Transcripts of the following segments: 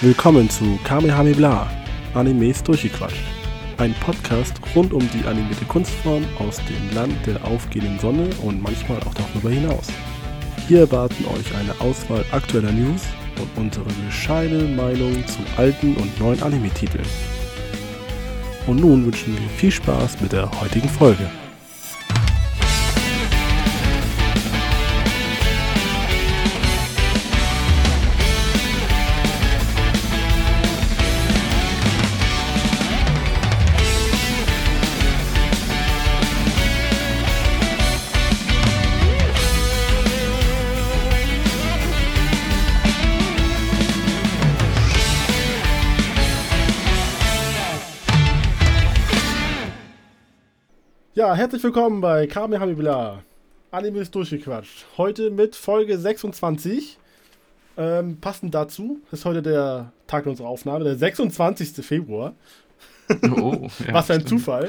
Willkommen zu Kamehameha, Animes durchgequatscht. Ein Podcast rund um die animierte Kunstform aus dem Land der aufgehenden Sonne und manchmal auch darüber hinaus. Hier erwarten euch eine Auswahl aktueller News und unsere bescheidene Meinung zu alten und neuen Anime-Titeln. Und nun wünschen wir viel Spaß mit der heutigen Folge. Ja, herzlich willkommen bei Kamehameha, Animes durchgequatscht. Heute mit Folge 26. Passend dazu ist heute der Tag unserer Aufnahme, der 26. Februar. Oh, ja, was für ein Zufall.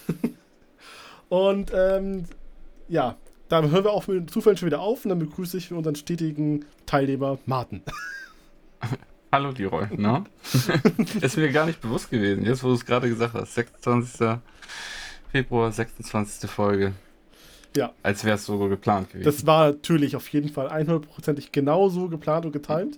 Und ja, dann hören wir auch mit den Zufällen schon wieder auf und dann begrüße ich unseren stetigen Teilnehmer Martin. Hallo Leroy, na? Ist mir gar nicht bewusst gewesen, jetzt wo du es gerade gesagt hast. 26. Februar, 26. Folge. Ja. Als wäre es so geplant gewesen. Das war natürlich auf jeden Fall 100%ig genauso geplant und getimt.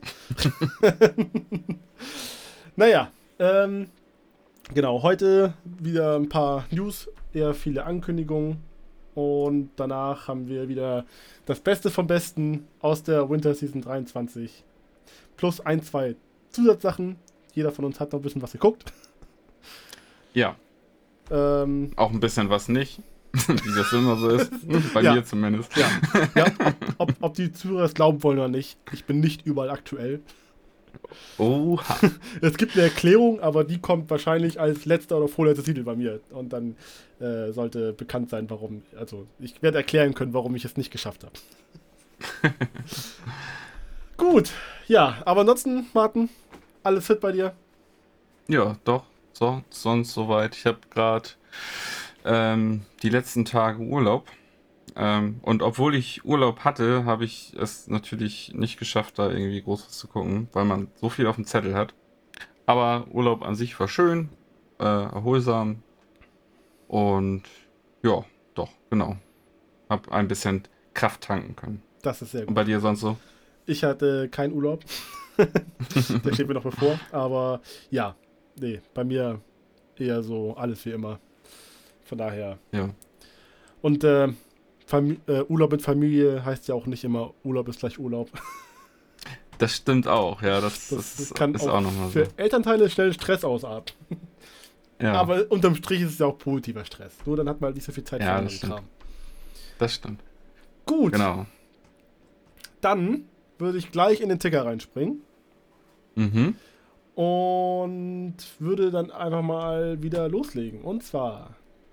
Naja, genau, heute wieder ein paar News, eher viele Ankündigungen und danach haben wir wieder das Beste vom Besten aus der Winter Season 23 plus ein, zwei Zusatzsachen. Jeder von uns hat noch ein bisschen was geguckt. Ja. Auch ein bisschen was nicht, wie das immer so ist, bei mir zumindest. Ja, ob die Zuhörer es glauben wollen oder nicht, ich bin nicht überall aktuell. Oha. Es gibt eine Erklärung, aber die kommt wahrscheinlich als letzter oder vorletzter Titel bei mir. Und dann sollte bekannt sein, warum. Also, ich werde erklären können, warum ich es nicht geschafft habe. Gut, ja, aber ansonsten, Martin, alles fit bei dir? Ja, doch. So, sonst soweit. Ich habe gerade die letzten Tage Urlaub. Und obwohl ich Urlaub hatte, habe ich es natürlich nicht geschafft, da irgendwie groß was zu gucken, weil man so viel auf dem Zettel hat. Aber Urlaub an sich war schön, erholsam. Und ja, doch, genau. Hab ein bisschen Kraft tanken können. Das ist sehr gut. Und bei dir sonst so? Ich hatte keinen Urlaub. Der steht mir noch bevor. Aber ja, nee, bei mir eher so alles wie immer. Von daher. Ja. Und Urlaub mit Familie heißt ja auch nicht immer, Urlaub ist gleich Urlaub. Das stimmt auch, ja. Das kann ist auch nochmal so. Für Elternteile schnell Stress ausarten. Ja. Aber unterm Strich ist es ja auch positiver Stress. Nur dann hat man halt nicht so viel Zeit für anderen Kram. Das stimmt. Gut. Genau. Dann würde ich gleich in den Ticker reinspringen. Mhm. Und würde dann einfach mal wieder loslegen. Und zwar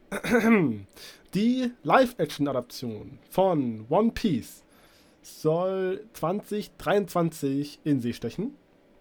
die Live-Action-Adaption von One Piece soll 2023 in See stechen.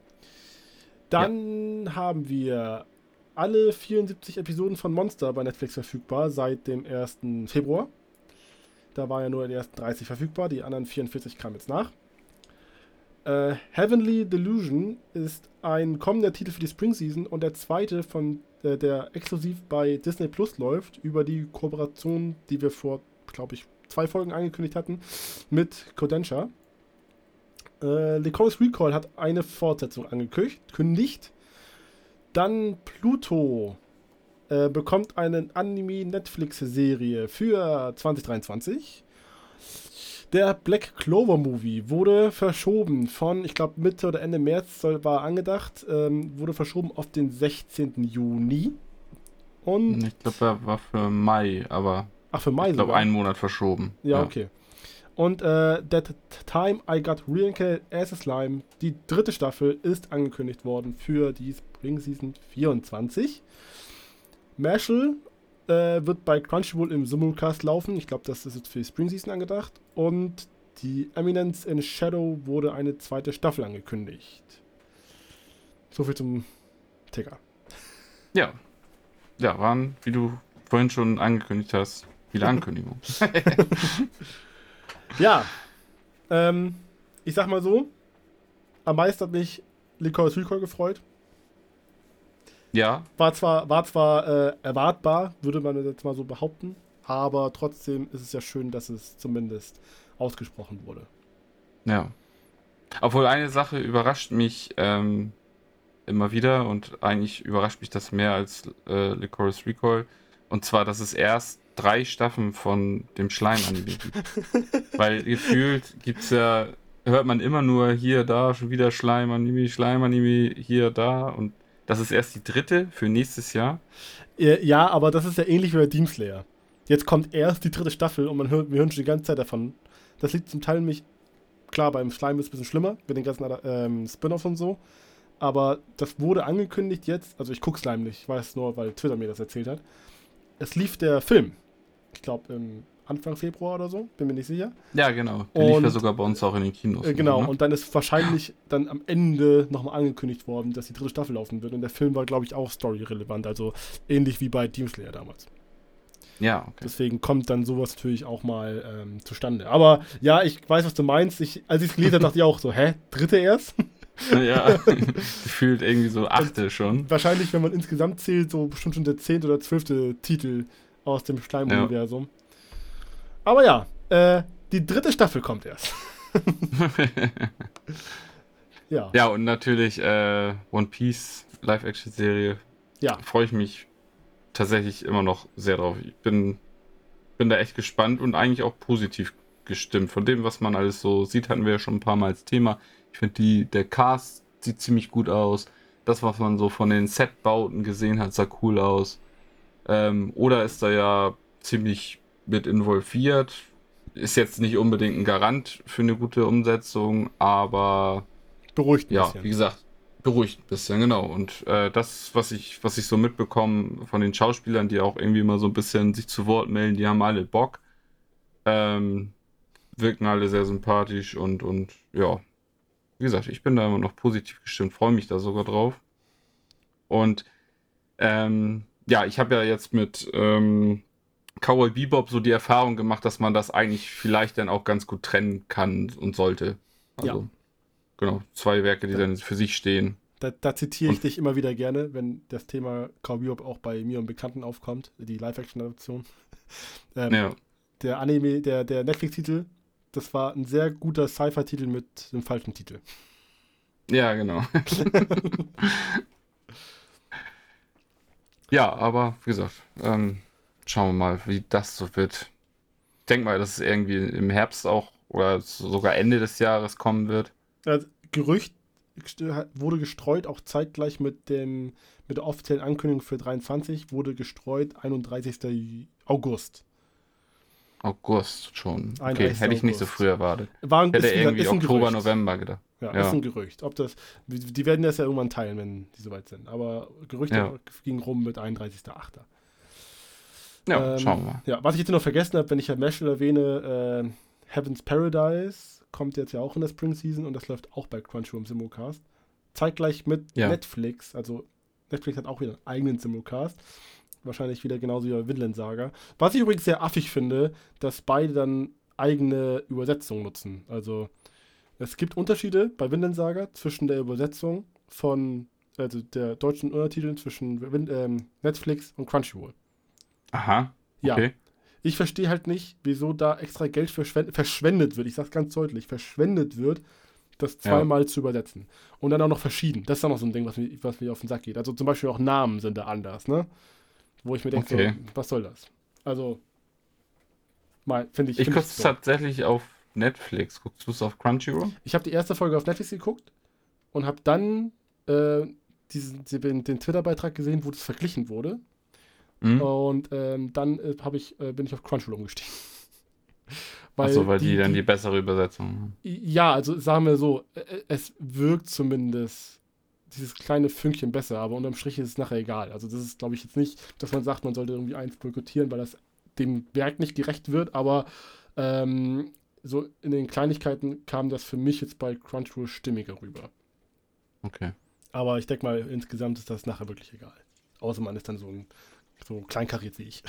Dann haben wir alle 74 Episoden von Monster bei Netflix verfügbar seit dem 1. Februar. Da waren ja nur die ersten 30 verfügbar, die anderen 44 kamen jetzt nach. Heavenly Delusion ist ein kommender Titel für die Spring Season und der zweite von der exklusiv bei Disney Plus läuft, über die Kooperation, die wir vor, glaube ich, 2 Folgen angekündigt hatten, mit Kodansha. Lycoris Recall hat eine Fortsetzung angekündigt. Dann Pluto bekommt eine Anime-Netflix-Serie für 2023. Der Black Clover Movie wurde verschoben von, ich glaube Mitte oder Ende März war angedacht, wurde verschoben auf den 16. Juni. Und ich glaube, er war für Mai, aber für Mai ich glaube einen Monat verschoben. Ja, okay. Und That Time I Got Reincarnated as a Slime, die 3. Staffel, ist angekündigt worden für die Spring Season 24. Mashal wird bei Crunchyroll im Simulcast laufen. Ich glaube, das ist jetzt für die Spring Season angedacht. Und die Eminence in Shadow wurde eine 2. Staffel angekündigt. Soviel zum Ticker. Ja. Ja, waren, wie du vorhin schon angekündigt hast, viele Ankündigungen. Ja. Ich sag mal so, am meisten hat mich Licorice Recoil gefreut. Ja. War zwar erwartbar, würde man jetzt mal so behaupten, aber trotzdem ist es ja schön, dass es zumindest ausgesprochen wurde. Ja. Obwohl eine Sache überrascht mich immer wieder und eigentlich überrascht mich das mehr als Licorice Recoil. Und zwar, dass es erst 3 Staffeln von dem Schleim-Anime gibt. Weil gefühlt hört man immer nur hier, da, schon wieder Schleim-Anime, hier, da. Und das ist erst die 3. für nächstes Jahr. Ja, aber das ist ja ähnlich wie bei Demon Slayer. Jetzt kommt erst die 3. Staffel und wir hören schon die ganze Zeit davon. Das liegt zum Teil nämlich, klar, beim Schleim ist es ein bisschen schlimmer, mit den ganzen Spin-Offs und so. Aber das wurde angekündigt jetzt, also ich gucke Slime nicht, ich weiß nur, weil Twitter mir das erzählt hat. Es lief der Film, ich glaube Anfang Februar oder so, bin mir nicht sicher. Ja, genau. Der lief ja sogar bei uns auch in den Kinos. Genau, so, ne? und dann ist wahrscheinlich dann am Ende nochmal angekündigt worden, dass die 3. Staffel laufen wird. Und der Film war, glaube ich, auch storyrelevant, also ähnlich wie bei Demon Slayer damals. Ja, okay. Deswegen kommt dann sowas natürlich auch mal zustande. Aber ja, ich weiß, was du meinst. Als ich es gelesen habe, dachte ich auch so, 3. erst? Ja, gefühlt irgendwie so 8. schon. Wahrscheinlich, wenn man insgesamt zählt, so bestimmt schon der 10. oder 12. Titel aus dem Schleim-Universum. Ja. Aber ja, die 3. Staffel kommt erst. Ja. Ja, und natürlich One Piece Live-Action-Serie. Ja. Freue ich mich tatsächlich immer noch sehr drauf. Ich bin da echt gespannt und eigentlich auch positiv gestimmt. Von dem, was man alles so sieht, hatten wir ja schon ein paar Mal als Thema. Ich finde, der Cast sieht ziemlich gut aus. Das, was man so von den Setbauten gesehen hat, sah cool aus. Oder ist da ja ziemlich mit involviert. Ist jetzt nicht unbedingt ein Garant für eine gute Umsetzung, aber beruhigt ein bisschen. Ja, wie gesagt, beruhigt ein bisschen, genau. Und das, was ich so mitbekomme von den Schauspielern, die auch irgendwie mal so ein bisschen sich zu Wort melden, die haben alle Bock. Wirken alle sehr sympathisch und ja, wie gesagt, ich bin da immer noch positiv gestimmt, freue mich da sogar drauf. Und ja, ich habe ja jetzt mit Cowboy Bebop so die Erfahrung gemacht, dass man das eigentlich vielleicht dann auch ganz gut trennen kann und sollte. Also, ja. Genau, 2 Werke, die dann für sich stehen. Da zitiere ich dich immer wieder gerne, wenn das Thema Cowboy Bebop auch bei mir und Bekannten aufkommt, die Live-Action-Adaption. Ja. Der Anime, der Netflix-Titel, das war ein sehr guter Sci-Fi-Titel mit einem falschen Titel. Ja, genau. Ja, aber wie gesagt, schauen wir mal, wie das so wird. Ich denke mal, dass es irgendwie im Herbst auch oder sogar Ende des Jahres kommen wird. Das Gerücht wurde gestreut, auch zeitgleich mit der offiziellen Ankündigung für 23, wurde gestreut 31. August. August schon. Okay, hätte ich nicht so früh erwartet. Hätte irgendwie Oktober, November gedacht. Ja, ist ein Gerücht. Die werden das ja irgendwann teilen, wenn die soweit sind. Aber Gerüchte gingen rum mit 31.8. Ja, schauen wir mal. Ja, was ich jetzt noch vergessen habe, wenn ich ja Mashal erwähne, Heaven's Paradise kommt jetzt ja auch in der Spring Season und das läuft auch bei Crunchyroll im Simulcast. Zeitgleich mit Netflix, also Netflix hat auch wieder einen eigenen Simulcast. Wahrscheinlich wieder genauso wie bei Vinland Saga. Was ich übrigens sehr affig finde, dass beide dann eigene Übersetzungen nutzen. Also es gibt Unterschiede bei Vinland Saga zwischen der Übersetzung also der deutschen Untertiteln zwischen Netflix und Crunchyroll. Aha, okay. Ja. Ich verstehe halt nicht, wieso da extra Geld verschwendet wird. Ich sag's ganz deutlich, verschwendet wird, das zweimal zu übersetzen. Und dann auch noch verschieden. Das ist dann noch so ein Ding, was mir auf den Sack geht. Also zum Beispiel auch Namen sind da anders, ne? Wo ich mir denke, so, was soll das? Also, finde ich. Ich gucke es tatsächlich auf Netflix. Guckst du es auf Crunchyroll? Ich habe die erste Folge auf Netflix geguckt und habe dann den Twitter-Beitrag gesehen, wo das verglichen wurde. Mhm. Und dann bin ich auf Crunchyroll umgestiegen. Weil die dann die bessere Übersetzung haben. Ja, also sagen wir so, es wirkt zumindest dieses kleine Fünkchen besser, aber unterm Strich ist es nachher egal. Also das ist, glaube ich, jetzt nicht, dass man sagt, man sollte irgendwie eins boykottieren, weil das dem Werk nicht gerecht wird, aber so in den Kleinigkeiten kam das für mich jetzt bei Crunchyroll stimmiger rüber. Okay. Aber ich denke mal, insgesamt ist das nachher wirklich egal. Außer man ist dann so kleinkariert wie ich.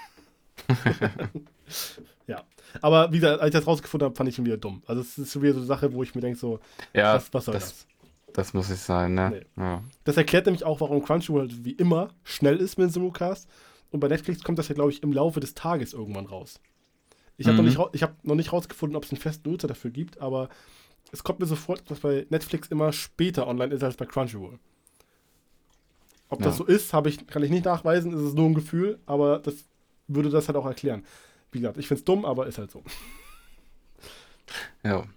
Ja. Aber wie gesagt, als ich das rausgefunden habe, fand ich schon wieder dumm. Also es ist schon wieder so eine Sache, wo ich mir denke, so, was soll das? Das muss es sein, ne? Nee. Ja. Das erklärt nämlich auch, warum Crunchyroll wie immer schnell ist mit dem Simulcast. Und bei Netflix kommt das ja, glaube ich, im Laufe des Tages irgendwann raus. Ich habe noch nicht rausgefunden, ob es einen festen Nutzer dafür gibt, aber es kommt mir so vor, dass bei Netflix immer später online ist als bei Crunchyroll. Ob das so ist, kann ich nicht nachweisen, ist es nur ein Gefühl, aber das würde das halt auch erklären. Wie gesagt, ich finde es dumm, aber ist halt so. Ja.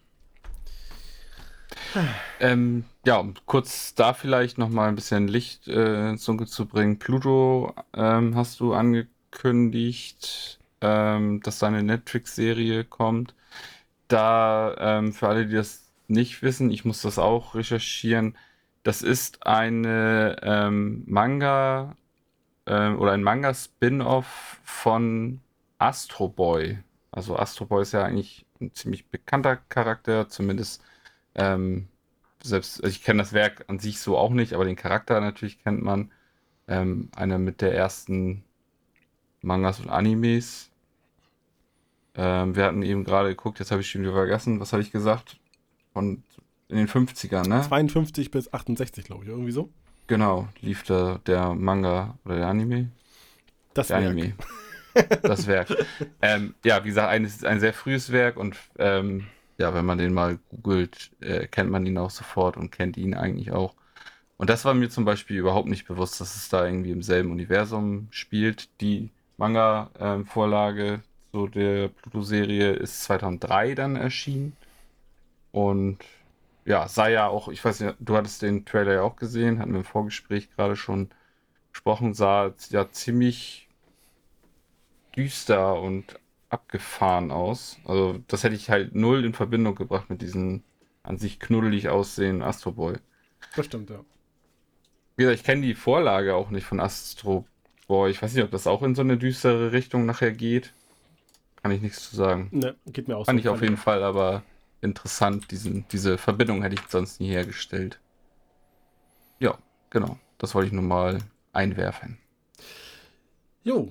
Ja, um kurz da vielleicht nochmal ein bisschen Licht ins Dunkel zu bringen. Pluto hast du angekündigt, dass da eine Netflix-Serie kommt. Da, für alle, die das nicht wissen, ich muss das auch recherchieren, das ist eine Manga oder ein Manga-Spin-Off von Astro Boy. Also Astro Boy ist ja eigentlich ein ziemlich bekannter Charakter, zumindest selbst, also ich kenne das Werk an sich so auch nicht, aber den Charakter natürlich kennt man. Einer mit der ersten Mangas und Animes. Wir hatten eben gerade geguckt, jetzt habe ich schon wieder vergessen, was habe ich gesagt? Von in den 50ern, ne? 52 bis 68, glaube ich, irgendwie so. Genau, lief da der Manga oder der Anime? Das Der Werk. Anime. Das Werk. Ja, wie gesagt, ein sehr frühes Werk und ja, wenn man den mal googelt, kennt man ihn auch sofort und kennt ihn eigentlich auch. Und das war mir zum Beispiel überhaupt nicht bewusst, dass es da irgendwie im selben Universum spielt. Die Manga-Vorlage zu der Pluto-Serie ist 2003 dann erschienen. Und ja, sah ja auch, ich weiß nicht, du hattest den Trailer ja auch gesehen, hatten wir im Vorgespräch gerade schon gesprochen, sah ja ziemlich düster und abgefahren aus. Also das hätte ich halt null in Verbindung gebracht mit diesen an sich knuddelig aussehenden Astro Boy. Das stimmt, ja. Wie gesagt, ich kenne die Vorlage auch nicht von Astro Boy. Ich weiß nicht, ob das auch in so eine düstere Richtung nachher geht. Kann ich nichts zu sagen. Ne, geht mir auch Fand so. ich auf jeden Fall aber interessant. Diese Verbindung hätte ich sonst nie hergestellt. Ja, genau. Das wollte ich nur mal einwerfen. Jo.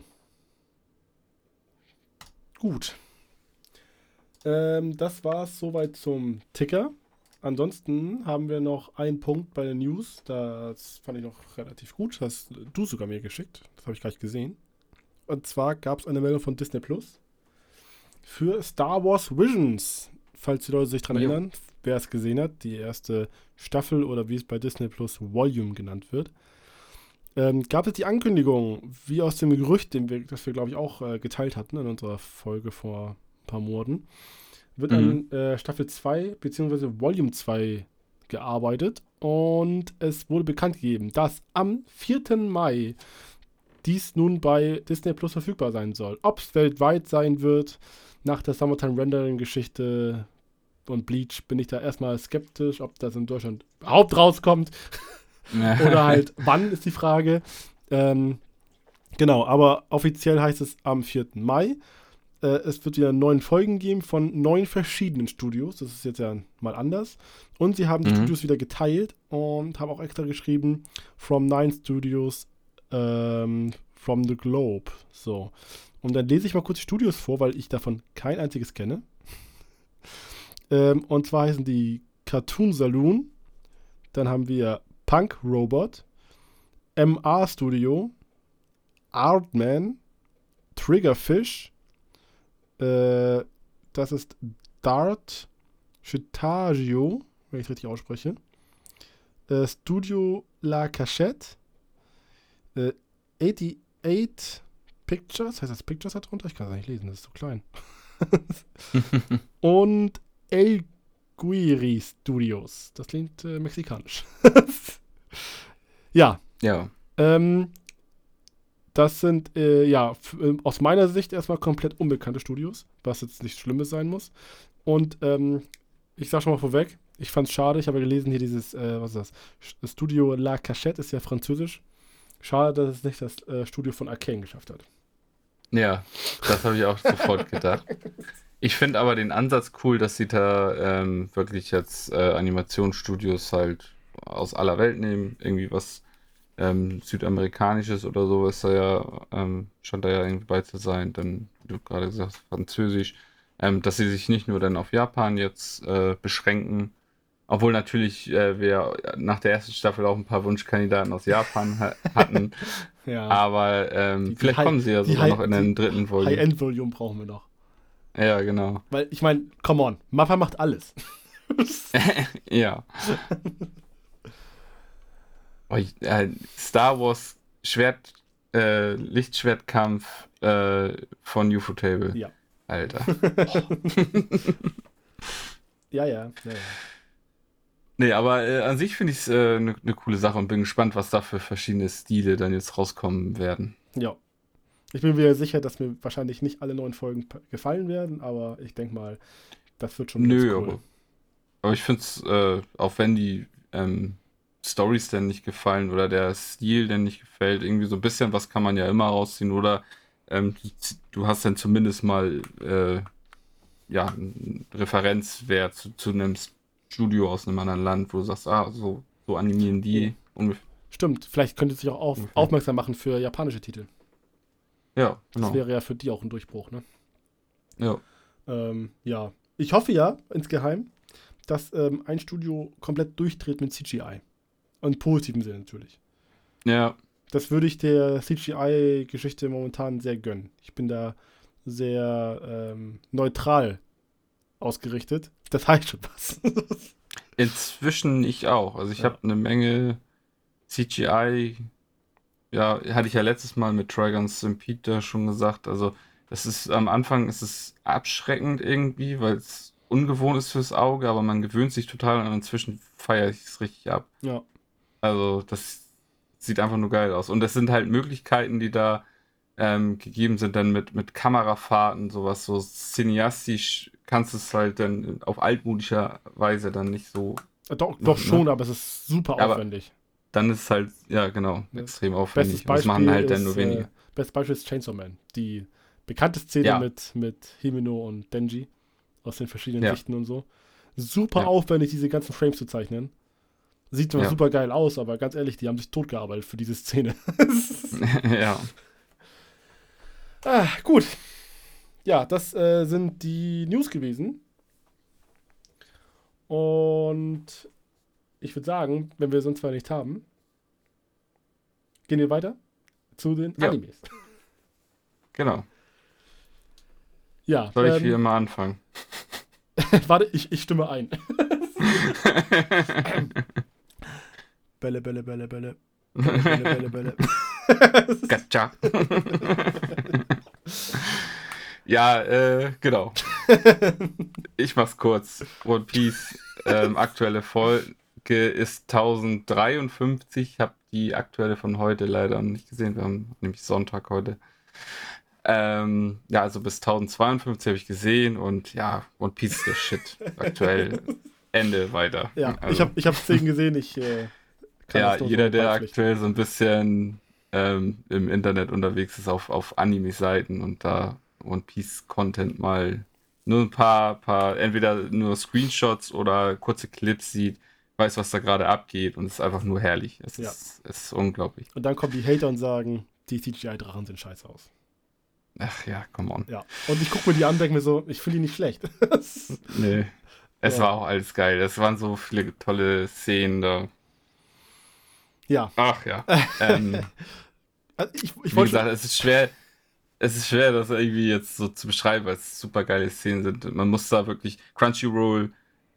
Gut. Das war's soweit zum Ticker. Ansonsten haben wir noch einen Punkt bei den News. Das fand ich noch relativ gut. Das hast du sogar mir geschickt. Das habe ich gleich gesehen. Und zwar gab es eine Meldung von Disney Plus für Star Wars Visions. Falls die Leute sich daran erinnern, wer es gesehen hat, die erste Staffel oder wie es bei Disney Plus Volume genannt wird. Gab es die Ankündigung, wie aus dem Gerücht, das wir glaube ich auch geteilt hatten in unserer Folge vor ein paar Monaten, wird an Staffel 2 bzw. Volume 2 gearbeitet und es wurde bekannt gegeben, dass am 4. Mai dies nun bei Disney Plus verfügbar sein soll. Ob es weltweit sein wird, nach der Summertime Rendering Geschichte und Bleach bin ich da erstmal skeptisch, ob das in Deutschland überhaupt rauskommt. Oder halt, wann ist die Frage. Genau, aber offiziell heißt es am 4. Mai. Es wird wieder 9 Folgen geben von 9 verschiedenen Studios. Das ist jetzt ja mal anders. Und sie haben die Studios wieder geteilt und haben auch extra geschrieben, from 9 Studios from the globe. So. Und dann lese ich mal kurz die Studios vor, weil ich davon kein einziges kenne. Und zwar heißen die Cartoon Saloon. Dann haben wir Punk Robot, MR Studio, Artman, Triggerfish, das ist Dart Chitagio, wenn ich es richtig ausspreche, Studio La Cachette, 88 Pictures, heißt das Pictures da drunter? Ich kann es nicht lesen, das ist so klein. Und El Guiri Studios. Das klingt mexikanisch. Ja. Ja. Das sind, aus meiner Sicht erstmal komplett unbekannte Studios, was jetzt nichts Schlimmes sein muss. Und ich sag schon mal vorweg, ich fand's schade, ich habe ja gelesen hier dieses, was ist das? Studio La Cachette ist ja französisch. Schade, dass es nicht das Studio von Arcane geschafft hat. Ja, das habe ich auch sofort gedacht. Ich finde aber den Ansatz cool, dass sie da wirklich jetzt Animationsstudios halt aus aller Welt nehmen. Irgendwie was Südamerikanisches oder so ist da ja, scheint da ja irgendwie bei zu sein. Dann, wie du gerade gesagt hast, Französisch. Dass sie sich nicht nur dann auf Japan jetzt beschränken. Obwohl natürlich wir nach der ersten Staffel auch ein paar Wunschkandidaten aus Japan hatten. Ja. Aber vielleicht kommen sie ja sogar noch in den dritten Volume. High-End-Volume brauchen wir noch. Ja, genau. Weil, ich meine, come on, Mappa macht alles. Ja. Star Wars Lichtschwertkampf von Ufotable. Ja. Alter. Ja. Nee, aber an sich finde ich es eine coole Sache und bin gespannt, was da für verschiedene Stile dann jetzt rauskommen werden. Ja. Ich bin mir sicher, dass mir wahrscheinlich nicht alle 9 Folgen gefallen werden, aber ich denke mal, das wird schon ganz cool. Aber ich finde es, auch wenn die Storys denn nicht gefallen oder der Stil denn nicht gefällt, irgendwie so ein bisschen was kann man ja immer rausziehen oder du hast dann zumindest mal einen Referenzwert zu einem Studio aus einem anderen Land, wo du sagst, so animieren die ungefähr. Stimmt, vielleicht könnte es sich auch aufmerksam machen für japanische Titel. Ja, genau. Das wäre ja für die auch ein Durchbruch, ne? Ja. Ja. Ich hoffe ja, insgeheim, dass ein Studio komplett durchdreht mit CGI. Und im positiven Sinne natürlich. Ja. Das würde ich der CGI-Geschichte momentan sehr gönnen. Ich bin da sehr neutral ausgerichtet. Das heißt schon was. Inzwischen ich auch. Also ich habe eine Menge CGI, hatte ich ja letztes Mal mit Trigun Stampede schon gesagt. Also das ist am Anfang ist es abschreckend irgendwie, weil es ungewohnt ist fürs Auge, aber man gewöhnt sich total und inzwischen feiere ich es richtig ab. Ja. Also das sieht einfach nur geil aus. Und das sind halt Möglichkeiten, die da gegeben sind dann mit Kamerafahrten, sowas, so cineastisch kannst du es halt dann auf altmodischer Weise dann nicht so. Doch schon, aber es ist super aufwendig. Dann ist es halt, ja genau, extrem aufwendig. Bestes Beispiel das machen halt dann nur wenige. Bestes Beispiel ist Chainsaw Man. Die bekannte Szene mit Himeno und Denji aus den verschiedenen Sichten und so. Super aufwendig, diese ganzen Frames zu zeichnen. Sieht zwar super geil aus, aber ganz ehrlich, die haben sich totgearbeitet für diese Szene. Ja. Gut. Ja, das sind die News gewesen. Und ich würde sagen, wenn wir sonst nicht haben, gehen wir weiter zu den Animes. Genau. Ja. Soll ich wie immer anfangen? Warte, ich stimme ein. Bälle, Bälle, Bälle, Bälle. Bälle, Bälle, Bälle, Bälle. Gacha. Ja, genau. Ich mach's kurz. One Piece, aktuelle Folge ist 1053. Ich habe die aktuelle von heute leider noch nicht gesehen. Wir haben nämlich Sonntag heute. Also bis 1052 habe ich gesehen und ja, One Piece ist der Shit. Aktuell Ende weiter. Ja, also, ich habe 10 gesehen. Jeder, der aktuell so ein bisschen im Internet unterwegs ist auf Anime-Seiten und da One Piece-Content mal nur ein paar, entweder nur Screenshots oder kurze Clips sieht, weiß, was da gerade abgeht und es ist einfach nur herrlich. Es ist unglaublich. Und dann kommen die Hater und sagen, die CGI-Drachen sehen scheiße aus. Ach ja, come on. Ja. Und ich gucke mir die an und denke mir so, ich finde die nicht schlecht. Nee. Es war auch alles geil. Es waren so viele tolle Szenen da. Ja. Ach ja. Also wie gesagt, es ist schwer, das irgendwie jetzt so zu beschreiben, weil es super geile Szenen sind. Man muss da wirklich, Crunchyroll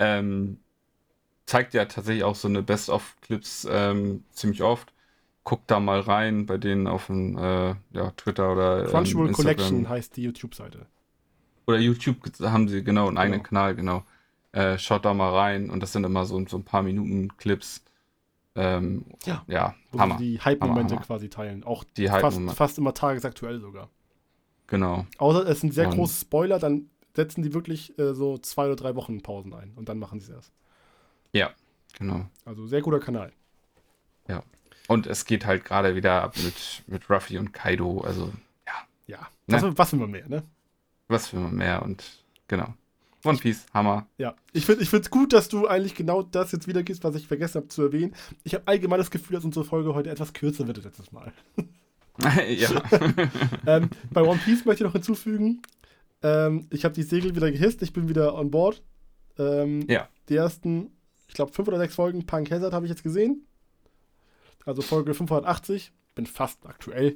zeigt ja tatsächlich auch so eine Best-of-Clips ziemlich oft. Guckt da mal rein bei denen auf dem Twitter oder Crunchyroll Instagram. Collection heißt die YouTube-Seite. Oder YouTube haben sie einen eigenen Kanal, genau. Schaut da mal rein und das sind immer so ein paar Minuten Clips. Wo Hammer. sie die Hype-Momente quasi teilen. Auch die fast immer tagesaktuell sogar. Genau. Außer es sind sehr große Spoiler, dann setzen die wirklich so 2 oder 3 Wochen Pausen ein und dann machen sie es erst. Ja, genau. Also sehr guter Kanal. Ja. Und es geht halt gerade wieder ab mit Ruffy und Kaido, also ja. Was will man mehr, ne? Was will man mehr und genau. One Piece, Hammer. Ja, ich find's gut, dass du eigentlich genau das jetzt wiedergibst, was ich vergessen habe zu erwähnen. Ich habe allgemein das Gefühl, dass unsere Folge heute etwas kürzer wird als letztes Mal. Ja. Bei One Piece möchte ich noch hinzufügen, ich habe die Segel wieder gehisst, ich bin wieder on board. Die ersten, ich glaube 5 oder 6 Folgen Punk Hazard habe ich jetzt gesehen. Also Folge 580. Bin fast aktuell.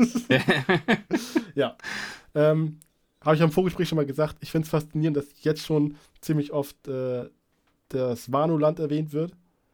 Ja. Habe ich am Vorgespräch schon mal gesagt, ich finde es faszinierend, dass jetzt schon ziemlich oft das Wano-Land erwähnt wird.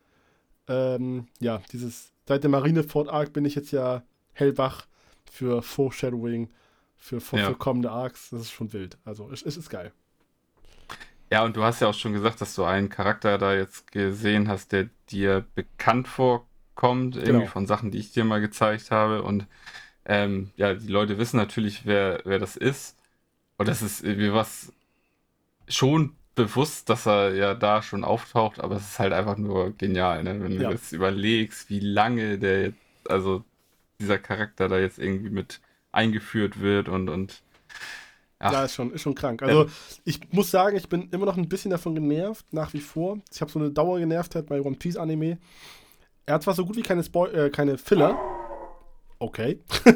Ja, seit dem Marineford-Arc bin ich jetzt ja hellwach für Foreshadowing, für kommende Arcs. Das ist schon wild. Also, es ist geil. Ja, und du hast ja auch schon gesagt, dass du einen Charakter da jetzt gesehen hast, der dir bekannt vorkommt, irgendwie von Sachen, die ich dir mal gezeigt habe. Und ja, die Leute wissen natürlich, wer das ist. Und das ist irgendwie was schon bewusst, dass er ja da schon auftaucht, aber es ist halt einfach nur genial, ne? Wenn du jetzt überlegst, wie lange dieser Charakter da jetzt irgendwie mit eingeführt wird und ja, ist schon krank. Also ich muss sagen, ich bin immer noch ein bisschen davon genervt, nach wie vor. Ich habe so eine Dauergenervtheit bei One Piece Anime. Er hat zwar so gut wie keine Filler. Okay.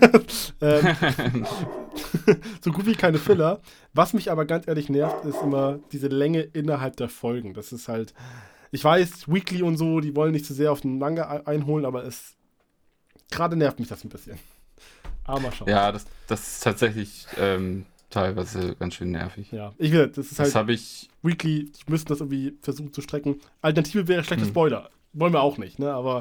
So gut wie keine Filler. Was mich aber ganz ehrlich nervt, ist immer diese Länge innerhalb der Folgen. Das ist halt, ich weiß, Weekly und so, die wollen nicht zu sehr auf den Manga einholen, aber gerade nervt mich das ein bisschen. Aber mal schauen. Ja, das ist tatsächlich teilweise ganz schön nervig. Ja, das ist halt, habe ich Weekly, die müssen das irgendwie versuchen zu strecken. Alternative wäre schlechte Spoiler. Wollen wir auch nicht, ne, aber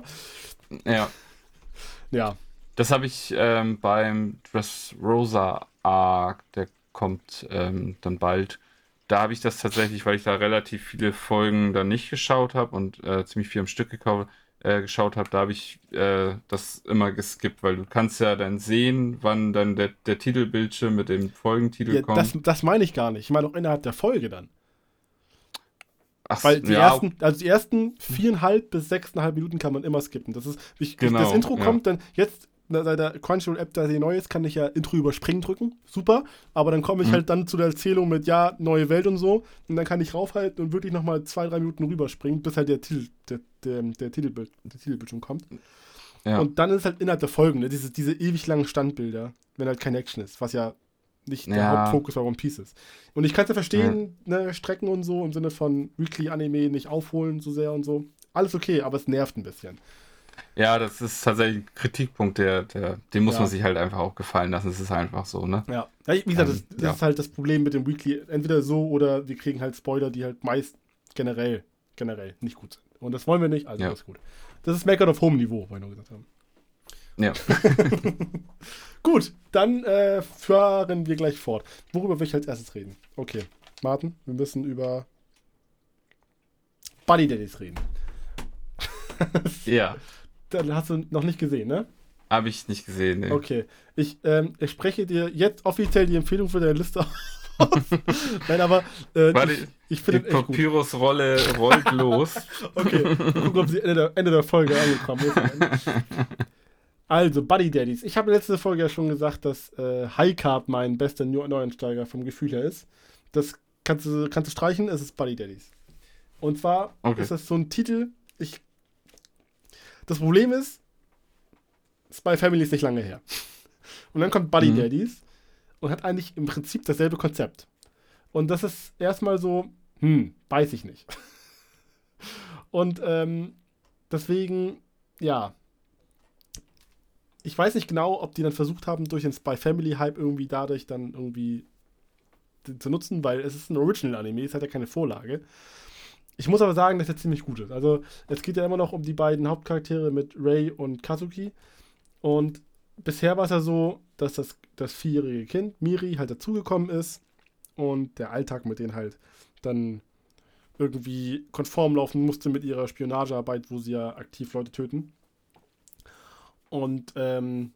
ja. Das habe ich beim Dressrosa Arc, der kommt dann bald. Da habe ich das tatsächlich, weil ich da relativ viele Folgen dann nicht geschaut habe und ziemlich viel am Stück geschaut habe, da habe ich das immer geskippt, weil du kannst ja dann sehen, wann dann der Titelbildschirm mit dem Folgentitel kommt. Das meine ich gar nicht. Ich meine auch innerhalb der Folge dann. Ach, weil die ersten 4,5 bis 6,5 Minuten kann man immer skippen. Das ist, das Intro kommt, dann jetzt bei der Crunchyroll-App, da sie neu ist, kann ich ja Intro überspringen drücken. Super. Aber dann komme ich halt dann zu der Erzählung mit, ja, neue Welt und so. Und dann kann ich raufhalten und wirklich nochmal 2-3 Minuten rüberspringen, bis halt der Titelbildschirm kommt. Ja. Und dann ist halt innerhalb der Folgen, ne, diese ewig langen Standbilder, wenn halt keine Action ist, was ja nicht der Hauptfokus bei One Piece ist. Und ich kann es ja verstehen, ne, Strecken und so, im Sinne von Weekly-Anime nicht aufholen so sehr und so. Alles okay, aber es nervt ein bisschen. Ja, das ist tatsächlich ein Kritikpunkt, den muss man sich halt einfach auch gefallen lassen. Das ist einfach so, ne? Ja, wie gesagt, das ist halt das Problem mit dem Weekly. Entweder so oder wir kriegen halt Spoiler, die halt meist generell nicht gut sind. Und das wollen wir nicht, also alles gut. Das ist Make-out of Home-Niveau, wollen wir gesagt haben. Ja. Gut, dann fahren wir gleich fort. Worüber will ich als erstes reden? Okay, Martin, wir müssen über Buddy Daddies reden. Ja. Dann hast du noch nicht gesehen, ne? Habe ich nicht gesehen, ne. Okay. Ich spreche dir jetzt offiziell die Empfehlung für deine Liste aus. Nein, aber ich finde die Papyrus-Rolle rollt los. Okay, gucken, ob sie Ende der Folge angekommen ist. Also, Buddy Daddies. Ich habe letzte Folge ja schon gesagt, dass Highcard mein bester Neueinsteiger vom Gefühl her ist. Das kannst du streichen, es ist Buddy Daddies. Und zwar ist das so ein Titel, das Problem ist, Spy Family ist nicht lange her. Und dann kommt Buddy Daddies und hat eigentlich im Prinzip dasselbe Konzept. Und das ist erstmal so, weiß ich nicht. Und deswegen, ja, ich weiß nicht genau, ob die dann versucht haben, durch den Spy Family Hype irgendwie dadurch dann irgendwie zu nutzen, weil es ist ein Original-Anime, es hat ja keine Vorlage. Ich muss aber sagen, dass er ziemlich gut ist. Also, es geht ja immer noch um die beiden Hauptcharaktere mit Rei und Kazuki. Und bisher war es ja so, dass das 4-jährige Kind, Miri, halt dazugekommen ist und der Alltag mit denen halt dann irgendwie konform laufen musste mit ihrer Spionagearbeit, wo sie ja aktiv Leute töten. Und dann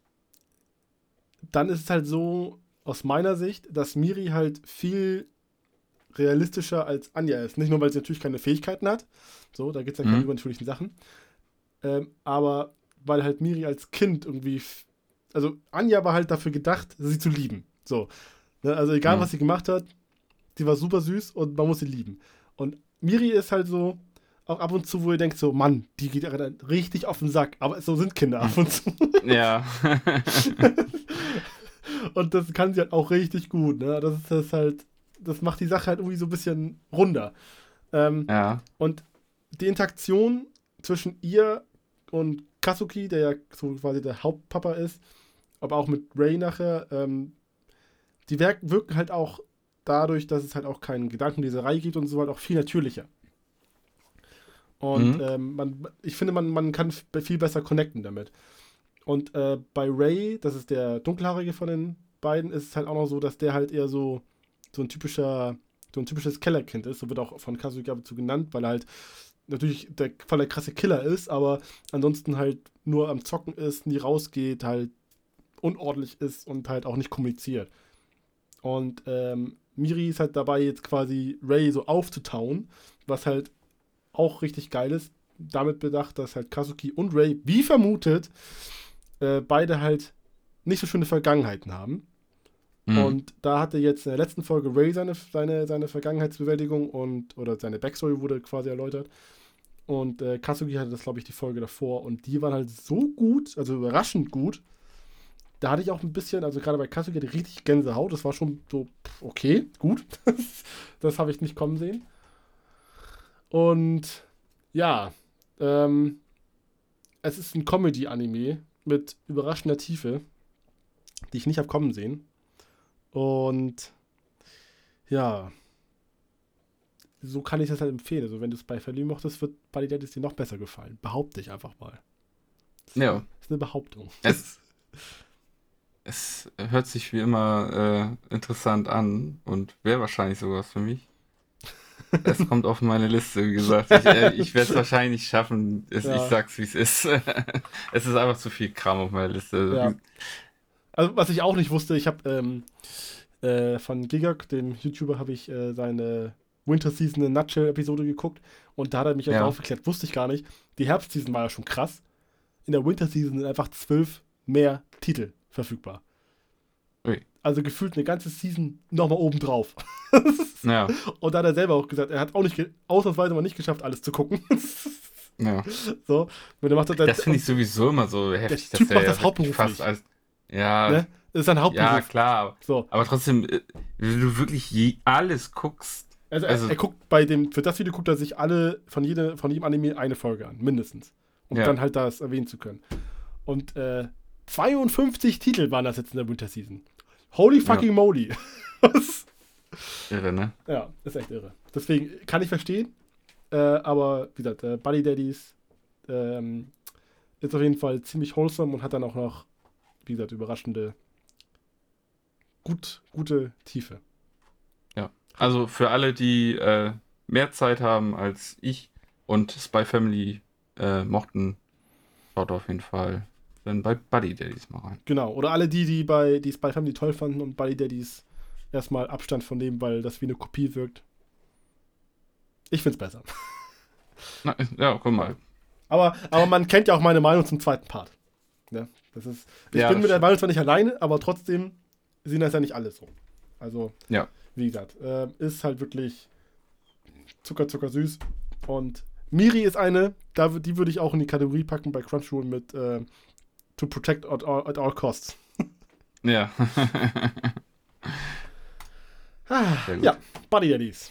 ist es halt so, aus meiner Sicht, dass Miri halt viel realistischer als Anja ist. Nicht nur, weil sie natürlich keine Fähigkeiten hat. So, da geht es ja keine übernatürlichen Sachen. Aber weil halt Miri als Kind irgendwie... Also Anja war halt dafür gedacht, sie zu lieben. So. Ne? Also egal, was sie gemacht hat, die war super süß und man muss sie lieben. Und Miri ist halt so, auch ab und zu, wo ihr denkt so, Mann, die geht richtig auf den Sack. Aber so sind Kinder ab und zu. Ja. Und das kann sie halt auch richtig gut. Ne? Das macht die Sache halt irgendwie so ein bisschen runder. Und die Interaktion zwischen ihr und Kazuki, der ja so quasi der Hauptpapa ist, aber auch mit Ray nachher, die wirken halt auch dadurch, dass es halt auch keine Gedankenleserei gibt und so halt auch viel natürlicher. Und ich finde, man kann viel besser connecten damit. Und bei Ray, das ist der Dunkelhaarige von den beiden, ist es halt auch noch so, dass der halt eher so ein typisches Kellerkind ist. So wird auch von Kazuki ab und zu genannt, weil er halt natürlich voll der krasse Killer ist, aber ansonsten halt nur am Zocken ist, nie rausgeht, halt unordentlich ist und halt auch nicht kommuniziert. Und Miri ist halt dabei, jetzt quasi Ray so aufzutauen, was halt auch richtig geil ist. Damit bedacht, dass halt Kazuki und Ray, wie vermutet, beide halt nicht so schöne Vergangenheiten haben. Und da hatte jetzt in der letzten Folge Ray seine Vergangenheitsbewältigung oder seine Backstory wurde quasi erläutert. Und Kazuki hatte das, glaube ich, die Folge davor. Und die waren halt so gut, also überraschend gut. Da hatte ich auch ein bisschen, also gerade bei Kazuki hatte ich richtig Gänsehaut. Das war schon so, okay, gut. Das habe ich nicht kommen sehen. Und ja, es ist ein Comedy-Anime mit überraschender Tiefe, die ich nicht habe kommen sehen. Und ja, so kann ich das halt empfehlen. Also wenn du es bei Verlieben mochtest, wird Buddy Daddies dir noch besser gefallen. Behaupte ich einfach mal. Ja. Das ist eine Behauptung. Es hört sich wie immer interessant an und wäre wahrscheinlich sogar was für mich. Es kommt auf meine Liste, wie gesagt. Ich werde es wahrscheinlich schaffen. Ich sag's, wie es ist. Es ist einfach zu viel Kram auf meiner Liste. Ja. Also, was ich auch nicht wusste, ich habe von Gigak, dem YouTuber, habe ich seine Winter Season in Nutshell Episode geguckt und da hat er mich auch aufgeklärt, wusste ich gar nicht. Die Herbstseason war ja schon krass. In der Winter Season sind einfach 12 mehr Titel verfügbar. Ui. Also gefühlt eine ganze Season nochmal obendrauf. Ja. Und da hat er selber auch gesagt, er hat auch nicht ausnahmsweise mal nicht geschafft, alles zu gucken. Ja. So, das finde ich sowieso immer so heftig, der Typ macht das hauptberuflich. Fast als, ja. Ne? Das ist sein Hauptberuf. Ja, klar. So. Aber trotzdem, wenn du wirklich alles guckst. Also er guckt für das Video guckt er sich von jedem Anime eine Folge an, mindestens. Um dann halt das erwähnen zu können. Und 52 Titel waren das jetzt in der Winter Season. Holy fucking moly. Irre, ne? Ja, ist echt irre. Deswegen kann ich verstehen. Aber wie gesagt, Buddy Daddies ist auf jeden Fall ziemlich wholesome und hat dann auch noch, wie gesagt, überraschende, gute Tiefe. Ja, also für alle, die mehr Zeit haben als ich und Spy Family mochten, schaut auf jeden Fall dann bei Buddy Daddies mal rein. Genau, oder alle die Spy Family toll fanden und Buddy Daddies erstmal Abstand von dem, weil das wie eine Kopie wirkt. Ich find's besser. Na, ja, guck mal. Aber man kennt ja auch meine Meinung zum zweiten Part. Ja, ich bin mit der Meinung zwar nicht alleine, aber trotzdem sehen das ja nicht alle so. Also, wie gesagt, ist halt wirklich Zucker süß. Und Miri ist eine, die würde ich auch in die Kategorie packen bei Crunchyroll mit To Protect at all costs. Ja. Ja, Buddy Daddies.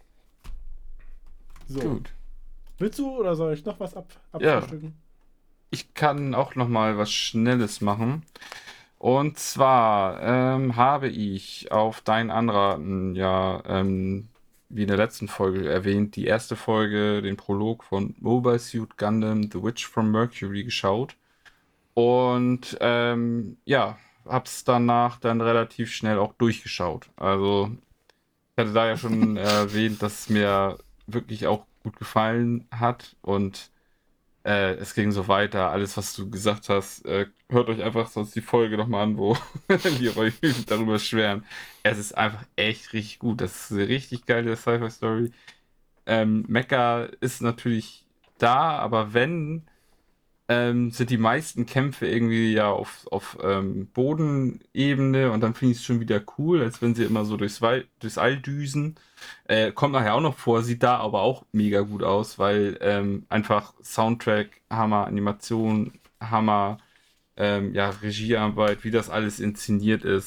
So. Gut. Willst du oder soll ich noch was abfrühstücken? Ja. Ich kann auch noch mal was Schnelles machen. Und zwar habe ich auf dein Anraten wie in der letzten Folge erwähnt, die erste Folge, den Prolog von Mobile Suit Gundam The Witch from Mercury geschaut. Und hab's danach dann relativ schnell auch durchgeschaut. Also ich hatte da ja schon erwähnt, dass es mir wirklich auch gut gefallen hat und es ging so weiter. Alles, was du gesagt hast, hört euch einfach sonst die Folge nochmal an, wo wir euch darüber schweren. Es ist einfach echt richtig gut. Das ist eine richtig geile Sci-Fi-Story. Mecha ist natürlich da, aber wenn sind die meisten Kämpfe irgendwie ja auf Bodenebene und dann finde ich es schon wieder cool, als wenn sie immer so durchs All düsen. Kommt nachher auch noch vor, sieht da aber auch mega gut aus, weil einfach Soundtrack, Hammer, Animation, Hammer, Regiearbeit, wie das alles inszeniert ist,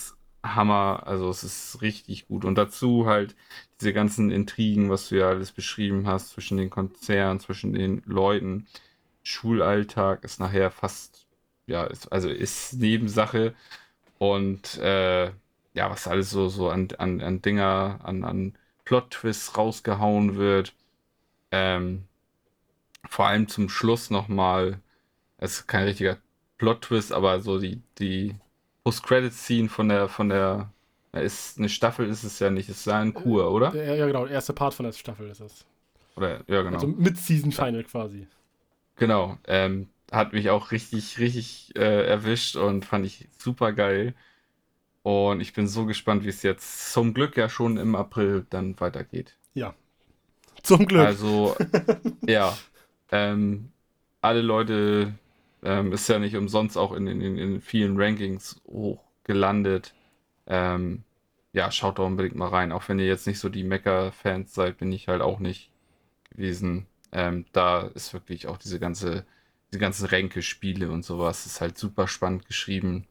Hammer, also es ist richtig gut. Und dazu halt diese ganzen Intrigen, was du ja alles beschrieben hast, zwischen den Konzernen, zwischen den Leuten. Schulalltag ist nachher fast, ja, ist Nebensache. Und ja, was alles so an Dinger, an Plot-Twists rausgehauen wird. Ähm, Vor allem zum Schluss nochmal, es ist kein richtiger Plot-Twist, aber so die Post-Credit-Scene von der, ist eine Staffel ist es ja nicht, es ist ja ein Kur, oder? Ja, genau, der erste Part von der Staffel ist das. Oder, ja, Also genau. Mid-Season-Final quasi. Genau, hat mich auch richtig erwischt und fand ich super geil. Und ich bin so gespannt, wie es jetzt zum Glück ja schon im April dann weitergeht. Ja, zum Glück. Also, ja, ähm, alle Leute, ist ja nicht umsonst auch in vielen Rankings hoch gelandet. Ähm, ja, schaut doch unbedingt mal rein. Auch wenn ihr jetzt nicht so die Mecha-Fans seid, bin ich halt auch nicht gewesen. Da ist wirklich auch diese ganzen Ränkespiele und sowas, ist halt super spannend geschrieben.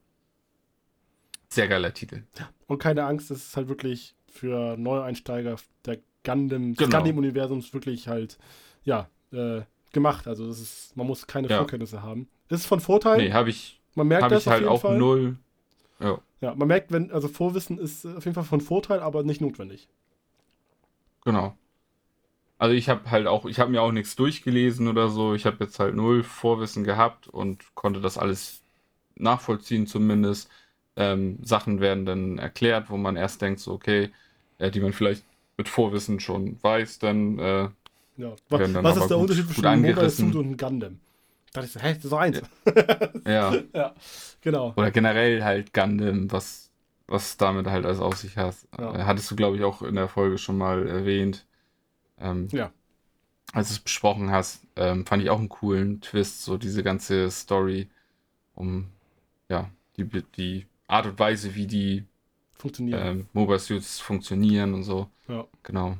Sehr geiler Titel. Und keine Angst, das ist halt wirklich für Neueinsteiger des Genau. Gundam-Universums wirklich halt, ja, gemacht. Also man muss keine Ja. Vorkenntnisse haben. Das ist von Vorteil. Nee, Man merkt hab das ich auf halt jeden auch Fall. null. Ja, Ja, man merkt, also Vorwissen ist auf jeden Fall von Vorteil, aber nicht notwendig. genau. Also ich habe mir auch nichts durchgelesen oder so. Ich habe jetzt halt null Vorwissen gehabt und konnte das alles nachvollziehen zumindest. Sachen werden dann erklärt, wo man erst denkt, so okay, die man vielleicht mit Vorwissen schon weiß, dann Ja. werden dann Was ist aber der Unterschied gut zwischen einem Mobile Suit angerissen. und einem Gundam? Da dachte ich so, hä, das ist doch eins. Ja, Ja, genau. oder generell halt Gundam, was damit halt alles auf sich hat. Ja. Hattest du, glaube ich, auch in der Folge schon mal erwähnt. Ähm, Ja. Als du es besprochen hast, fand ich auch einen coolen Twist, so diese ganze Story um, ja, die Art und Weise, wie die Funktionieren. Mobile Suits funktionieren und so. Ja. Genau.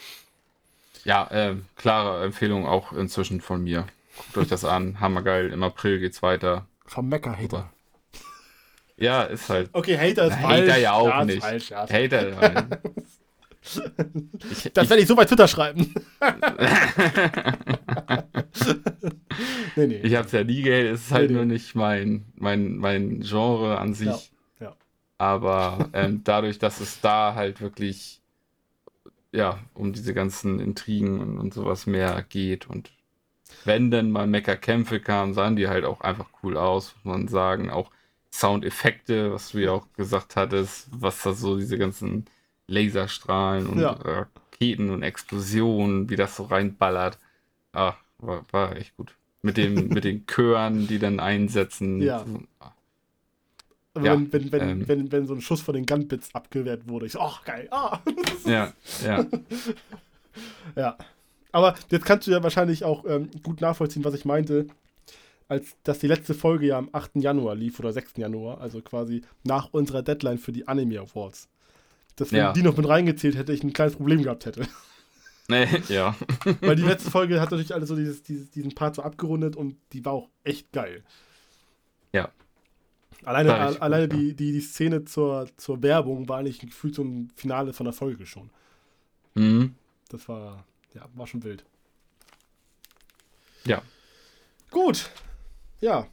Ja, klare Empfehlung auch inzwischen von mir. Guckt euch das an, hammergeil. Im April geht's weiter. Vom Mecha-Hater. Ja, ist halt. Okay, Hater ist Na, falsch. Hater ja auch Ja, ist nicht. falsch, ja. Hater, nein. Das werde ich so bei Twitter schreiben. Nee. Ich hab's ja nie gehatet, es ist halt Nee. nur nicht mein Genre an sich. Ja. Aber dadurch, dass es da halt wirklich ja um diese ganzen Intrigen und sowas mehr geht und wenn denn mal Mecha-Kämpfe kamen, sahen die halt auch einfach cool aus, muss man sagen. Auch Soundeffekte, was du ja auch gesagt hattest, was da so diese ganzen Laserstrahlen und Ja. Raketen und Explosionen, wie das so reinballert. Ah, war echt gut. Mit den Chören, die dann einsetzen. Ja. Ah, Aber Ja, wenn so ein Schuss von den Gunbits abgewehrt wurde, ich so, ach, geil. Ah. ja. Ja. Aber jetzt kannst du ja wahrscheinlich auch gut nachvollziehen, was ich meinte, als dass die letzte Folge ja am 8. Januar lief oder 6. Januar, also quasi nach unserer Deadline für die Anime Awards. Dass wenn Ja. die noch mit reingezählt hätte, ich ein kleines Problem gehabt hätte. Nee, ja. Weil die letzte Folge hat natürlich alles so diesen Part so abgerundet und die war auch echt geil. Ja. Alleine, War echt gut, alleine ja. die Szene zur Werbung war eigentlich gefühlt so ein Finale von der Folge schon. Mhm. Das war schon wild. Ja. Gut. Ja.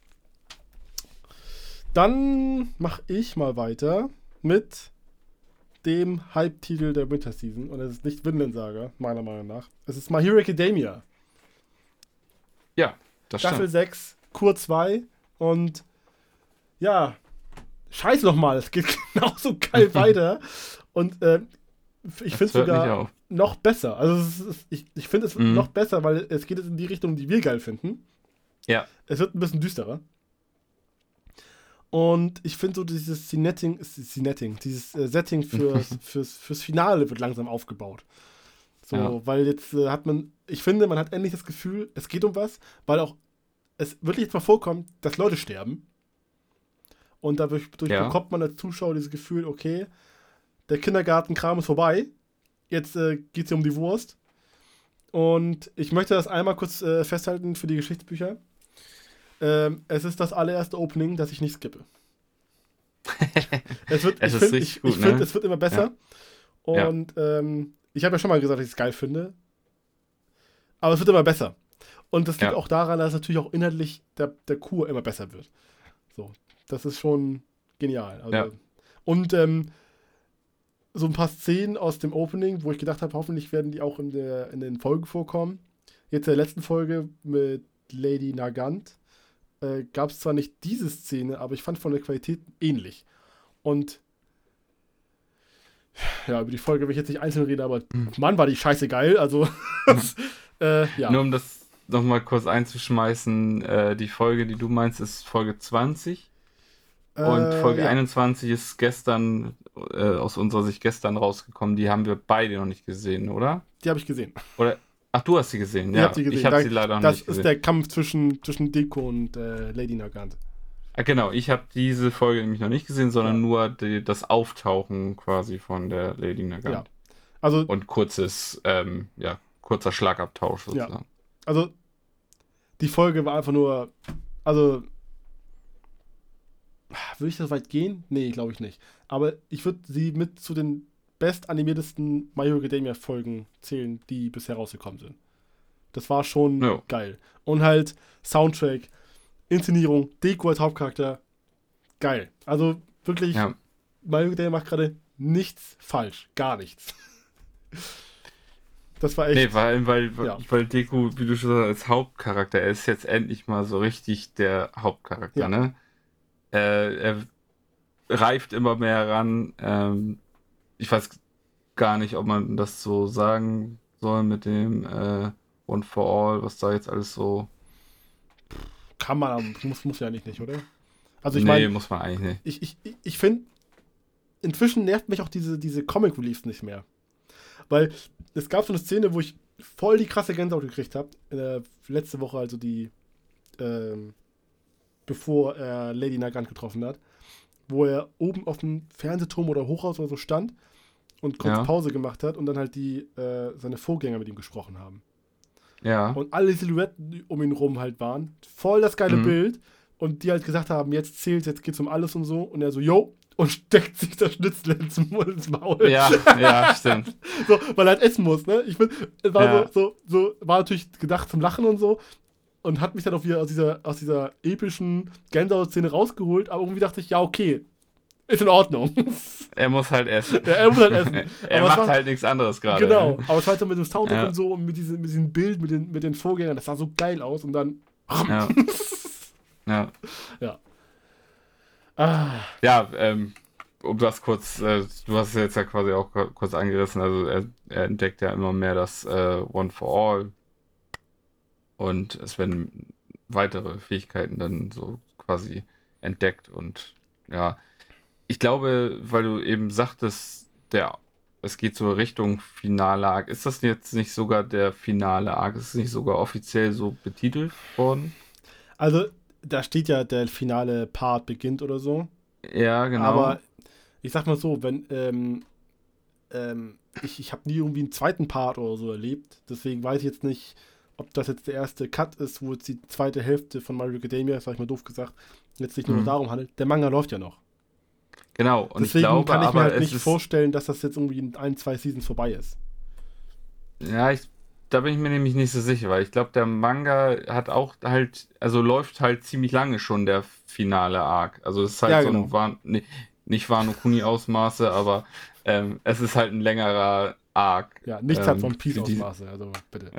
Dann mache ich mal weiter mit dem Hype-Titel der Winter Season. Und es ist nicht Vinland Saga, meiner Meinung nach. Es ist My Hero Academia. Ja, das Staffel stimmt. 6, Kur 2. Und ja, scheiße nochmal, es geht genauso geil weiter. Und ich finde es hört nicht sogar auf. noch besser. Also ich finde es Mhm. noch besser, weil es geht jetzt in die Richtung, die wir geil finden. Ja. Es wird ein bisschen düsterer. Und ich finde so dieses dieses Setting fürs Finale wird langsam aufgebaut. So, Ja. weil jetzt ich finde, man hat endlich das Gefühl, es geht um was, weil auch es wirklich jetzt mal vorkommt, dass Leute sterben. Und dadurch Ja. bekommt man als Zuschauer dieses Gefühl, okay, der Kindergartenkram ist vorbei. Jetzt geht es hier um die Wurst. Und ich möchte das einmal kurz festhalten für die Geschichtsbücher. Es ist das allererste Opening, das ich nicht skippe. Es wird, Es ich ist finde, richtig gut, find, ne? es wird immer besser. Ja. Und ich habe ja schon mal gesagt, dass ich es geil finde. Aber es wird immer besser. Und das liegt Ja. auch daran, dass natürlich auch inhaltlich der Kur immer besser wird. So, das ist schon genial. Also, Ja. Und so ein paar Szenen aus dem Opening, wo ich gedacht habe, hoffentlich werden die auch in den Folgen vorkommen. Jetzt in der letzten Folge mit Lady Nagant gab es zwar nicht diese Szene, aber ich fand von der Qualität ähnlich. Und ja, über die Folge will ich jetzt nicht einzeln reden, aber Mann, war die scheiße geil. Also, ja. Nur um das nochmal kurz einzuschmeißen, die Folge, die du meinst, ist Folge 20 und Folge ja, 21 ist gestern, aus unserer Sicht gestern rausgekommen. Die haben wir beide noch nicht gesehen, oder? die habe ich gesehen. Oder? Ach, du hast sie gesehen, Ich ja. habe sie gesehen. Ich habe sie leider noch Das nicht ist gesehen. der Kampf zwischen Deko und Lady Nagant. Ah, genau, ich habe diese Folge nämlich noch nicht gesehen, sondern Ja. nur das Auftauchen quasi von der Lady Nagant. Ja. Also, Und kurzer Schlagabtausch sozusagen. also die Folge war einfach nur, also würde ich das weit gehen? Nee, glaube ich nicht. Aber ich würde sie mit zu den bestanimiertesten My Hero Academia Folgen zählen, die bisher rausgekommen sind. Das war schon Ja. geil. Und halt Soundtrack, Inszenierung, Deko als Hauptcharakter, geil. Also wirklich, Ja. My Hero Academia macht gerade nichts falsch. Gar nichts. Das war echt. Nee, weil Ja. Deku, wie du schon sagst, als Hauptcharakter, er ist jetzt endlich mal so richtig der Hauptcharakter, Ja. ne? Er reift immer mehr heran. Ich weiß gar nicht, ob man das so sagen soll mit dem One for All, was da jetzt alles so. Kann man, aber muss ja nicht, oder? Also ich Nee, meine, muss man eigentlich nicht. ich finde, inzwischen nervt mich auch diese Comic Reliefs nicht mehr. Weil es gab so eine Szene, wo ich voll die krasse Gänsehaut gekriegt habe. Letzte Woche, also bevor er Lady Nagant getroffen hat. Wo er oben auf dem Fernsehturm oder Hochhaus oder so stand und kurz Ja. Pause gemacht hat und dann halt seine Vorgänger mit ihm gesprochen haben. Ja. Und alle Silhouetten um ihn rum halt waren. Voll das geile Mhm. Bild. Und die halt gesagt haben, jetzt zählt, jetzt geht's um alles und so. Und er so, yo, und steckt sich das Schnitzel ins Maul. Ja, ja, stimmt. So, weil er halt essen muss, ne? Ich finde, es war Ja. war natürlich gedacht zum Lachen und so. Und hat mich dann auch wieder aus dieser epischen Gänsehaut-Szene rausgeholt. Aber irgendwie dachte ich, ja, okay, ist in Ordnung. Er muss halt essen. Ja, er muss halt essen. Er Aber es macht war- halt nichts anderes gerade. Genau, Ne? aber es war halt so mit dem Soundtrack Ja. und so und mit diesem Bild, mit den Vorgängern, das sah so geil aus und dann. Ja. Ja. Ah, Ja, um das kurz, du hast es jetzt ja quasi auch kurz angerissen, also er entdeckt ja immer mehr das One for All und es werden weitere Fähigkeiten dann so quasi entdeckt und ja, ich glaube, weil du eben sagtest, es geht so Richtung finale Arc, ist das jetzt nicht sogar der finale Arc, ist es nicht sogar offiziell so betitelt worden? also, da steht ja, der finale Part beginnt oder so. Ja, genau. Aber ich sag mal so, wenn ich habe nie irgendwie einen zweiten Part oder so erlebt, deswegen weiß ich jetzt nicht, ob das jetzt der erste Cut ist, wo jetzt die zweite Hälfte von My Hero Academia, das sag ich mal doof gesagt, jetzt nicht nur noch darum handelt. Der Manga läuft ja noch. Genau, und Deswegen ich glaube, kann ich mir aber halt es nicht ist, vorstellen, dass das jetzt irgendwie in 1, 2 Seasons vorbei ist. ja, da bin ich mir nämlich nicht so sicher, weil ich glaube, der Manga hat auch halt, also läuft halt ziemlich lange schon der finale Arc. Also es ist halt Ja, so genau. ein, nicht Wano Kuni Ausmaße, aber es ist halt ein längerer Arc. Ja, nichts hat von für Peace die- Ausmaße, also bitte.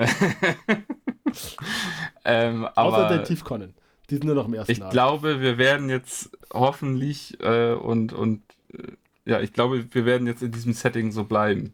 Außer aber Detektiv Conan. Die sind nur noch im ersten ich Arc. glaube, wir werden jetzt hoffentlich ja, ich glaube, wir werden jetzt in diesem Setting so bleiben.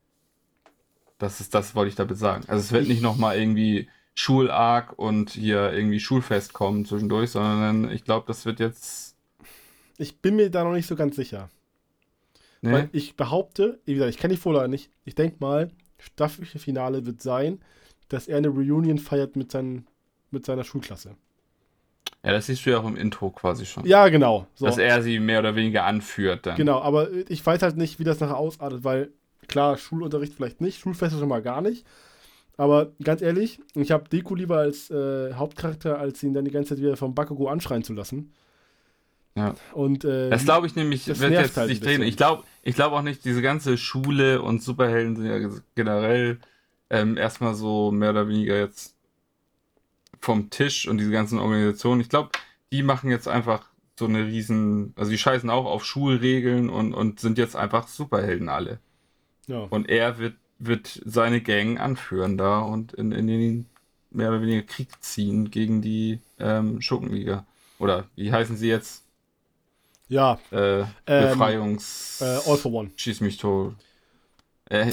Das wollte ich damit sagen. Also es wird nicht nochmal irgendwie Schularc und hier irgendwie Schulfest kommen zwischendurch, sondern ich glaube, das wird jetzt. Ich bin mir da noch nicht so ganz sicher. Ne? Weil ich behaupte, wie gesagt, ich kenne die Vorlage nicht. Ich denke mal, Staffelfinale wird sein, dass er eine Reunion feiert mit seiner Schulklasse. Ja, das siehst du ja auch im Intro quasi schon. Ja, genau. So. Dass er sie mehr oder weniger anführt dann. Genau, aber ich weiß halt nicht, wie das nachher ausartet, weil klar, Schulunterricht vielleicht nicht, Schulfeste schon mal gar nicht. Aber ganz ehrlich, ich habe Deku lieber als Hauptcharakter, als ihn dann die ganze Zeit wieder vom Bakugo anschreien zu lassen. Ja. Und Das glaube ich nämlich, das wird nervt jetzt halt ein sich drehen. bisschen. Ich glaube auch nicht, diese ganze Schule und Superhelden sind ja generell erstmal so mehr oder weniger jetzt vom Tisch und diese ganzen Organisationen. Ich glaube, die machen jetzt einfach so eine also die scheißen auch auf Schulregeln und sind jetzt einfach Superhelden alle. Ja. Und er wird seine Gang anführen da und in den mehr oder weniger Krieg ziehen gegen die Schurkenliga. Oder wie heißen sie jetzt? Ja. All Befreiungs... for One. Schieß mich tot. Ja.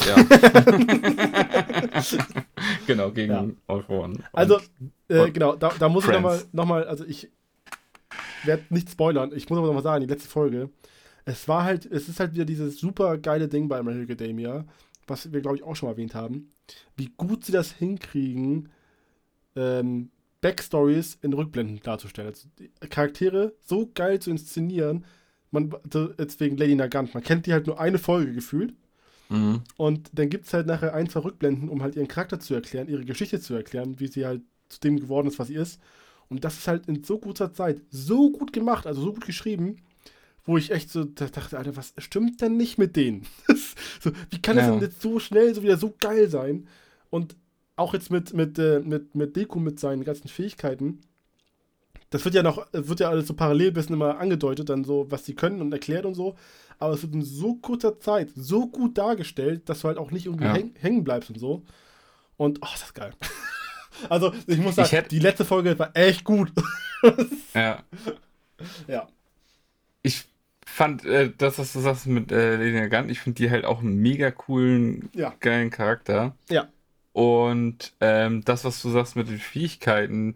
Genau, gegen Ja. All for One. Also, und genau, da muss Friends. ich nochmal, also ich werde nicht spoilern, ich muss aber nochmal sagen, die letzte Folge, es ist halt wieder dieses super geile Ding bei My Hero Academia, was wir, glaube ich, auch schon mal erwähnt haben, wie gut sie das hinkriegen, Backstories in Rückblenden darzustellen. Also die Charaktere so geil zu inszenieren, jetzt wegen Lady Nagant, man kennt die halt nur eine Folge gefühlt. Mhm. Und dann gibt es halt nachher ein, zwei Rückblenden, um halt ihren Charakter zu erklären, ihre Geschichte zu erklären, wie sie halt zu dem geworden ist, was sie ist. Und das ist halt in so kurzer Zeit so gut gemacht, also so gut geschrieben, wo ich echt so dachte, Alter, was stimmt denn nicht mit denen? So, wie kann das denn Ja. jetzt so schnell so wieder so geil sein? Und auch jetzt mit Deku, mit seinen ganzen Fähigkeiten, das wird ja alles so parallel ein bisschen immer angedeutet, dann so, was sie können und erklärt und so. Aber es wird in so kurzer Zeit so gut dargestellt, dass du halt auch nicht irgendwie Ja. hängen bleibst und so. Und, oh, ist das geil. Also, ich muss Ich sagen, hätte. die letzte Folge war echt gut. Ja. Ja. Ich fand das, was du sagst mit Lady Nagant, ich finde die halt auch einen mega coolen, Ja. geilen Charakter. Ja. Und das, was du sagst mit den Fähigkeiten,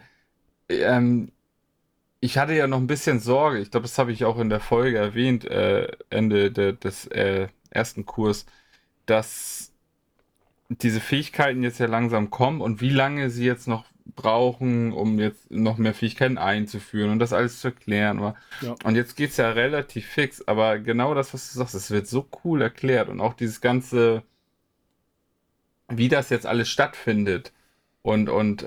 ich hatte ja noch ein bisschen Sorge, ich glaube, das habe ich auch in der Folge erwähnt, Ende des ersten Kurs, dass diese Fähigkeiten jetzt ja langsam kommen und wie lange sie jetzt noch brauchen, um jetzt noch mehr Fähigkeiten einzuführen und das alles zu erklären. Ja. Und jetzt geht es ja relativ fix, aber genau das, was du sagst, es wird so cool erklärt und auch dieses ganze, wie das jetzt alles stattfindet und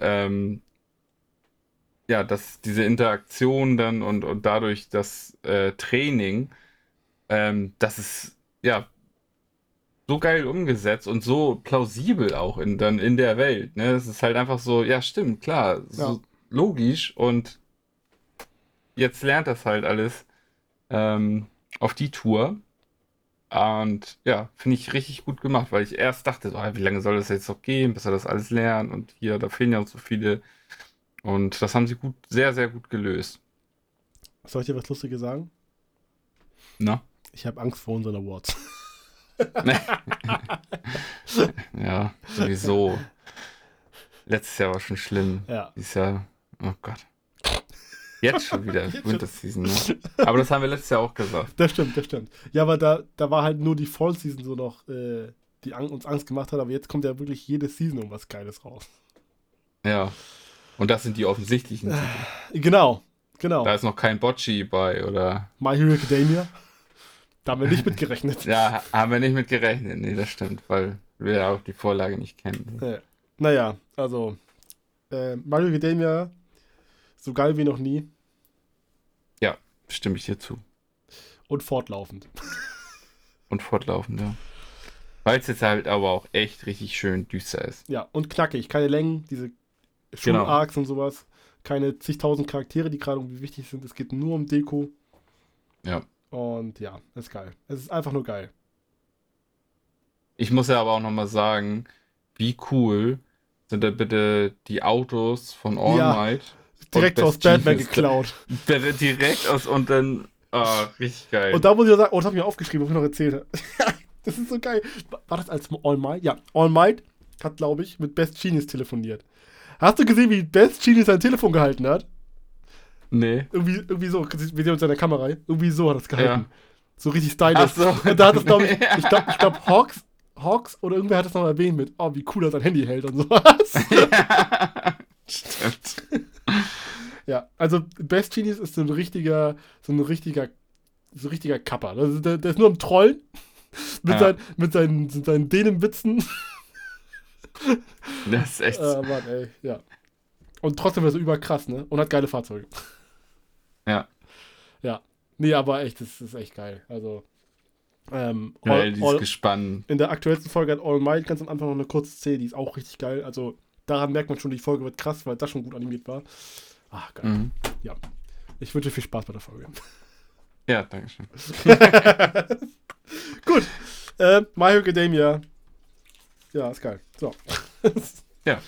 ja, diese Interaktion dann und dadurch das Training, das ist ja so geil umgesetzt und so plausibel auch dann in der Welt. Ne? Es ist halt einfach so, ja, stimmt, klar, Ja. so logisch und jetzt lernt das halt alles auf die Tour. Und ja, finde ich richtig gut gemacht, weil ich erst dachte, so, wie lange soll das jetzt noch gehen, bis er das alles lernt und hier, da fehlen ja noch so viele. Und das haben sie sehr, sehr gut gelöst. Soll ich dir was Lustiges sagen? Na? Ich habe Angst vor unseren Awards. Ja, sowieso. Letztes Jahr war schon schlimm. Ja. Dieses Jahr, oh Gott. Jetzt schon wieder Jetzt Winter Season, ne? Aber das haben wir letztes Jahr auch gesagt. Das stimmt, das stimmt. Ja, aber da war halt nur die Fall Season so noch, die uns Angst gemacht hat, aber jetzt kommt ja wirklich jede Season irgendwas Geiles raus. Ja. Und das sind die offensichtlichen Titel. Genau. Da ist noch kein Bocci bei, oder? My Hero Academia. Da haben wir nicht mit gerechnet. Ja, haben wir nicht mit gerechnet. Nee, das stimmt, weil wir ja auch die Vorlage nicht kennen. Naja, also My Hero Academia, so geil wie noch nie Ja, stimme ich dir zu. und fortlaufend. Und fortlaufend, ja. Weil es jetzt halt aber auch echt richtig schön düster ist. Ja, und knackig. Keine Längen, diese Genau. Schularcs und sowas. Keine zigtausend Charaktere, die gerade irgendwie wichtig sind. Es geht nur um Deko. Ja. Und ja, ist geil. Es ist einfach nur geil. Ich muss ja aber auch nochmal sagen, wie cool sind da bitte die Autos von All Ja, Might. Direkt und aus Best Batman Genius. geklaut. Direkt aus und dann, richtig geil. Und da muss ich ja sagen, oh, das habe ich mir aufgeschrieben, was ich noch erzählt habe. Das ist so geil. War das als All Might? Ja, All Might hat, glaube ich, mit Best Genius telefoniert. Hast du gesehen, wie Best Genius sein Telefon gehalten hat? Nee. Irgendwie so, wir sehen uns in der Kamera, irgendwie so hat er es gehalten. Ja. So richtig stylisch. Ach so. Und da hat es, glaube ich, ich glaube, Hawks oder irgendwer hat es noch erwähnt mit, oh, wie cool er sein Handy hält und sowas. Ja. Stimmt. Ja, also Best Genius ist so ein richtiger Kapper. Der ist nur am Trollen. Mit seinen Dänenwitzen. Das ist echt. Mann, ey, ja. Und trotzdem ist er so überkrass, ne? Und hat geile Fahrzeuge. Ja. Ja. Nee, aber echt, das ist echt geil. Also, Dieses Gespann. in der aktuellsten Folge hat All Might ganz am Anfang noch eine kurze Szene, die ist auch richtig geil. Also, daran merkt man schon, die Folge wird krass, weil das schon gut animiert war. Ach, geil. Mhm. Ja. Ich wünsche viel Spaß bei der Folge. Ja, danke schön. Gut. My Hero Academia. Ja, ist geil. So. Ja.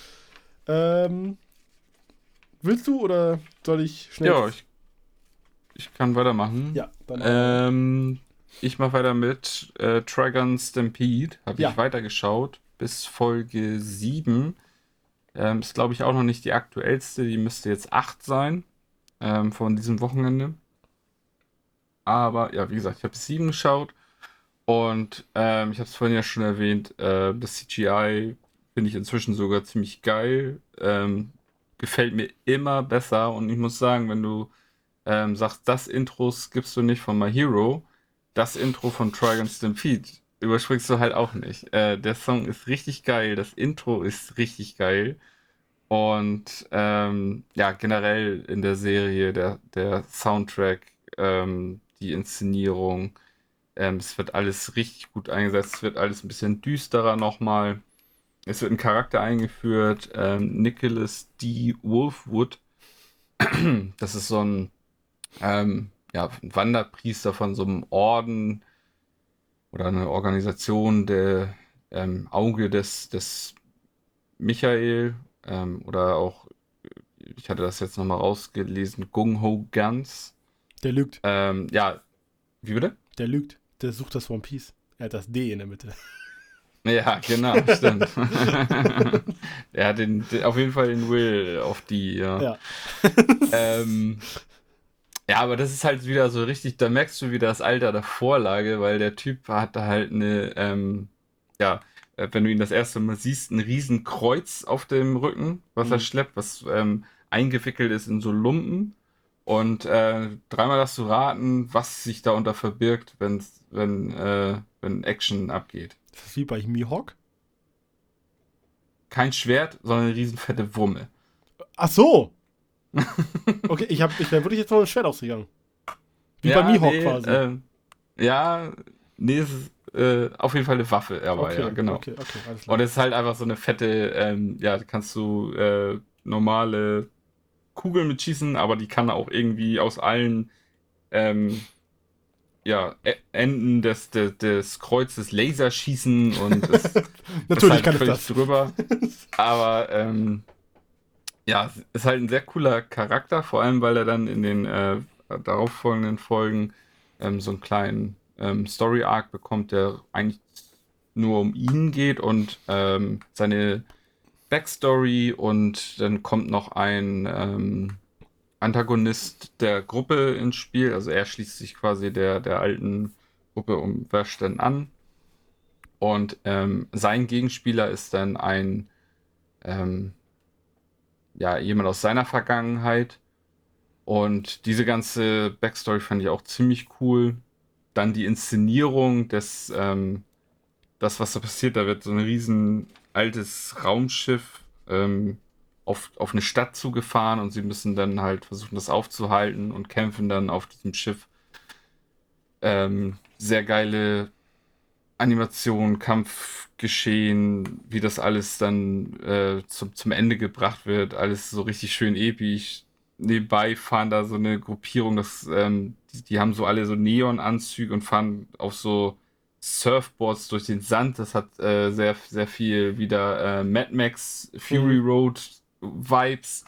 Willst du oder soll ich schnell? Ja, ich kann weitermachen. Ja, dann. Ich mache weiter mit Trigun Stampede. Habe Ja. ich weitergeschaut bis Folge 7. Ist, glaube ich, auch noch nicht die aktuellste. Die müsste jetzt 8 sein von diesem Wochenende. Aber ja, wie gesagt, ich habe 7 geschaut. Und ich habe es vorhin ja schon erwähnt, das CGI finde ich inzwischen sogar ziemlich geil. Gefällt mir immer besser. Und ich muss sagen, wenn du sagst, das Intro skippst du nicht von My Hero, das Intro von Trigun Stampede überspringst du halt auch nicht. Der Song ist richtig geil, das Intro ist richtig geil. Und ja, generell in der Serie, der Soundtrack, die Inszenierung, es wird alles richtig gut eingesetzt, es wird alles ein bisschen düsterer nochmal. Es wird ein Charakter eingeführt, Nicholas D. Wolfwood. Das ist so ein ja, ein Wanderpriester von so einem Orden oder eine Organisation, der Auge des Michael oder auch, ich hatte das jetzt nochmal rausgelesen, Gung Ho Gans. Der lügt. Ja, wie bitte? Der lügt. Der sucht das One Piece. Er hat das D in der Mitte. Ja, genau, stimmt. Er hat auf jeden Fall den Will auf die, ja. Ja. Ja, aber das ist halt wieder so richtig, da merkst du wieder das Alter der Vorlage, weil der Typ hatte halt eine, ja, wenn du ihn das erste Mal siehst, ein riesen Kreuz auf dem Rücken, was er schleppt, was eingewickelt ist in so Lumpen. Und dreimal darfst du raten, was sich darunter verbirgt, wenn Action abgeht. Das ist wie bei Mihawk. Kein Schwert, sondern eine riesen fette Wumme. Ach so. Okay, ich wäre wirklich jetzt von einem Schwert ausgegangen. Wie Ja, bei Mihawk nee, quasi. ja, nee, es ist auf jeden Fall eine Waffe, aber Okay, ja, genau. okay, alles klar. Und es ist halt einfach so eine fette, ja, da kannst du normale Kugeln mitschießen, aber die kann auch irgendwie aus allen ja, Enden des Kreuzes Laser schießen und ist Natürlich halt kann es völlig das. drüber. Aber ja, ist halt ein sehr cooler Charakter, vor allem weil er dann in den darauffolgenden Folgen so einen kleinen Story-Arc bekommt, der eigentlich nur um ihn geht und seine Backstory, und dann kommt noch ein Antagonist der Gruppe ins Spiel. Also er schließt sich quasi der alten Gruppe um Verstern an. Und sein Gegenspieler ist dann ähm, ja, jemand aus seiner Vergangenheit. Und diese ganze Backstory fand ich auch ziemlich cool. Dann die Inszenierung das, was da passiert, da wird so ein riesen altes Raumschiff auf eine Stadt zugefahren und sie müssen dann halt versuchen, das aufzuhalten und kämpfen dann auf diesem Schiff. Sehr geile Animation, Kampfgeschehen, wie das alles dann zum Ende gebracht wird, alles so richtig schön episch. Nebenbei fahren da so eine Gruppierung, die haben so alle so Neonanzüge und fahren auf so Surfboards durch den Sand. Das hat sehr, sehr viel wieder Mad Max Fury Road Vibes.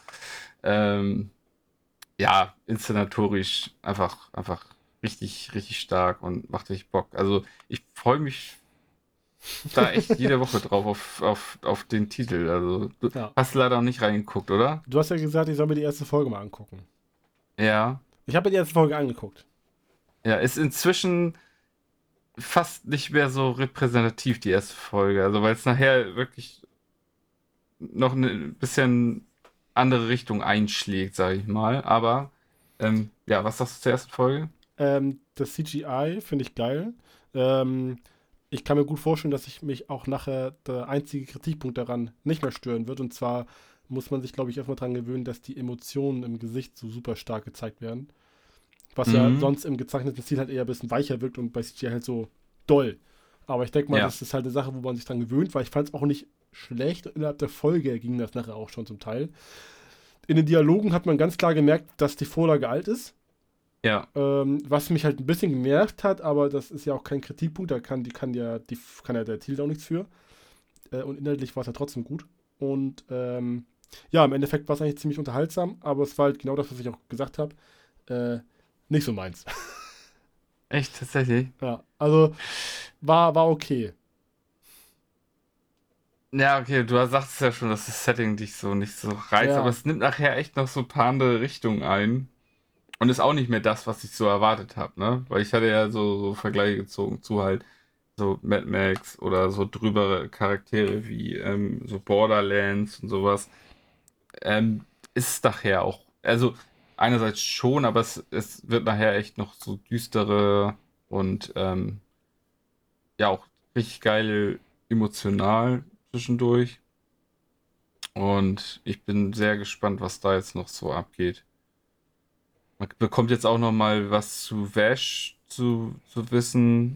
Ja, inszenatorisch einfach richtig, richtig stark und macht richtig Bock. Also ich freue mich da echt jede Woche drauf auf den Titel. Also du hast leider noch nicht reingeguckt, oder? Du hast ja gesagt, ich soll mir die erste Folge mal angucken. Ja. Ich habe mir die erste Folge angeguckt. Ja, ist inzwischen fast nicht mehr so repräsentativ, die erste Folge. Also weil es nachher wirklich noch ein bisschen andere Richtung einschlägt, sage ich mal. Aber ja, was sagst du zur ersten Folge? Das CGI finde ich geil. Ich kann mir gut vorstellen, dass ich mich auch nachher der einzige Kritikpunkt daran nicht mehr stören wird. Und zwar muss man sich, glaube ich, erstmal daran gewöhnen, dass die Emotionen im Gesicht so super stark gezeigt werden. Was ja sonst im gezeichneten Stil halt eher ein bisschen weicher wirkt und bei CGI halt so doll. Aber ich denke mal, das ist halt eine Sache, wo man sich dran gewöhnt, weil ich fand es auch nicht schlecht. Innerhalb der Folge ging das nachher auch schon zum Teil. In den Dialogen hat man ganz klar gemerkt, dass die Vorlage alt ist. Ja. Was mich halt ein bisschen genervt hat, aber das ist ja auch kein Kritikpunkt, da kann ja der Tilde auch nichts für. Und inhaltlich war es ja trotzdem gut. Und ja, im Endeffekt war es eigentlich ziemlich unterhaltsam, aber es war halt genau das, was ich auch gesagt habe. Nicht so meins. Echt, tatsächlich? Ja, also war okay. Ja, okay, du sagst ja schon, dass das Setting dich so nicht so reizt, Ja. aber es nimmt nachher echt noch so ein paar andere Richtungen ein. Und ist auch nicht mehr das, was ich so erwartet habe, ne? Weil ich hatte ja so Vergleiche gezogen zu halt so Mad Max oder so drübere Charaktere wie so Borderlands und sowas. Ist nachher auch, also einerseits schon, aber es wird nachher echt noch so düstere und ja auch richtig geil emotional zwischendurch. Und ich bin sehr gespannt, was da jetzt noch so abgeht. Man bekommt jetzt auch noch mal was zu Vash zu wissen,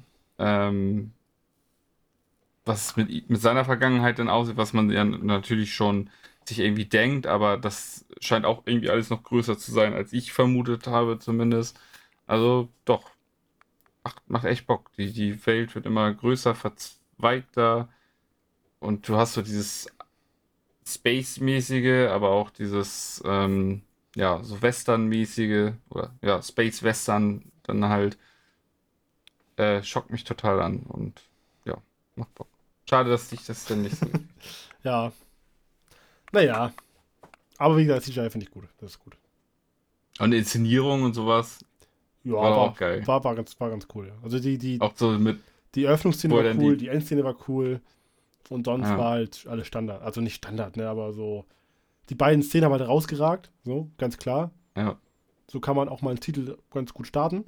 was es mit seiner Vergangenheit dann aussieht, was man ja natürlich schon sich irgendwie denkt, aber das scheint auch irgendwie alles noch größer zu sein, als ich vermutet habe zumindest. Also doch, macht echt Bock. Die Welt wird immer größer, verzweigter und du hast so dieses Space-mäßige, aber auch dieses ja, so Western-mäßige oder ja, Space-Western dann halt schockt mich total an und ja, macht Bock. Schade, dass dich das denn nicht so gefällt. Ja. Naja. Aber wie gesagt, CGI finde ich gut. Das ist gut. Und Inszenierung und sowas Ja, war auch geil. War ganz cool, ja. Also Auch so mit. die Eröffnungsszene wo war dann cool, die Endszene war cool. Und sonst Ja. war halt alles Standard. Also nicht Standard, ne, aber so. Die beiden Szenen haben halt rausgeragt, so, ganz klar. Ja. So kann man auch mal einen Titel ganz gut starten.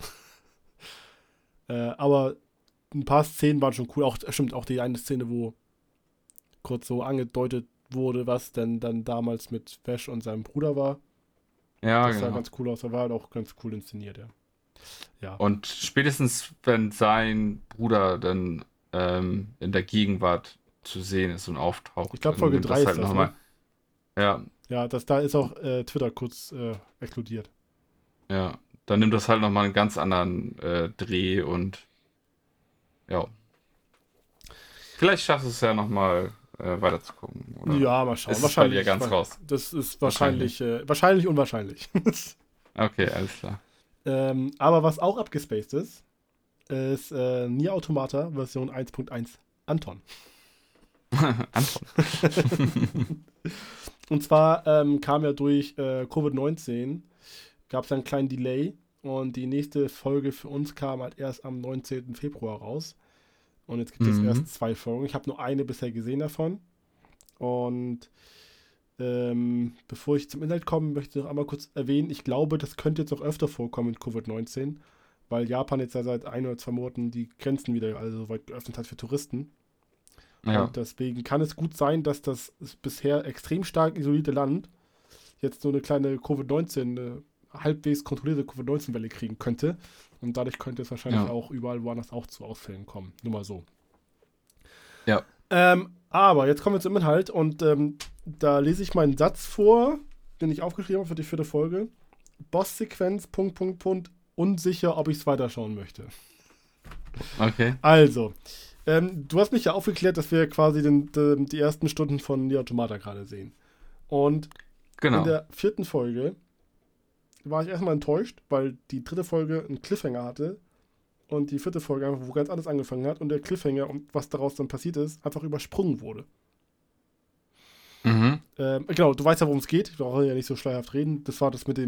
Aber ein paar Szenen waren schon cool. Auch, stimmt, auch die eine Szene, wo kurz so angedeutet wurde, was denn dann damals mit Vash und seinem Bruder war. Ja, Das sah genau. ganz cool aus. Da war halt auch ganz cool inszeniert, ja. Ja. Und spätestens, wenn sein Bruder dann in der Gegenwart zu sehen ist und auftaucht. Ich glaube, dann Folge nimmt 3 ist halt das, noch ne? mal. Ja, Ja, da ist auch Twitter kurz explodiert. ja. Dann nimmt das halt nochmal einen ganz anderen Dreh und ja. Vielleicht schaffst du es ja nochmal weiter zu gucken. Oder Ja, mal schauen. ist es bei dir ganz raus? Das ist wahrscheinlich unwahrscheinlich. Okay, alles klar. Aber was auch abgespaced ist Nier Automata Version 1.1 Anton. Anton. Und zwar kam ja durch Covid-19, gab es einen kleinen Delay und die nächste Folge für uns kam halt erst am 19. Februar raus. Und jetzt gibt es erst 2 Folgen. Ich habe nur eine bisher gesehen davon. Und bevor ich zum Inhalt komme, möchte ich noch einmal kurz erwähnen, ich glaube, das könnte jetzt auch öfter vorkommen mit Covid-19, weil Japan jetzt ja seit 1 oder 2 Monaten die Grenzen wieder so weit geöffnet hat für Touristen. Ja. Und deswegen kann es gut sein, dass das bisher extrem stark isolierte Land jetzt so eine kleine Covid-19, halbwegs kontrollierte Covid-19-Welle kriegen könnte. Und dadurch könnte es wahrscheinlich auch überall woanders auch zu Ausfällen kommen. Nur mal so. Ja. Aber jetzt kommen wir zum Inhalt und da lese ich meinen Satz vor, den ich aufgeschrieben habe für die 4. Folge. Bosssequenz, ... unsicher, ob ich es weiterschauen möchte. Okay. Also, du hast mich ja aufgeklärt, dass wir quasi die ersten Stunden von Nier Automata gerade sehen. Und Genau. in der 4. Folge war ich erstmal enttäuscht, weil die 3. Folge einen Cliffhanger hatte und die 4. Folge einfach wo ganz anders angefangen hat und der Cliffhanger und was daraus dann passiert ist, einfach übersprungen wurde. Mhm. Genau, du weißt ja, worum es geht. Ich brauche ja nicht so schleierhaft reden. Das war das mit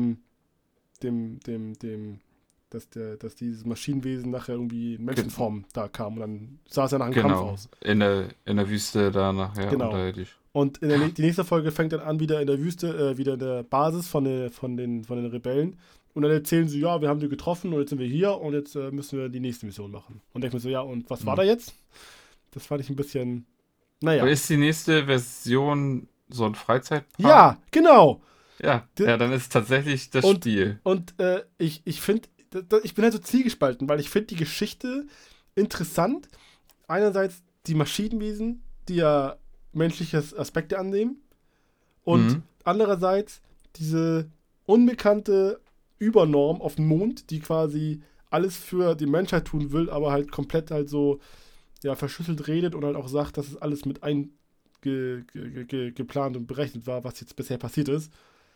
dass dieses Maschinenwesen nachher irgendwie in Menschenform da kam und dann sah es ja nach einem Kampf aus. In der Wüste da nachher unterirdisch. Und die nächste Folge fängt dann an, wieder in der Wüste, wieder in der Basis von den Rebellen. Und dann erzählen sie, ja, wir haben die getroffen und jetzt sind wir hier und jetzt müssen wir die nächste Mission machen. Und denke mir so, ja, und was war da jetzt? Das fand ich ein bisschen, naja. Aber ist die nächste Version so ein Freizeitpark? Ja, genau. Ja, dann ist tatsächlich das Spiel. Und ich finde, ich bin halt so zielgespalten, weil ich finde die Geschichte interessant. Einerseits die Maschinenwesen, die ja menschliche Aspekte annehmen. Und andererseits diese unbekannte Übernorm auf dem Mond, die quasi alles für die Menschheit tun will, aber halt komplett halt so verschlüsselt redet und halt auch sagt, dass es alles mit geplant und berechnet war, was jetzt bisher passiert ist.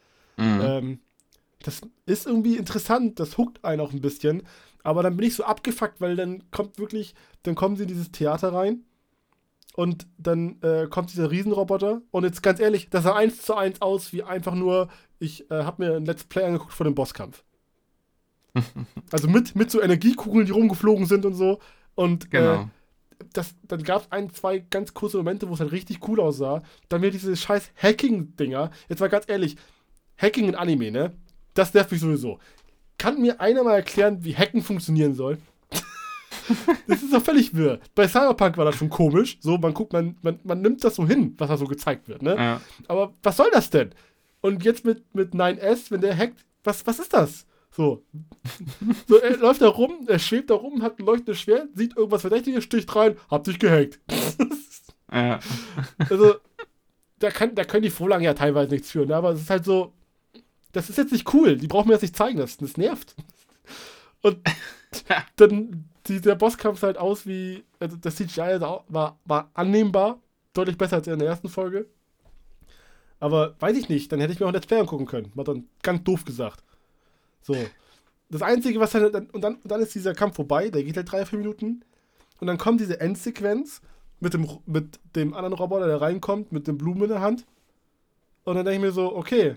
Das ist irgendwie interessant, das huckt einen auch ein bisschen, aber dann bin ich so abgefuckt, weil dann kommen sie in dieses Theater rein und dann kommt dieser Riesenroboter und jetzt ganz ehrlich, das sah 1:1 aus, wie einfach nur, ich habe mir ein Let's Play angeguckt vor dem Bosskampf. Also mit so Energiekugeln, die rumgeflogen sind und so und Genau. dann gab es 1, 2 ganz kurze Momente, wo es halt richtig cool aussah. Dann wieder diese scheiß Hacking-Dinger. Jetzt mal ganz ehrlich, Hacking in Anime, ne? Das nervt mich sowieso. Kann mir einer mal erklären, wie Hacken funktionieren soll? Das ist doch völlig wirr. Bei Cyberpunk war das schon komisch. So, man nimmt das so hin, was da so gezeigt wird, ne? Ja. Aber was soll das denn? Und jetzt mit 9S, wenn der hackt, was ist das? So, er läuft da rum, er schwebt da rum, hat ein leuchtendes Schwert, sieht irgendwas Verdächtiges, sticht rein, hab dich gehackt. Ja. Also, da können die Vorlagen ja teilweise nichts für, ne? Aber es ist halt so, das ist jetzt nicht cool, die brauchen mir das nicht zeigen, das nervt. Und dann sieht der Bosskampf halt aus wie, also das CGI war annehmbar, deutlich besser als in der ersten Folge. Aber weiß ich nicht, dann hätte ich mir auch Let's Play angucken können, mal dann ganz doof gesagt. So. Das Einzige, was halt, und dann ist dieser Kampf vorbei, der geht halt 3-4 Minuten. Und dann kommt diese Endsequenz mit dem anderen Roboter, der reinkommt, mit den Blumen in der Hand. Und dann denke ich mir so, okay,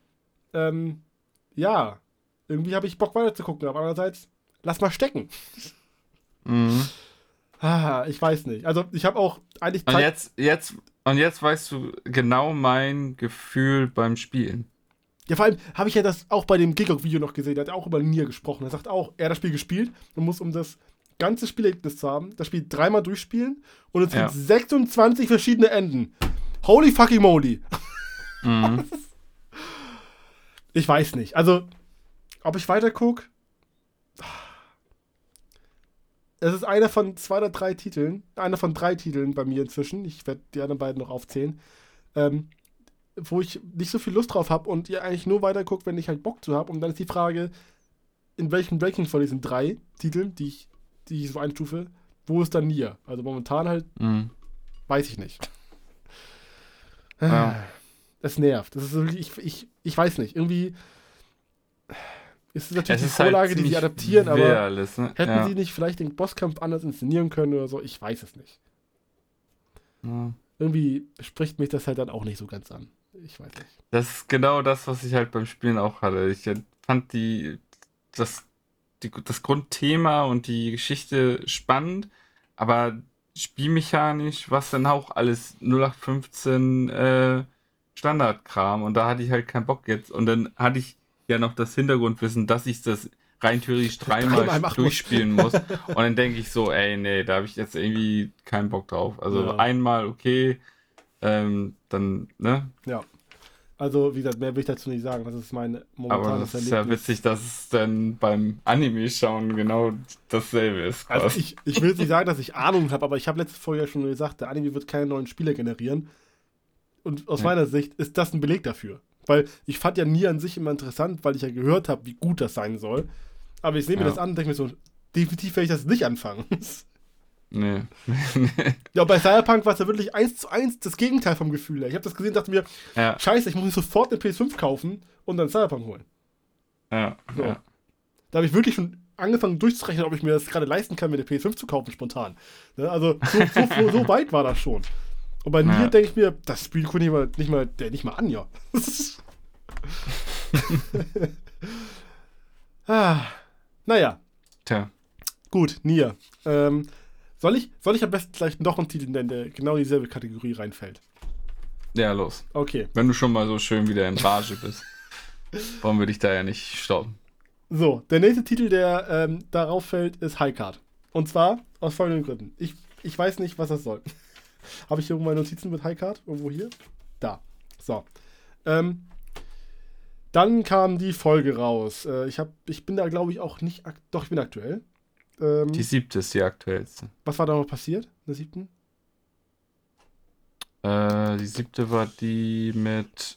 ja, irgendwie habe ich Bock weiter zu gucken, aber andererseits, lass mal stecken. Ich weiß nicht. Also, ich habe auch eigentlich Zeit. Und jetzt weißt du genau mein Gefühl beim Spielen. Ja, vor allem habe ich ja das auch bei dem Gigok-Video noch gesehen, der hat auch über Nier gesprochen. Er sagt auch, er hat das Spiel gespielt und muss, um das ganze Spielerlebnis zu haben, das Spiel 3-mal durchspielen und es gibt 26 verschiedene Enden. Holy fucking moly. Ich weiß nicht. Also, ob ich weiter gucke? Es ist einer von 2 oder 3 Titeln, einer von 3 Titeln bei mir inzwischen. Ich werde die anderen beiden noch aufzählen. Wo ich nicht so viel Lust drauf habe und ihr eigentlich nur weiter guckt, wenn ich halt Bock zu habe. Und dann ist die Frage, in welchem Ranking von diesen 3 Titeln, die ich so einstufe, wo ist dann Nier? Also momentan halt, weiß ich nicht. Es nervt. Das ist wirklich, ich weiß nicht. Irgendwie ist es natürlich die Vorlage, halt die sie adaptieren, aber alles, ne? Hätten sie nicht vielleicht den Bosskampf anders inszenieren können oder so? Ich weiß es nicht. Irgendwie spricht mich das halt dann auch nicht so ganz an. Ich weiß nicht. Das ist genau das, was ich halt beim Spielen auch hatte. Ich fand das Grundthema und die Geschichte spannend, aber spielmechanisch war es dann auch alles 0815 Standardkram und da hatte ich halt keinen Bock jetzt. Und dann hatte ich ja noch das Hintergrundwissen, dass ich das rein theoretisch dreimal durchspielen muss. Und dann denke ich so, ey, nee, da habe ich jetzt irgendwie keinen Bock drauf. Also einmal okay, dann, ne? Ja. Also, wie gesagt, mehr will ich dazu nicht sagen. Das ist meine momentane Aber das ist ja witzig, dass es dann beim Anime-Schauen genau dasselbe ist. Also ich will jetzt nicht sagen, dass ich Ahnung habe, aber ich habe letzte Folge ja schon gesagt, der Anime wird keine neuen Spieler generieren. Und aus meiner Sicht ist das ein Beleg dafür. Weil ich fand ja Nier an sich immer interessant, weil ich ja gehört habe, wie gut das sein soll. Aber ich sehe mir das an und denke mir so, definitiv werde ich das nicht anfangen. Nee. Ja, bei Cyberpunk war es ja wirklich 1:1 das Gegenteil vom Gefühl her. Ich habe das gesehen und dachte mir, scheiße, ich muss mir sofort eine PS5 kaufen und dann Cyberpunk holen. Ja. So. Da habe ich wirklich schon angefangen durchzurechnen, ob ich mir das gerade leisten kann, mir eine PS5 zu kaufen, spontan. Ne? Also so weit war das schon. Und bei Nier denke ich mir, das Spiel gucke ich nicht mal an, ja. Naja. Tja. Gut, Nier. Soll ich am besten gleich noch einen Titel nennen, der genau in dieselbe Kategorie reinfällt? Ja, los. Okay. Wenn du schon mal so schön wieder in Rage bist, wollen wir dich da ja nicht stoppen. So, der nächste Titel, der darauf fällt, ist High Card. Und zwar aus folgenden Gründen. Ich weiß nicht, was das soll. Habe ich hier irgendwo meine Notizen mit High Card? Irgendwo hier? Da. So. Dann kam die Folge raus. Ich bin da, glaube ich, auch nicht. Doch, ich bin aktuell. Die 7. ist die aktuellste. Was war da noch passiert? In der 7.? Die 7. war die mit.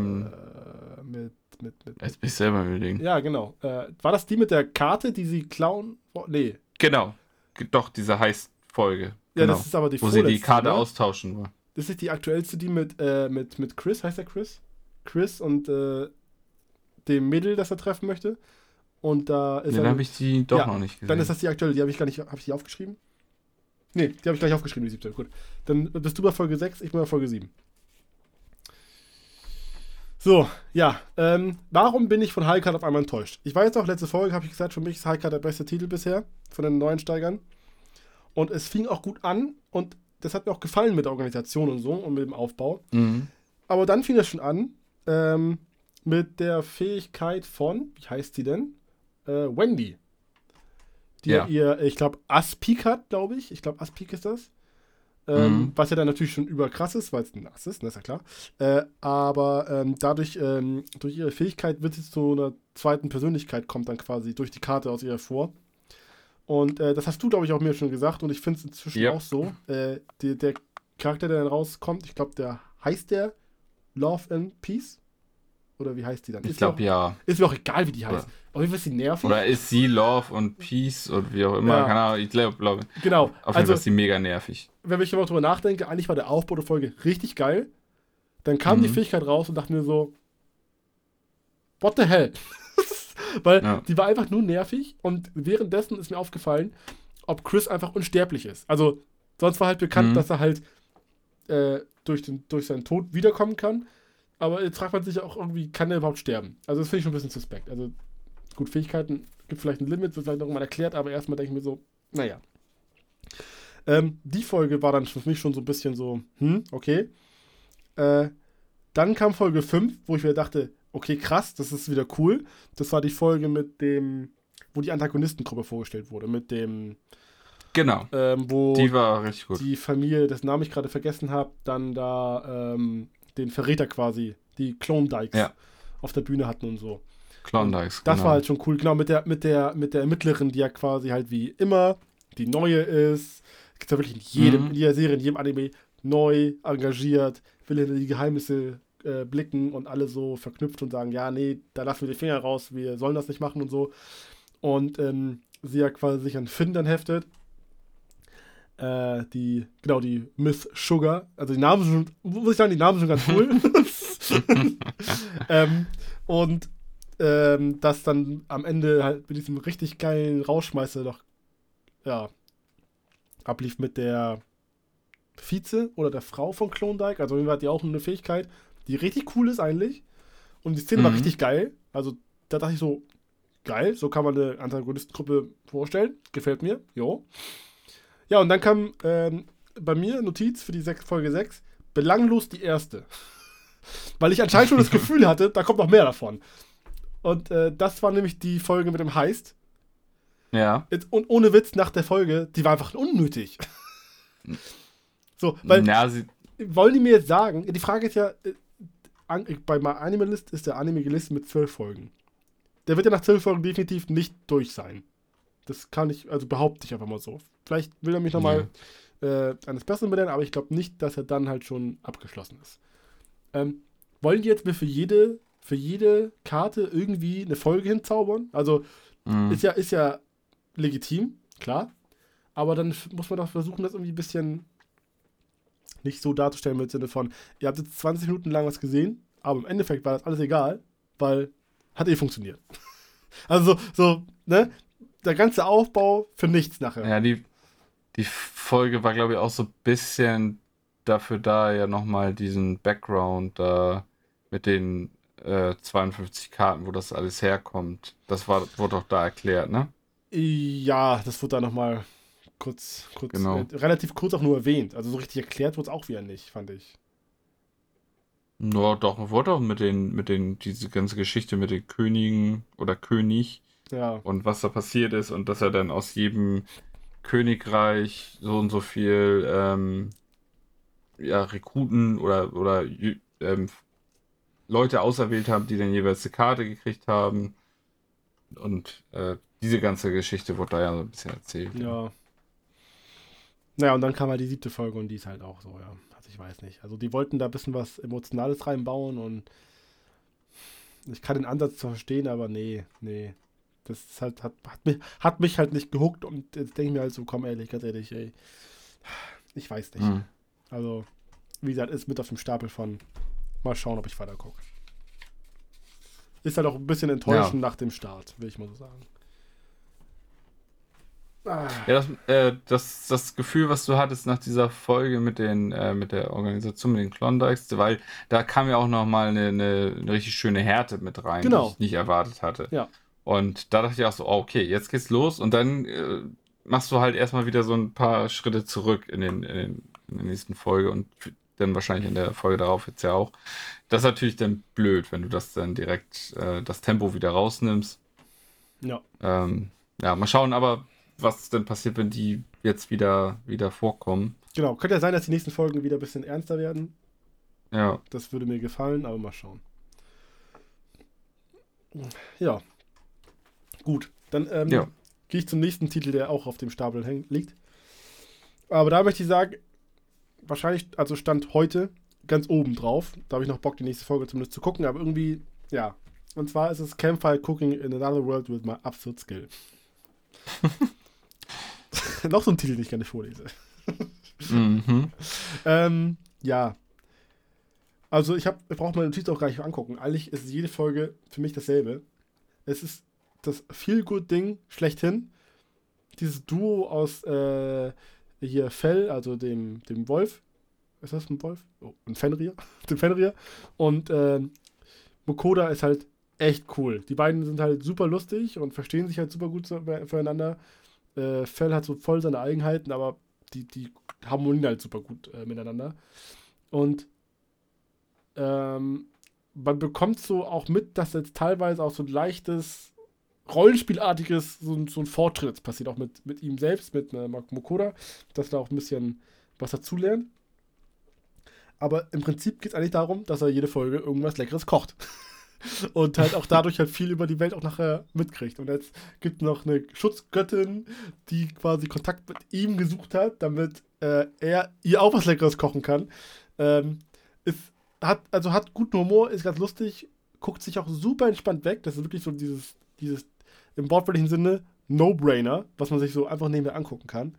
Jetzt bin ich selber überlegen. Ja, genau. War das die mit der Karte, die sie klauen? Nee. Genau. Doch, diese Heiß-Folge. Ja, Genau. das ist aber die Wo sie die vorletzte, Karte ne? austauschen wollen. Das ist die aktuellste, die mit Chris, heißt der Chris? Chris und dem Mädel, das er treffen möchte. Und da ist Dann habe ich die doch noch nicht gesehen. Dann ist das die aktuelle, die habe ich gar nicht, habe ich die aufgeschrieben? Nee, die habe ich gleich aufgeschrieben, die 7. Gut. Dann bist du bei Folge 6, ich bin bei Folge 7. So, ja, warum bin ich von High Card auf einmal enttäuscht? Ich weiß noch, letzte Folge habe ich gesagt, für mich ist High Card der beste Titel bisher von den Neuensteigern. Und es fing auch gut an und das hat mir auch gefallen mit der Organisation und so und mit dem Aufbau. Mhm. Aber dann fing das schon an mit der Fähigkeit von, wie heißt sie denn? Wendy. Die ihr, ich glaube, Aspik hat, glaube ich. Ich glaube, Aspik ist das. Was ja dann natürlich schon überkrass ist, weil es ein Ass ist, das ist ja klar. Aber dadurch, durch ihre Fähigkeit wird sie zu einer zweiten Persönlichkeit, kommt dann quasi durch die Karte aus ihr hervor. Und das hast du, glaube ich, auch mir schon gesagt und ich finde es inzwischen auch so. Der Charakter, der dann rauskommt, ich glaube, heißt der Love and Peace? Oder wie heißt die dann? Ich glaube, ja. Ist mir auch egal, wie die heißt. Auf jeden Fall ist sie nervig. Oder ist sie Love und Peace und wie auch immer. Ja. Keine Ahnung, ich glaube. Genau. Auf jeden Fall ist sie mega nervig. Wenn ich immer drüber nachdenke, eigentlich war der Aufbau der Folge richtig geil. Dann kam die Fähigkeit raus und dachte mir so, what the hell? Weil die war einfach nur nervig und währenddessen ist mir aufgefallen, ob Chris einfach unsterblich ist. Also, sonst war halt bekannt, dass er halt durch seinen Tod wiederkommen kann. Aber jetzt fragt man sich auch irgendwie, kann er überhaupt sterben? Also das finde ich schon ein bisschen suspekt. Also gut, Fähigkeiten gibt vielleicht ein Limit, wird vielleicht irgendwann erklärt, aber erstmal denke ich mir so, naja. Die Folge war dann für mich schon so ein bisschen so, okay. Dann kam Folge 5, wo ich mir dachte, okay, krass, das ist wieder cool. Das war die Folge mit dem, wo die Antagonistengruppe vorgestellt wurde, mit dem Genau, wo die war richtig gut. Die Familie, dessen Namen ich gerade vergessen habe, dann da den Verräter quasi, die Klondikes auf der Bühne hatten und so. Klondikes, Das war halt schon cool. Genau, mit der Ermittlerin, die ja quasi halt wie immer die neue ist. Gibt es ja wirklich in jeder Serie, in jedem Anime neu, engagiert, will hinter die Geheimnisse blicken und alle so verknüpft und sagen, ja, nee, da lassen wir die Finger raus, wir sollen das nicht machen und so. Und sie ja quasi sich an Finn dann heftet. Die Miss Sugar, also die Namen sind, muss ich sagen, die Namen sind ganz cool. Und das dann am Ende halt mit diesem richtig geilen Rausschmeißer noch ablief mit der Vize oder der Frau von Klondike. Also hat die auch eine Fähigkeit, die richtig cool ist eigentlich. Und die Szene war richtig geil. Also da dachte ich so, geil, so kann man eine Antagonistengruppe vorstellen. Gefällt mir, jo. Ja, und dann kam bei mir Notiz für die Folge 6, belanglos die erste. Weil ich anscheinend schon das Gefühl hatte, da kommt noch mehr davon. Und das war nämlich die Folge mit dem Heist. Ja. Und ohne Witz, nach der Folge, die war einfach unnötig. So, weil, wollen die mir jetzt sagen, die Frage ist ja, bei MyAnimeList ist der Anime gelistet mit 12 Folgen. Der wird ja nach 12 Folgen definitiv nicht durch sein. Das kann ich, also behaupte ich einfach mal so. Vielleicht will er mich nochmal eines Besseren belehren, aber ich glaube nicht, dass er dann halt schon abgeschlossen ist. Wollen die jetzt mir für jede Karte irgendwie eine Folge hinzaubern? Also ist ja legitim, klar. Aber dann muss man doch versuchen, das irgendwie ein bisschen nicht so darzustellen mit Sinne von, ihr habt jetzt 20 Minuten lang was gesehen, aber im Endeffekt war das alles egal, weil hat funktioniert. Also so, ne? Der ganze Aufbau für nichts nachher. Ja, die Folge war, glaube ich, auch so ein bisschen dafür da, ja nochmal diesen Background da mit den 52 Karten, wo das alles herkommt. Das wurde doch da erklärt, ne? Ja, das wurde da nochmal kurz genau. Relativ kurz auch nur erwähnt. Also so richtig erklärt wurde es auch wieder nicht, fand ich. Ja, doch, wurde auch diese ganze Geschichte mit den Königen oder König und was da passiert ist und dass er dann aus jedem Königreich so und so viel Rekruten oder Leute auserwählt haben, die dann jeweils eine Karte gekriegt haben. Und diese ganze Geschichte wurde da ja so ein bisschen erzählt. Ja. Naja, und dann kam halt die 7. Folge und die ist halt auch so, ja. Also ich weiß nicht. Also die wollten da ein bisschen was Emotionales reinbauen und ich kann den Ansatz zwar verstehen, aber nee. Das ist halt, hat mich halt nicht gehuckt und jetzt denke ich mir halt so, komm ehrlich, ganz ehrlich, ey. Ich weiß nicht. Mhm. Also, wie gesagt, ist mit auf dem Stapel von mal schauen, ob ich weiter gucke. Ist halt auch ein bisschen enttäuschend nach dem Start, will ich mal so sagen. Ja, das Gefühl, was du hattest nach dieser Folge mit der Organisation, mit den Klondikes, weil da kam ja auch nochmal eine richtig schöne Härte mit rein, die Genau. ich nicht erwartet hatte. Ja. Und da dachte ich auch so, oh, okay, jetzt geht's los und dann machst du halt erstmal wieder so ein paar Schritte zurück in der nächsten Folge und dann wahrscheinlich in der Folge darauf jetzt ja auch. Das ist natürlich dann blöd, wenn du das dann direkt das Tempo wieder rausnimmst. Ja. Ja, mal schauen, aber was denn passiert, wenn die jetzt wieder vorkommen. Genau. Könnte ja sein, dass die nächsten Folgen wieder ein bisschen ernster werden. Ja. Das würde mir gefallen, aber mal schauen. Ja. Gut. Dann Ja. gehe ich zum nächsten Titel, der auch auf dem Stapel liegt. Aber da möchte ich sagen, wahrscheinlich, also Stand heute, ganz oben drauf. Da habe ich noch Bock, die nächste Folge zumindest zu gucken, aber irgendwie, ja. Und zwar ist es Campfire Cooking in Another World with My Absurd Skill. Noch so ein Titel, den ich gerne vorlese. Mhm. Ja. Also ich brauche meine Notiz auch gar nicht angucken. Eigentlich ist jede Folge für mich dasselbe. Es ist das Feel-Good-Ding schlechthin. Dieses Duo aus hier Fell, also dem Wolf. Ist das ein Wolf? Oh, ein Fenrir. Dem Fenrir. Und Mukoda ist halt echt cool. Die beiden sind halt super lustig und verstehen sich halt super gut füreinander. Fell hat so voll seine Eigenheiten, aber die harmonieren halt super gut miteinander. Und man bekommt so auch mit, dass jetzt teilweise auch so ein leichtes Rollenspielartiges, so ein Fortschritt passiert, auch mit ihm selbst, mit Mukoda, dass er auch ein bisschen was dazulernt. Aber im Prinzip geht es eigentlich darum, dass er jede Folge irgendwas Leckeres kocht. Und halt auch dadurch halt viel über die Welt auch nachher mitkriegt. Und jetzt gibt es noch eine Schutzgöttin, die quasi Kontakt mit ihm gesucht hat, damit er ihr auch was Leckeres kochen kann. Hat guten Humor, ist ganz lustig, guckt sich auch super entspannt weg. Das ist wirklich so dieses im wortwörtlichen Sinne No-Brainer, was man sich so einfach nebenher angucken kann.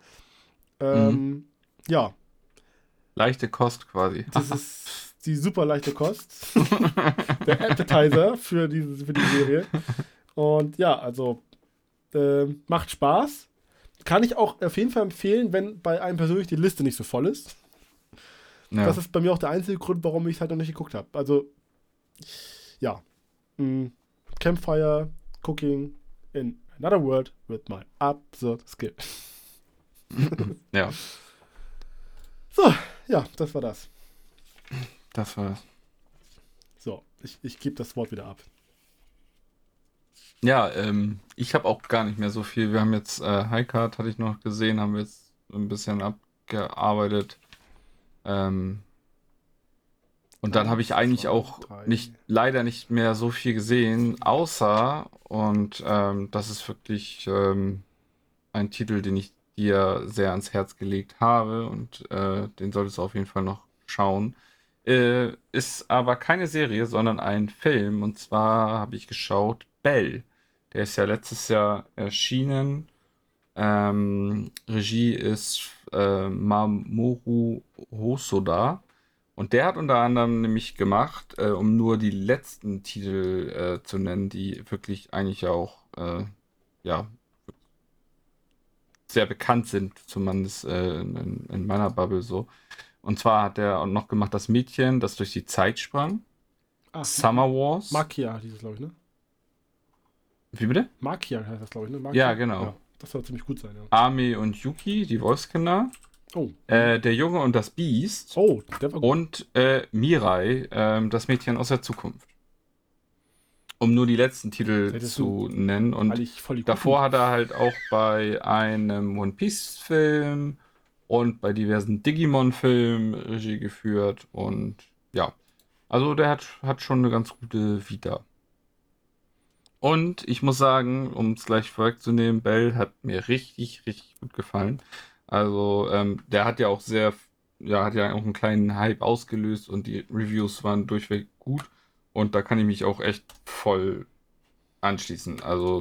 Ja. Leichte Kost quasi. Das ist die super leichte Kost. Der Appetizer für die Serie. Und ja, also macht Spaß. Kann ich auch auf jeden Fall empfehlen, wenn bei einem persönlich die Liste nicht so voll ist. Ja. Das ist bei mir auch der einzige Grund, warum ich es halt noch nicht geguckt habe. Also, ja. Campfire, Cooking in Another World with my absurd skill. Ja. So, ja, das war das. Das war's. So, ich gebe das Wort wieder ab. Ja, ich habe auch gar nicht mehr so viel. Wir haben jetzt High Card, hatte ich noch gesehen, haben wir jetzt ein bisschen abgearbeitet. Und dann habe ich eigentlich auch leider nicht mehr so viel gesehen, außer, und das ist wirklich ein Titel, den ich dir sehr ans Herz gelegt habe und den solltest du auf jeden Fall noch schauen. Ist aber keine Serie, sondern ein Film, und zwar habe ich geschaut Bell. Der ist ja letztes Jahr erschienen. Regie ist Mamoru Hosoda. Und der hat unter anderem nämlich gemacht, um nur die letzten Titel zu nennen, die wirklich eigentlich auch ja, sehr bekannt sind, zumindest in meiner Bubble so. Und zwar hat er auch noch gemacht Das Mädchen, das durch die Zeit sprang. Summer Wars. Makia hieß es, glaube ich, ne? Wie bitte? Makia heißt das, glaube ich, ne? Makia? Ja, genau. Ja, das soll ziemlich gut sein, ja. Ami und Yuki, die Wolfskinder. Oh. Der Junge und das Biest. Oh, der war gut. Und Mirai, das Mädchen aus der Zukunft. Um nur die letzten Titel zu nennen. Und davor hat er halt auch bei einem One Piece-Film und bei diversen Digimon-Filmen Regie geführt. Und ja, Also der hat schon eine ganz gute Vita. Und ich muss sagen, um es gleich vorwegzunehmen, Bell hat mir richtig, richtig gut gefallen. Also der hat ja auch hat ja auch einen kleinen Hype ausgelöst und die Reviews waren durchweg gut. Und da kann ich mich auch echt voll anschließen. Also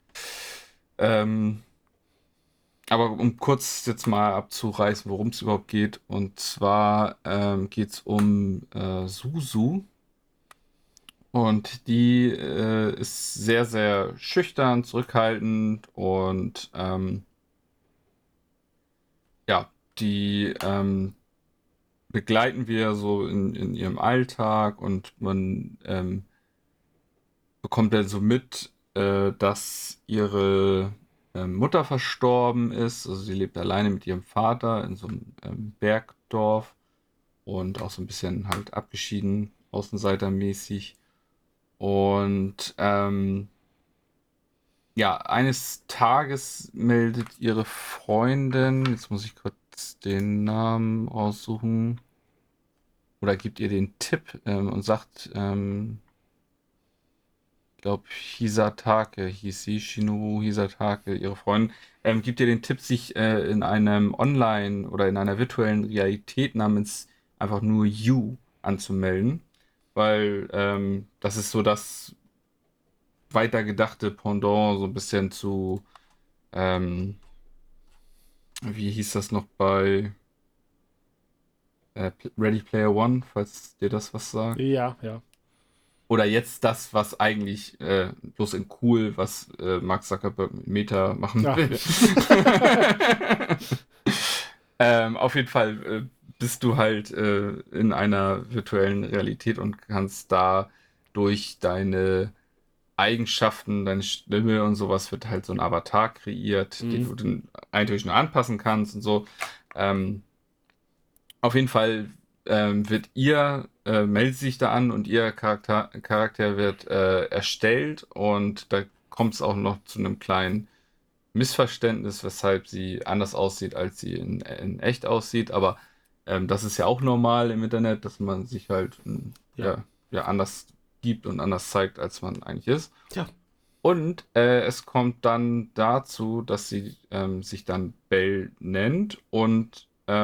ähm, aber um kurz jetzt mal abzureißen, worum es überhaupt geht. Und zwar geht es um Suzu. Und die ist sehr, sehr schüchtern, zurückhaltend und ja, die begleiten wir so in ihrem Alltag und man bekommt dann so mit, dass ihre Mutter verstorben ist. Also sie lebt alleine mit ihrem Vater in so einem Bergdorf und auch so ein bisschen halt abgeschieden, außenseitermäßig. Und ja, eines Tages meldet ihre Freundin, jetzt muss ich kurz den Namen raussuchen, oder gibt ihr den Tipp und sagt, ich glaube, Hisatake hieß sie, Shinobu Hisatake, ihre Freundin, gibt ihr den Tipp, sich in einem Online- oder in einer virtuellen Realität namens einfach nur You anzumelden, weil das ist so das weitergedachte Pendant so ein bisschen zu, ähm, wie hieß das noch bei Ready Player One, falls dir das was sagt? Ja, ja. Oder jetzt das, was eigentlich bloß in cool, was Mark Zuckerberg mit Meta machen Ja. will. Auf jeden Fall bist du halt in einer virtuellen Realität und kannst da durch deine Eigenschaften, deine Stimme und sowas wird halt so ein Avatar kreiert, den Mhm. du dann eindeutig nur anpassen kannst und so. Ähm, auf jeden Fall meldet sich da an und ihr Charakter wird erstellt und da kommt es auch noch zu einem kleinen Missverständnis, weshalb sie anders aussieht, als sie in echt aussieht. Aber das ist ja auch normal im Internet, dass man sich halt Ja. ja, anders gibt und anders zeigt, als man eigentlich ist. Tja. Und es kommt dann dazu, dass sie sich dann Belle nennt und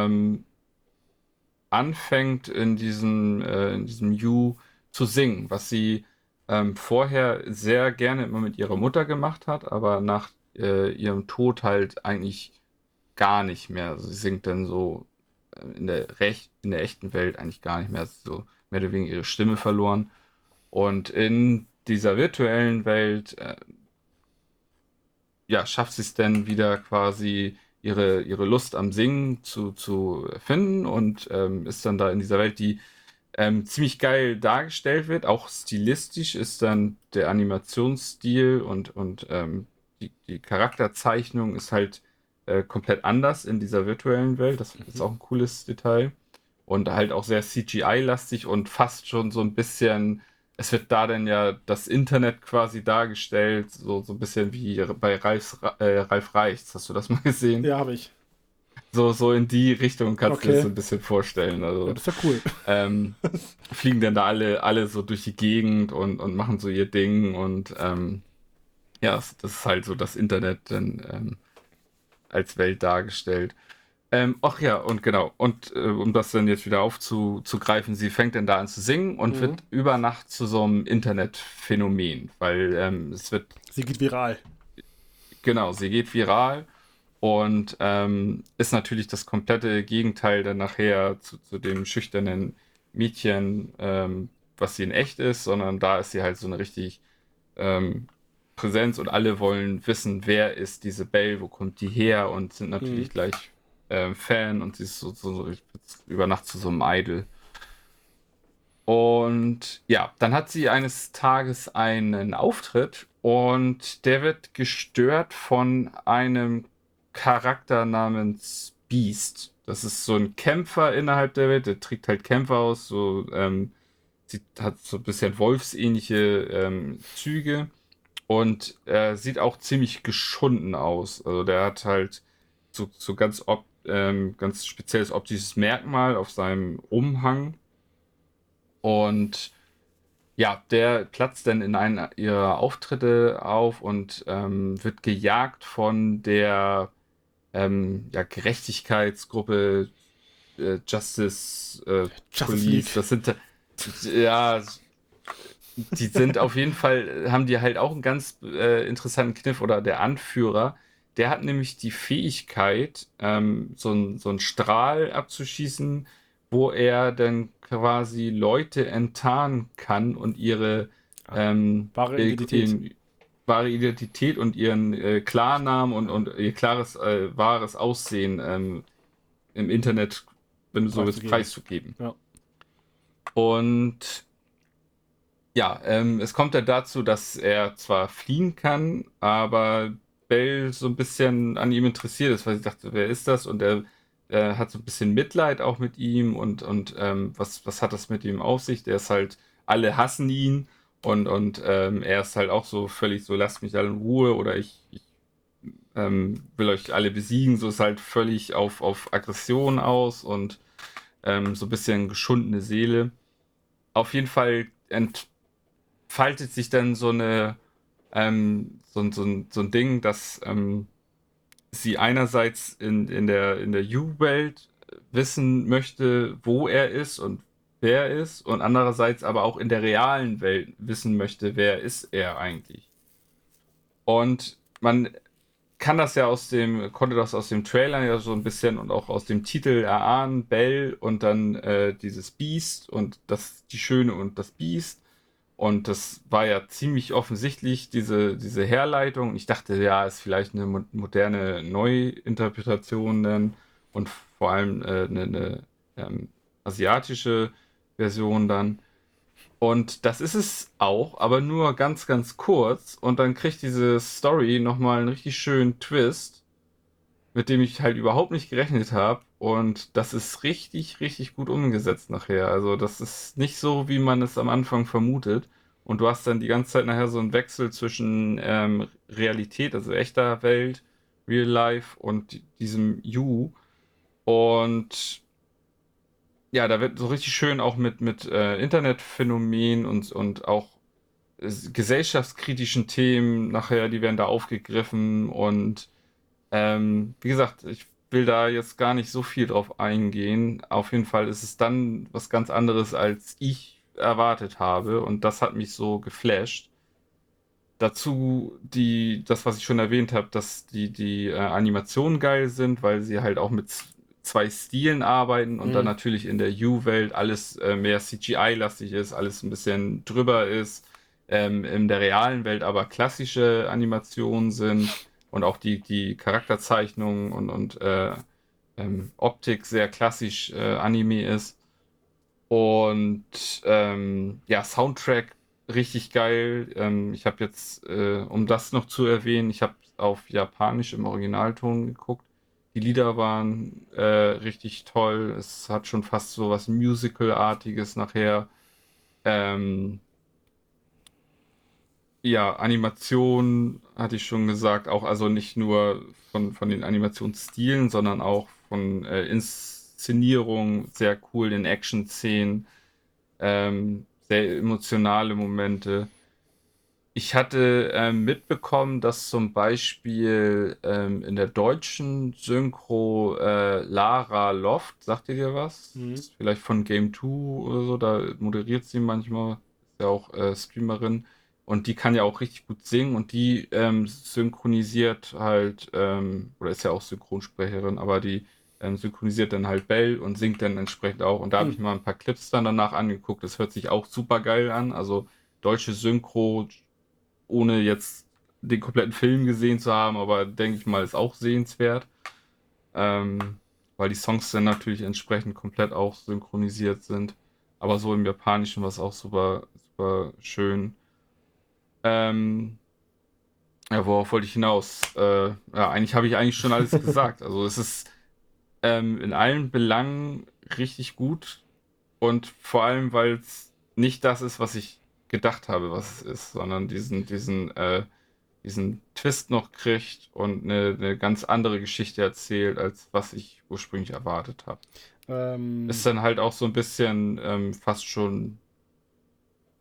anfängt in diesem You zu singen, was sie vorher sehr gerne immer mit ihrer Mutter gemacht hat, aber nach ihrem Tod halt eigentlich gar nicht mehr. Also sie singt dann so in der echten Welt eigentlich gar nicht mehr. So mehr oder weniger ihre Stimme verloren. Und in dieser virtuellen Welt ja, schafft sie es denn wieder quasi ihre Lust am Singen zu finden und ist dann da in dieser Welt, die ziemlich geil dargestellt wird. Auch stilistisch ist dann der Animationsstil und die Charakterzeichnung ist halt komplett anders in dieser virtuellen Welt. Das ist Mhm. auch ein cooles Detail. Und halt auch sehr CGI-lastig und fast schon so ein bisschen, es wird da dann ja das Internet quasi dargestellt, so ein bisschen wie bei Ralf Reichts. Hast du das mal gesehen? Ja, habe ich. So in die Richtung kannst du dir das Okay. so ein bisschen vorstellen. Ja, Also das ist ja cool. ähm, fliegen dann da alle so durch die Gegend und machen so ihr Ding und ja, das ist halt so das Internet dann als Welt dargestellt. Ach ja, und genau. Und um das dann jetzt wieder aufzugreifen, sie fängt dann da an zu singen und Mhm. wird über Nacht zu so einem Internetphänomen, weil es wird, Sie geht viral. genau, sie geht viral und ist natürlich das komplette Gegenteil dann nachher zu dem schüchternen Mädchen, was sie in echt ist, sondern da ist sie halt so eine richtig ähm, Präsenz und alle wollen wissen, wer ist diese Belle, wo kommt die her und sind Mhm. natürlich gleich Fan und sie ist so über Nacht zu so einem Idol. Und ja, dann hat sie eines Tages einen Auftritt und der wird gestört von einem Charakter namens Beast. Das ist so ein Kämpfer innerhalb der Welt, der trägt halt Kämpfer aus, so, sie hat so ein bisschen wolfsähnliche Züge und sieht auch ziemlich geschunden aus. Also der hat halt so ganz spezielles optisches Merkmal auf seinem Umhang. Und ja, der platzt dann in einen ihrer Auftritte auf und wird gejagt von der ja, Gerechtigkeitsgruppe Justice Justice Police. League. Das sind ja, die sind auf jeden Fall, haben die halt auch einen ganz interessanten Kniff oder der Anführer, der hat nämlich die Fähigkeit, so einen Strahl abzuschießen, wo er dann quasi Leute enttarnen kann und ihre Ah, wahre Identität. wahre Identität und ihren Klarnamen und ihr wahres Aussehen im Internet, wenn du so willst, Preiszugeben. preiszugeben. Ja. Und ja, es kommt dann dazu, dass er zwar fliehen kann, aber Bell so ein bisschen an ihm interessiert ist, weil sie dachte, wer ist das? Und er hat so ein bisschen Mitleid auch mit ihm und was hat das mit ihm auf sich? Der ist halt, alle hassen ihn und er ist halt auch so völlig so, lasst mich alle in Ruhe oder ich will euch alle besiegen, so ist halt völlig auf Aggression aus und so ein bisschen geschundene Seele. Auf jeden Fall entfaltet sich dann so ein Ding, dass sie einerseits in der U-Welt wissen möchte, wo er ist und wer er ist, und andererseits aber auch in der realen Welt wissen möchte, wer ist er eigentlich. Und man konnte das aus dem Trailer ja so ein bisschen und auch aus dem Titel erahnen, Belle und dann dieses Biest und die Schöne und das Biest. Und das war ja ziemlich offensichtlich, diese Herleitung. Ich dachte, ja, ist vielleicht eine moderne Neuinterpretation dann und vor allem eine asiatische Version dann. Und das ist es auch, aber nur ganz, ganz kurz. Und dann kriegt diese Story nochmal einen richtig schönen Twist, mit dem ich halt überhaupt nicht gerechnet habe. Und das ist richtig, richtig gut umgesetzt nachher. Also das ist nicht so, wie man es am Anfang vermutet. Und du hast dann die ganze Zeit nachher so einen Wechsel zwischen Realität, also echter Welt, Real Life und diesem You. Und ja, da wird so richtig schön auch mit Internetphänomenen und auch gesellschaftskritischen Themen nachher, die werden da aufgegriffen und wie gesagt, ich will da jetzt gar nicht so viel drauf eingehen. Auf jeden Fall ist es dann was ganz anderes, als ich erwartet habe und das hat mich so geflasht. Dazu das, was ich schon erwähnt habe, dass die Animationen geil sind, weil sie halt auch mit zwei Stilen arbeiten und dann Mhm. natürlich in der U-Welt alles mehr CGI-lastig ist, alles ein bisschen drüber ist. In der realen Welt aber klassische Animationen sind und auch die Charakterzeichnung und Optik sehr klassisch Anime ist. Und ja, Soundtrack richtig geil. Ich habe jetzt, um das noch zu erwähnen, ich habe auf Japanisch im Originalton geguckt. Die Lieder waren richtig toll. Es hat schon fast so was Musical-artiges nachher. Ähm, ja, Animation hatte ich schon gesagt, auch also nicht nur von den Animationsstilen, sondern auch von Inszenierung, sehr cool in Action-Szenen. Sehr emotionale Momente. Ich hatte mitbekommen, dass zum Beispiel in der deutschen Synchro Lara Loft, sagt ihr dir was? Mhm. Ist vielleicht von Game 2 oder so, da moderiert sie manchmal, ist ja auch Streamerin und die kann ja auch richtig gut singen und die synchronisiert halt, oder ist ja auch Synchronsprecherin, aber die synchronisiert dann halt Belle und singt dann entsprechend auch. Und da habe Mhm. ich mal ein paar Clips dann danach angeguckt. Das hört sich auch super geil an. Also deutsche Synchro, ohne jetzt den kompletten Film gesehen zu haben, aber denke ich mal, ist auch sehenswert. Weil die Songs dann natürlich entsprechend komplett auch synchronisiert sind. Aber so im Japanischen war es auch super, super schön. Ähm, ja, worauf wollte ich hinaus? Ja, eigentlich habe ich eigentlich schon alles gesagt. Also es ist in allen Belangen richtig gut und vor allem, weil es nicht das ist, was ich gedacht habe, was es ist, sondern diesen Twist noch kriegt und eine ganz andere Geschichte erzählt, als was ich ursprünglich erwartet habe. Ähm, Ist dann halt auch so ein bisschen fast schon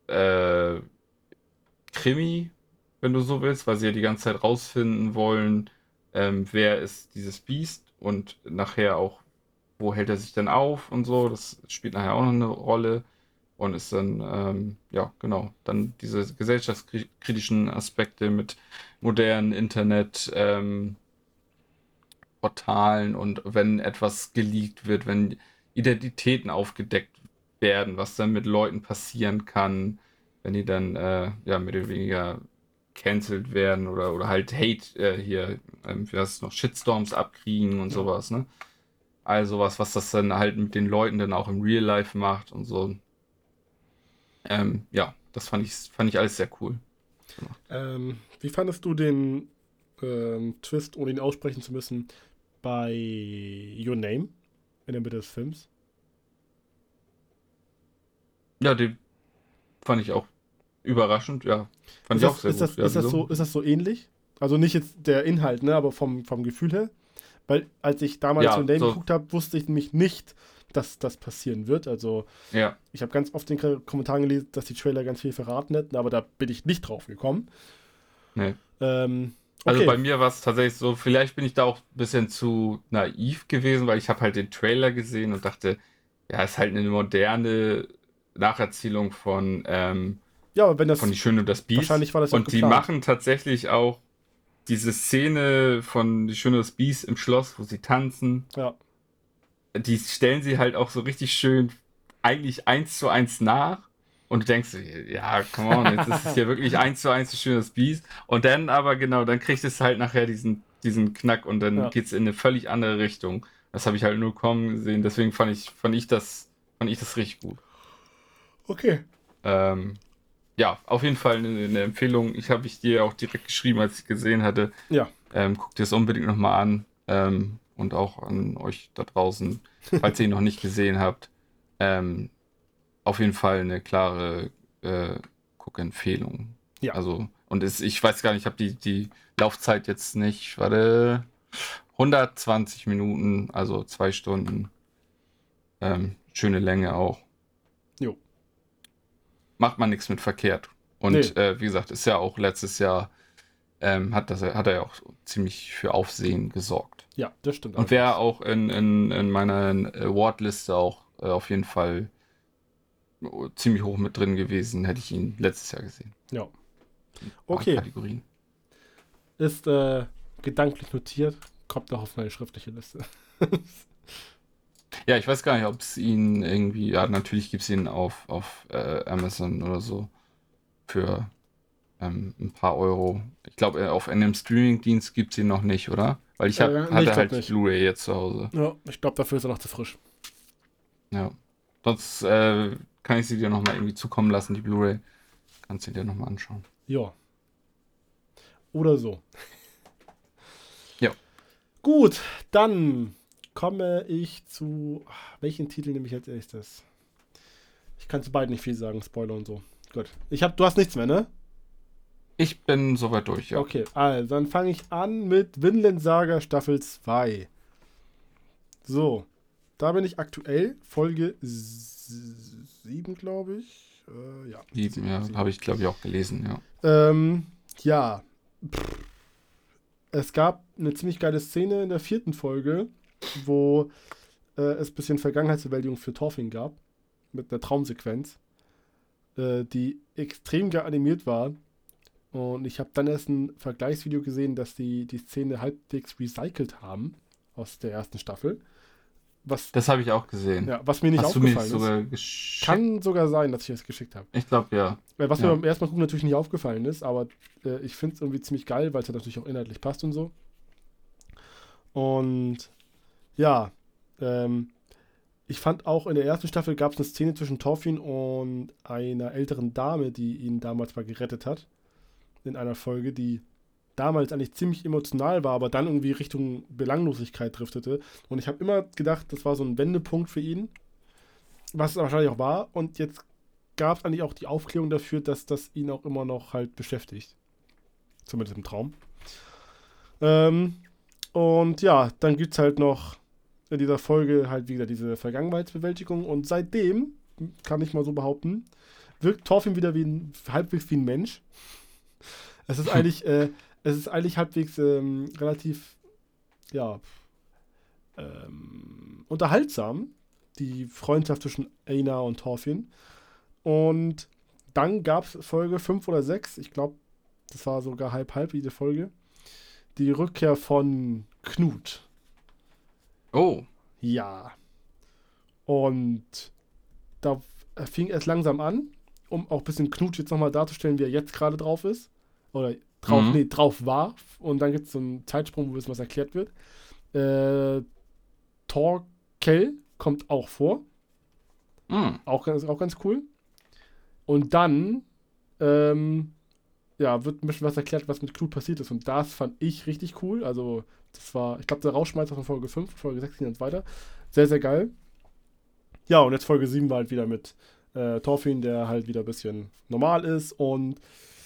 äh, Krimi, wenn du so willst, weil sie ja die ganze Zeit rausfinden wollen, wer ist dieses Biest und nachher auch, wo hält er sich denn auf und so. Das spielt nachher auch noch eine Rolle und ist dann, ja, genau, dann diese gesellschaftskritischen Aspekte mit modernen Internet, Portalen und wenn etwas geleakt wird, wenn Identitäten aufgedeckt werden, was dann mit Leuten passieren kann, wenn die dann ja mehr oder weniger cancelled werden oder halt Hate hier, wie heißt es noch, Shitstorms abkriegen und Ja. sowas, ne? Also was das dann halt mit den Leuten dann auch im Real Life macht und so. Ja, das fand ich alles sehr cool gemacht. Wie fandest du den Twist, ohne ihn aussprechen zu müssen, bei Your Name in der Mitte des Films? Ja, den fand ich auch überraschend, ja. Fand Ist ich auch das, sehr ist gut. das, Ja, ist das wieso? so, ist das so ähnlich? Also nicht jetzt der Inhalt, ne, aber vom Gefühl her. Weil als ich damals Your Ja, Name so, geguckt habe, wusste ich nämlich nicht, dass das passieren wird. Also ja. ich habe ganz oft in den Kommentaren gelesen, dass die Trailer ganz viel verraten hätten, aber da bin ich nicht drauf gekommen. Nee. Ähm, Also okay, bei mir war es tatsächlich so, vielleicht bin ich da auch ein bisschen zu naiv gewesen, weil ich habe halt den Trailer gesehen und dachte, ja, ist halt eine moderne Nacherzählung ja, aber wenn von das, Die Schöne und das Biest. wahrscheinlich war das ja auch Und die geplant. machen tatsächlich auch diese Szene von Die Schöne und das Biest im Schloss, wo sie tanzen. Ja, Die stellen sie halt auch so richtig schön eigentlich 1:1 nach. Und du denkst, ja, come on, jetzt ist es hier wirklich 1:1 ein schönes Biest. Und dann aber genau, dann kriegt es halt nachher diesen Knack und dann ja, geht es in eine völlig andere Richtung. Das habe ich halt nur kommen gesehen, deswegen fand ich das richtig gut. okay. Ähm, ja, auf jeden Fall eine Empfehlung. Ich dir auch direkt geschrieben, als ich gesehen hatte. Ja, Guckt ihr es unbedingt nochmal an. Und auch an euch da draußen, falls ihr ihn noch nicht gesehen habt. Ähm, auf jeden Fall eine klare Guckempfehlung. ja. Also, ich weiß gar nicht, ich habe die Laufzeit jetzt nicht, warte, 120 Minuten, also 2 Stunden. Schöne Länge auch. Jo. Macht man nichts mit verkehrt. Nee, Und wie gesagt, ist ja auch letztes Jahr, hat er ja auch ziemlich für Aufsehen gesorgt. ja, das stimmt Und wäre allerdings. auch in meiner Award-Liste auch auf jeden Fall ziemlich hoch mit drin gewesen, hätte ich ihn letztes Jahr gesehen. Ja. Ein paar Okay, Kategorien. ist gedanklich notiert, kommt noch auf meine schriftliche Liste. Ja, ich weiß gar nicht, ob es ihn irgendwie, ja, natürlich gibt es ihn auf Amazon oder so für ein paar Euro. Ich glaube, auf einem Streaming-Dienst gibt es ihn noch nicht, oder? Weil Nee, ich hatte glaube halt die nicht. Blu-ray jetzt zu Hause. Ja, ich glaube, dafür ist er noch zu frisch. Ja. Sonst kann ich sie dir nochmal irgendwie zukommen lassen, die Blu-ray. Kannst du dir nochmal anschauen. Ja. Oder so. Ja. Gut, dann komme ich zu. Welchen Titel nehme ich als erstes? Ich kann zu beiden nicht viel sagen, Spoiler und so. Gut. Du hast nichts mehr, ne? Ich bin soweit durch, ja. Okay, also dann fange ich an mit Vinland Saga Staffel 2. So, da bin ich aktuell, Folge 7, glaube ich. Ja, Sieben, ja, sieben. habe ich, glaube ich, auch gelesen, ja. Ja, es gab eine ziemlich geile Szene in der 4. Folge, wo es ein bisschen Vergangenheitsbewältigung für Thorfinn gab, mit einer Traumsequenz, die extrem geil animiert war. Und ich habe dann erst ein Vergleichsvideo gesehen, dass die Szene halbwegs recycelt haben aus der 1. Staffel. Was, Das habe ich auch gesehen. ja, was mir nicht Hast du mir nicht aufgefallen ist. sogar geschickt? Kann sogar sein, dass ich das geschickt habe. Ich glaube, ja. Was mir Ja. beim ersten Mal gucken natürlich nicht aufgefallen ist, aber ich finde es irgendwie ziemlich geil, weil es natürlich auch inhaltlich passt und so. Und ja, ich fand auch in der 1. Staffel gab es eine Szene zwischen Thorfinn und einer älteren Dame, die ihn damals mal gerettet hat. In einer Folge, die damals eigentlich ziemlich emotional war, aber dann irgendwie Richtung Belanglosigkeit driftete. Und ich habe immer gedacht, das war so ein Wendepunkt für ihn, was es wahrscheinlich auch war. Und jetzt gab es eigentlich auch die Aufklärung dafür, dass das ihn auch immer noch halt beschäftigt. Zumindest im Traum. Und ja, dann gibt es halt noch in dieser Folge halt wieder diese Vergangenheitsbewältigung. Und seitdem, kann ich mal so behaupten, wirkt Thorfinn wieder halbwegs wie ein Mensch. Es ist eigentlich, halbwegs relativ, ja, unterhaltsam, die Freundschaft zwischen Einar und Thorfinn. Und dann gab es Folge 5 oder 6, ich glaube, das war sogar halb diese Folge, die Rückkehr von Knut. Oh. Ja. Und da fing es langsam an, um auch ein bisschen Knut jetzt nochmal darzustellen, wie er jetzt gerade drauf ist. Oder drauf war. Und dann gibt es so einen Zeitsprung, wo ein bisschen was erklärt wird. Thorkel kommt auch vor. Auch ganz cool. Und dann wird ein bisschen was erklärt, was mit Knut passiert ist. Und das fand ich richtig cool. Also, das war, ich glaube, der Rauschmeister von Folge 5, Folge 6 ging dann weiter. Sehr, sehr geil. Ja, und jetzt Folge 7 war halt wieder mit Thorfinn, der halt wieder ein bisschen normal ist. Und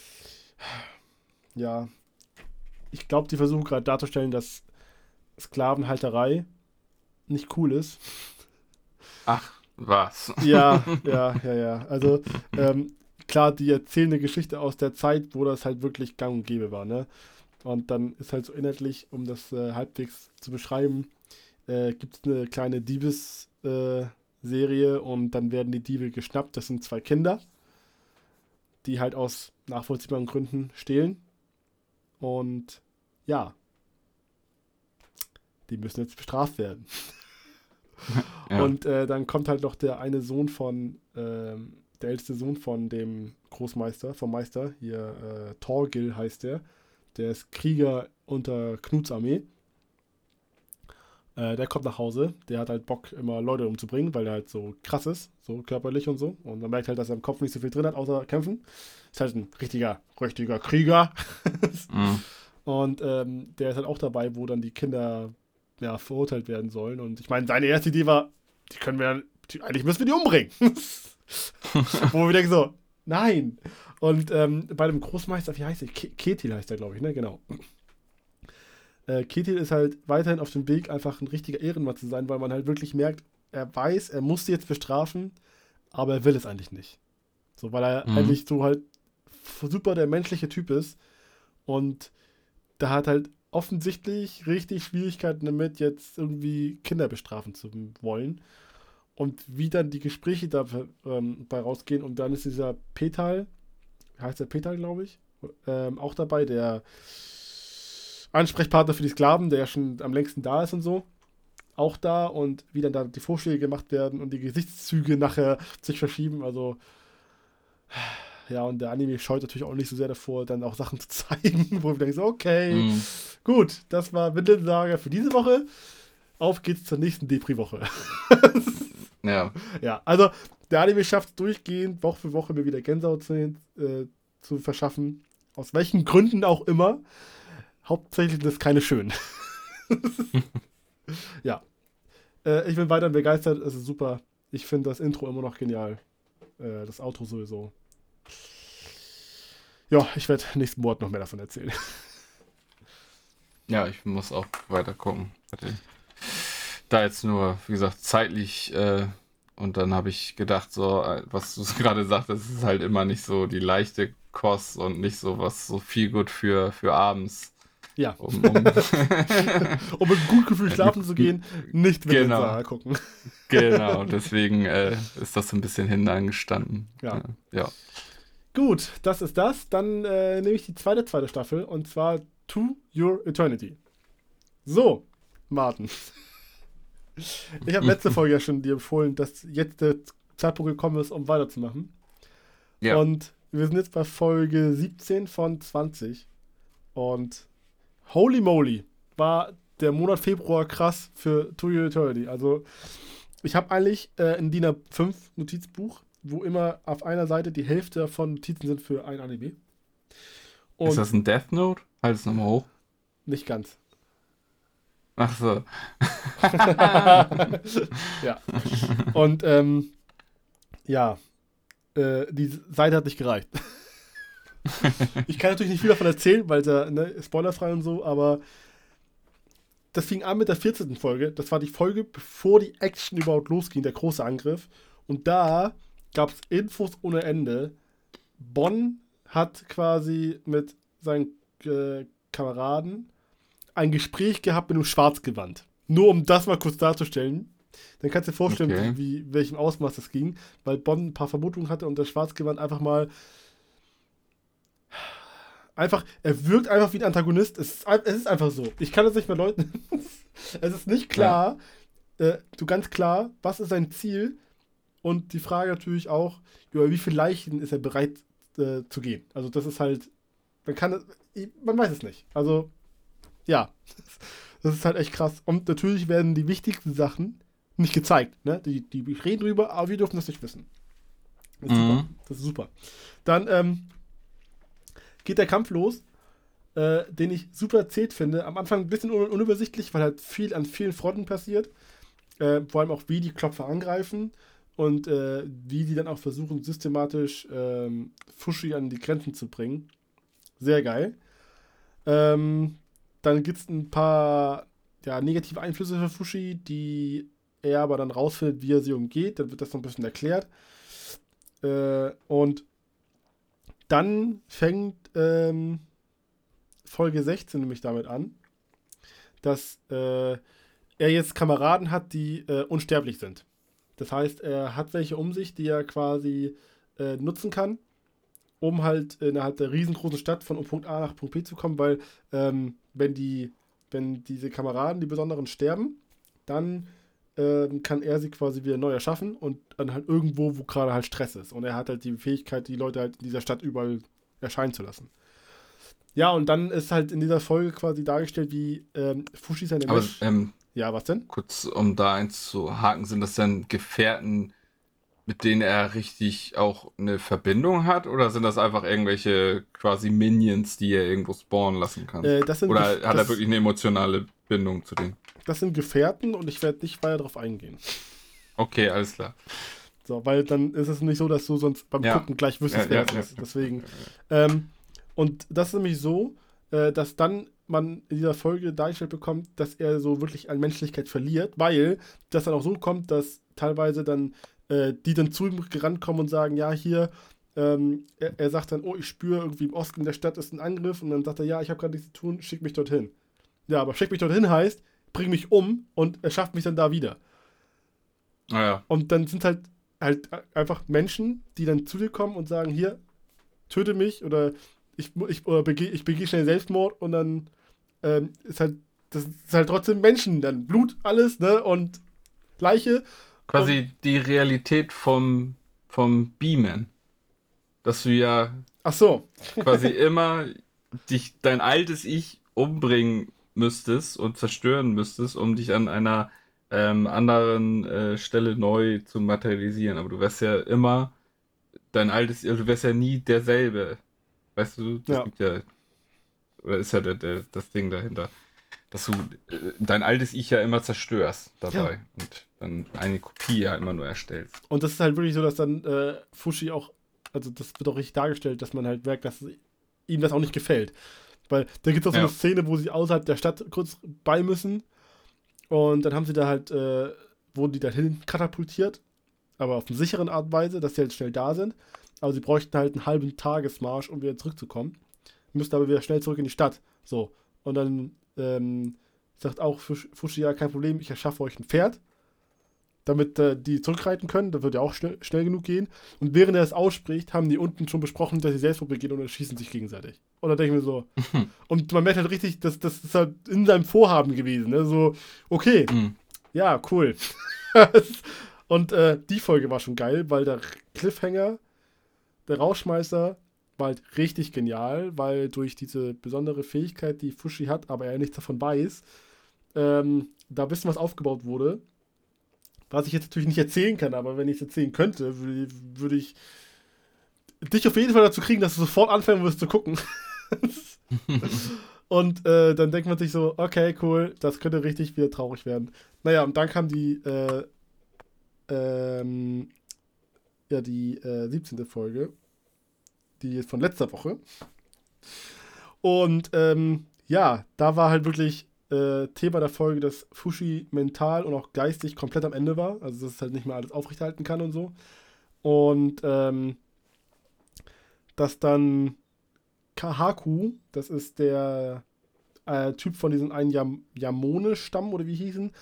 ja, ich glaube, die versuchen gerade darzustellen, dass Sklavenhalterei nicht cool ist. Ach, was? Ja. Also, klar, die erzählen eine Geschichte aus der Zeit, wo das halt wirklich gang und gäbe war, ne? Und dann ist halt so inhaltlich, um das halbwegs zu beschreiben, gibt es eine kleine Diebes-Serie und dann werden die Diebe geschnappt. Das sind 2 Kinder, die halt aus nachvollziehbaren Gründen stehlen. Und ja, die müssen jetzt bestraft werden. Ja. Und dann kommt halt noch der älteste Sohn von dem Großmeister, vom Meister, hier Thorgil heißt der ist Krieger unter Knuts Armee. Der kommt nach Hause, der hat halt Bock, immer Leute umzubringen, weil er halt so krass ist, so körperlich und so. Und man merkt halt, dass er im Kopf nicht so viel drin hat, außer kämpfen. Ist halt ein richtiger Krieger. Und der ist halt auch dabei, wo dann die Kinder verurteilt werden sollen. Und ich meine, seine erste Idee war, eigentlich müssen wir die umbringen. Wo wir denken so, nein. Und bei dem Großmeister, wie heißt der? Ketil heißt der, glaube ich, ne? Genau. Ketil ist halt weiterhin auf dem Weg, einfach ein richtiger Ehrenmann zu sein, weil man halt wirklich merkt, er weiß, er muss sie jetzt bestrafen, aber er will es eigentlich nicht. So, weil er eigentlich so halt super der menschliche Typ ist und da hat halt offensichtlich richtig Schwierigkeiten damit, jetzt irgendwie Kinder bestrafen zu wollen. Und wie dann die Gespräche dabei rausgehen und dann ist dieser Petal, heißt der Petal, glaube ich, auch dabei, der Ansprechpartner für die Sklaven, der ja schon am längsten da ist und so, auch da und wie dann da die Vorschläge gemacht werden und die Gesichtszüge nachher sich verschieben, also ja, und der Anime scheut natürlich auch nicht so sehr davor, dann auch Sachen zu zeigen, wo wir denken so, okay, gut, das war Windelsaga für diese Woche, auf geht's zur nächsten Depri-Woche. Ja. Ja, also der Anime schafft durchgehend, Woche für Woche mir wieder Gänsehaut zu verschaffen, aus welchen Gründen auch immer. Hauptsächlich sind das keine schönen. Ja. Ich bin weiterhin begeistert, es ist super. Ich finde das Intro immer noch genial. Das Outro sowieso. Ja, ich werde nächsten Monat noch mehr davon erzählen. Ja, ich muss auch weiter gucken. Da jetzt nur, wie gesagt, zeitlich und dann habe ich gedacht, so, was du gerade sagtest, es ist halt immer nicht so die leichte Kost und nicht so was so viel gut für abends. Ja. Um mit einem guten Gefühl schlafen zu gehen, nicht mit den Saga gucken. Genau, deswegen ist das so ein bisschen hinten angestanden. Ja. Gut, das ist das. Dann nehme ich die zweite Staffel und zwar To Your Eternity. So, Martin. Ich habe letzte Folge ja schon dir empfohlen, dass jetzt der Zeitpunkt gekommen ist, um weiterzumachen. Ja. Und wir sind jetzt bei Folge 17 von 20. Und holy moly, war der Monat Februar krass für To Your Eternity. Also, ich habe eigentlich ein DIN A5 Notizbuch, wo immer auf einer Seite die Hälfte von Notizen sind für ein Anime. Und ist das ein Death Note? Halt es nochmal hoch. Nicht ganz. Ach so. Ja. Und die Seite hat nicht gereicht. Ich kann natürlich nicht viel davon erzählen, weil es spoilerfrei und so, aber das fing an mit der 14. Folge. Das war die Folge, bevor die Action überhaupt losging, der große Angriff. Und da gab es Infos ohne Ende. Bonn hat quasi mit seinen Kameraden ein Gespräch gehabt mit einem Schwarzgewand. Nur um das mal kurz darzustellen. Dann kannst du dir vorstellen, Okay. welchem Ausmaß das ging, weil Bonn ein paar Vermutungen hatte und der Schwarzgewand er wirkt einfach wie ein Antagonist. Es ist einfach so. Ich kann das nicht mehr leugnen. Es ist nicht klar, ganz klar, was ist sein Ziel? Und die Frage natürlich auch, über wie viele Leichen ist er bereit zu gehen? Also das ist halt, man weiß es nicht. Also, ja, das ist halt echt krass. Und natürlich werden die wichtigsten Sachen nicht gezeigt. Ne? Die reden drüber, aber wir dürfen das nicht wissen. Das ist super. Das ist super. Dann geht der Kampf los, den ich super erzählt finde. Am Anfang ein bisschen unübersichtlich, weil halt viel an vielen Fronten passiert. Vor allem auch, wie die Klopfer angreifen und wie die dann auch versuchen, systematisch Fushi an die Grenzen zu bringen. Sehr geil. Dann gibt es ein paar negative Einflüsse für Fushi, die er aber dann rausfindet, wie er sie umgeht. Dann wird das noch ein bisschen erklärt. Und dann fängt Folge 16 nämlich damit an, dass er jetzt Kameraden hat, die unsterblich sind. Das heißt, er hat welche um sich, die er quasi nutzen kann, um halt innerhalb der riesengroßen Stadt von Punkt A nach Punkt B zu kommen, weil wenn diese Kameraden, die Besonderen, sterben, dann kann er sie quasi wieder neu erschaffen und dann halt irgendwo, wo gerade halt Stress ist. Und er hat halt die Fähigkeit, die Leute halt in dieser Stadt überall erscheinen zu lassen. Ja, und dann ist halt in dieser Folge quasi dargestellt, wie Fushi seine Aber Ja, was denn? kurz, um da einzuhaken, sind das dann Gefährten, mit denen er richtig auch eine Verbindung hat? Oder sind das einfach irgendwelche quasi Minions, die er irgendwo spawnen lassen kann? Oder hat er wirklich eine emotionale Bindung zu denen? Das sind Gefährten und ich werde nicht weiter darauf eingehen. Okay, alles klar. So, weil dann ist es nicht so, dass du sonst beim Gucken gleich wüsstest, wer es ist. Deswegen. Und das ist nämlich so, dass dann man in dieser Folge dargestellt bekommt, dass er so wirklich an Menschlichkeit verliert, weil das dann auch so kommt, dass teilweise dann die dann zu ihm gerannt kommen und sagen, ja, hier, er sagt dann, oh, ich spüre irgendwie im Osten der Stadt ist ein Angriff und dann sagt er, ja, ich habe gerade nichts zu tun, schick mich dorthin. Ja, aber schick mich dorthin heißt, bring mich um und er schafft mich dann da wieder. Ja. Und dann sind halt einfach Menschen, die dann zu dir kommen und sagen, hier, töte mich oder ich begehe schnell Selbstmord und dann das ist halt trotzdem Menschen, dann Blut, alles, ne, und Leiche. Quasi die Realität vom Beamen. Dass du ja Ach so. quasi immer dein altes Ich umbringen müsstest und zerstören müsstest, um dich an einer anderen Stelle neu zu materialisieren. Aber du wärst ja immer du wärst ja nie derselbe. Weißt du, das gibt ja, oder ist ja das Ding dahinter, dass du dein altes Ich ja immer zerstörst dabei und dann eine Kopie ja immer nur erstellst. Und das ist halt wirklich so, dass dann Fushi auch, also das wird auch richtig dargestellt, dass man halt merkt, dass ihm das auch nicht gefällt. Weil da gibt es auch so eine Szene, wo sie außerhalb der Stadt kurz bei müssen und dann haben sie da halt, wurden die dahin katapultiert, aber auf eine sichere Art und Weise, dass sie halt schnell da sind. Aber sie bräuchten halt einen halben Tagesmarsch, um wieder zurückzukommen. Müssten aber wieder schnell zurück in die Stadt. So. Und dann sagt auch Fushi, ja, kein Problem, ich erschaffe euch ein Pferd, damit die zurückreiten können. Das wird ja auch schnell genug gehen. Und während er es ausspricht, haben die unten schon besprochen, dass sie Selbstmord begehen und erschießen sich gegenseitig. Und da denke ich mir so. Und man merkt halt richtig, das ist halt in seinem Vorhaben gewesen. Ne? So, okay, ja, cool. Und die Folge war schon geil, weil der Cliffhanger, der Rauschmeißer, war halt richtig genial, weil durch diese besondere Fähigkeit, die Fushi hat, aber er nichts davon weiß, da ein bisschen was aufgebaut wurde, was ich jetzt natürlich nicht erzählen kann, aber wenn ich es erzählen könnte, würde ich dich auf jeden Fall dazu kriegen, dass du sofort anfangen wirst zu gucken. Und dann denkt man sich so, okay, cool, das könnte richtig wieder traurig werden. Naja, und dann kam die 17. Folge, die ist von letzter Woche. Und da war halt wirklich Thema der Folge, dass Fushi mental und auch geistig komplett am Ende war. Also, dass es halt nicht mehr alles aufrechterhalten kann und so. Und dass dann Kahaku, das ist der Typ von diesem einen Yamone-Stamm, oder wie hießen,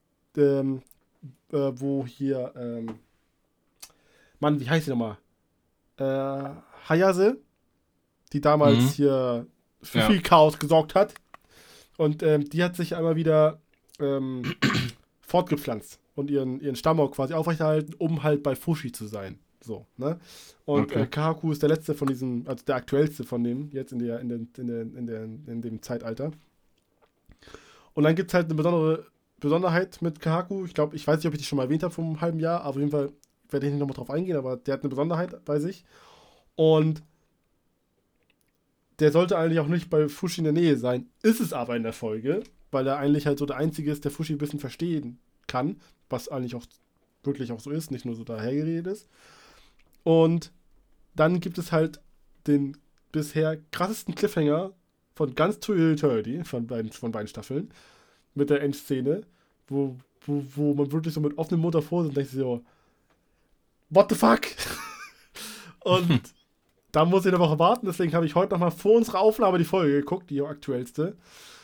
wo hier, Mann, wie heißt die nochmal? Hayase, die damals hier für viel Chaos gesorgt hat. Und die hat sich einmal wieder fortgepflanzt und ihren Stamm auch quasi aufrechterhalten, um halt bei Fushi zu sein. So, ne? Und Kahaku ist der letzte von diesen, also der aktuellste von dem, jetzt in dem Zeitalter. Und dann gibt es halt eine Besonderheit mit Kahaku. Ich weiß nicht, ob ich die schon mal erwähnt habe vor einem halben Jahr, aber auf jeden Fall werde ich nicht nochmal drauf eingehen, aber der hat eine Besonderheit bei sich. Und der sollte eigentlich auch nicht bei Fushi in der Nähe sein. Ist es aber in der Folge, weil er eigentlich halt so der Einzige ist, der Fushi ein bisschen verstehen kann, was eigentlich auch wirklich auch so ist, nicht nur so dahergeredet ist. Und dann gibt es halt den bisher krassesten Cliffhanger von ganz To Eternity, von beiden Staffeln, mit der Endszene, wo man wirklich so mit offenem Mund davor sitzt und denkt sich so, what the fuck? Und da muss ich eine Woche warten, deswegen habe ich heute nochmal vor unserer Aufnahme die Folge geguckt, die aktuellste.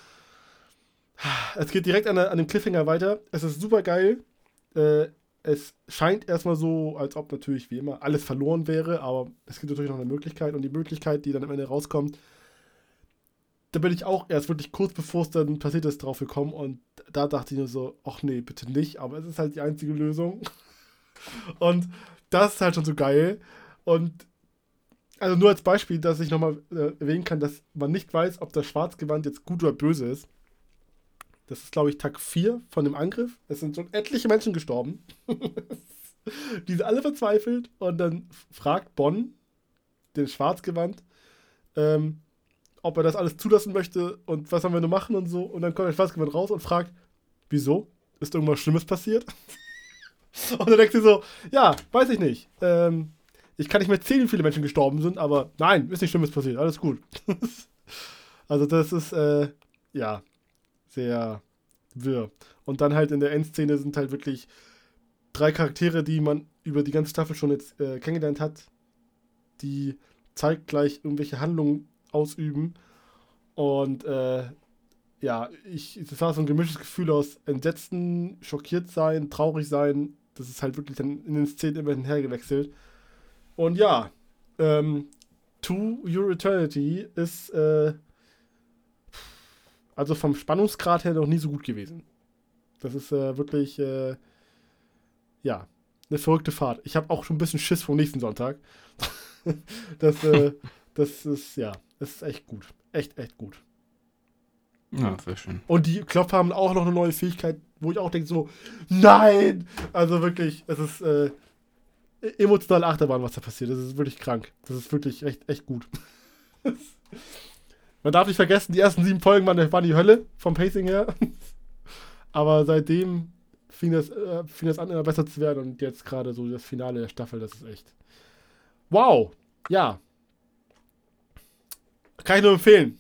Es geht direkt an dem Cliffhanger weiter. Es ist super geil. Es scheint erstmal so, als ob natürlich wie immer alles verloren wäre, aber es gibt natürlich noch eine Möglichkeit und die Möglichkeit, die dann am Ende rauskommt, da bin ich auch erst wirklich kurz bevor es dann passiert ist drauf gekommen und da dachte ich nur so, ach nee, bitte nicht, aber es ist halt die einzige Lösung. Und das ist halt schon so geil. Und also nur als Beispiel, dass ich nochmal erwähnen kann, dass man nicht weiß, ob das Schwarzgewand jetzt gut oder böse ist. Das ist, glaube ich, Tag 4 von dem Angriff. Es sind schon etliche Menschen gestorben. Die sind alle verzweifelt. Und dann fragt Bonn, den Schwarzgewand, ob er das alles zulassen möchte und was haben wir nur machen und so. Und dann kommt der Schwarzgewand raus und fragt, wieso? Ist irgendwas Schlimmes passiert? Und dann denkt sie so, ja, weiß ich nicht. Ich kann nicht mehr zählen, wie viele Menschen gestorben sind, aber nein, ist nicht Schlimmes passiert. Alles gut. Also das ist, ja, sehr wirr. Und dann halt in der Endszene sind halt wirklich 3 Charaktere, die man über die ganze Staffel schon jetzt kennengelernt hat, die zeitgleich irgendwelche Handlungen ausüben. Und ja, das war so ein gemischtes Gefühl aus Entsetzen, schockiert sein, traurig sein. Das ist halt wirklich dann in den Szenen immer hinhergewechselt. Und ja, To Your Eternity ist also vom Spannungsgrad her noch nie so gut gewesen. Das ist wirklich, ja, eine verrückte Fahrt. Ich habe auch schon ein bisschen Schiss vom nächsten Sonntag. Das ist, ja, das ist echt gut. Echt gut. Ja, sehr schön. Und die Klopfer haben auch noch eine neue Fähigkeit, wo ich auch denke so, nein! Also wirklich, es ist emotionale Achterbahn, was da passiert. Das ist wirklich krank. Das ist wirklich echt gut. Man darf nicht vergessen, die ersten 7 Folgen waren die Hölle vom Pacing her. Aber seitdem fing das an, immer besser zu werden. Und jetzt gerade so das Finale der Staffel, das ist echt wow! Ja. Kann ich nur empfehlen.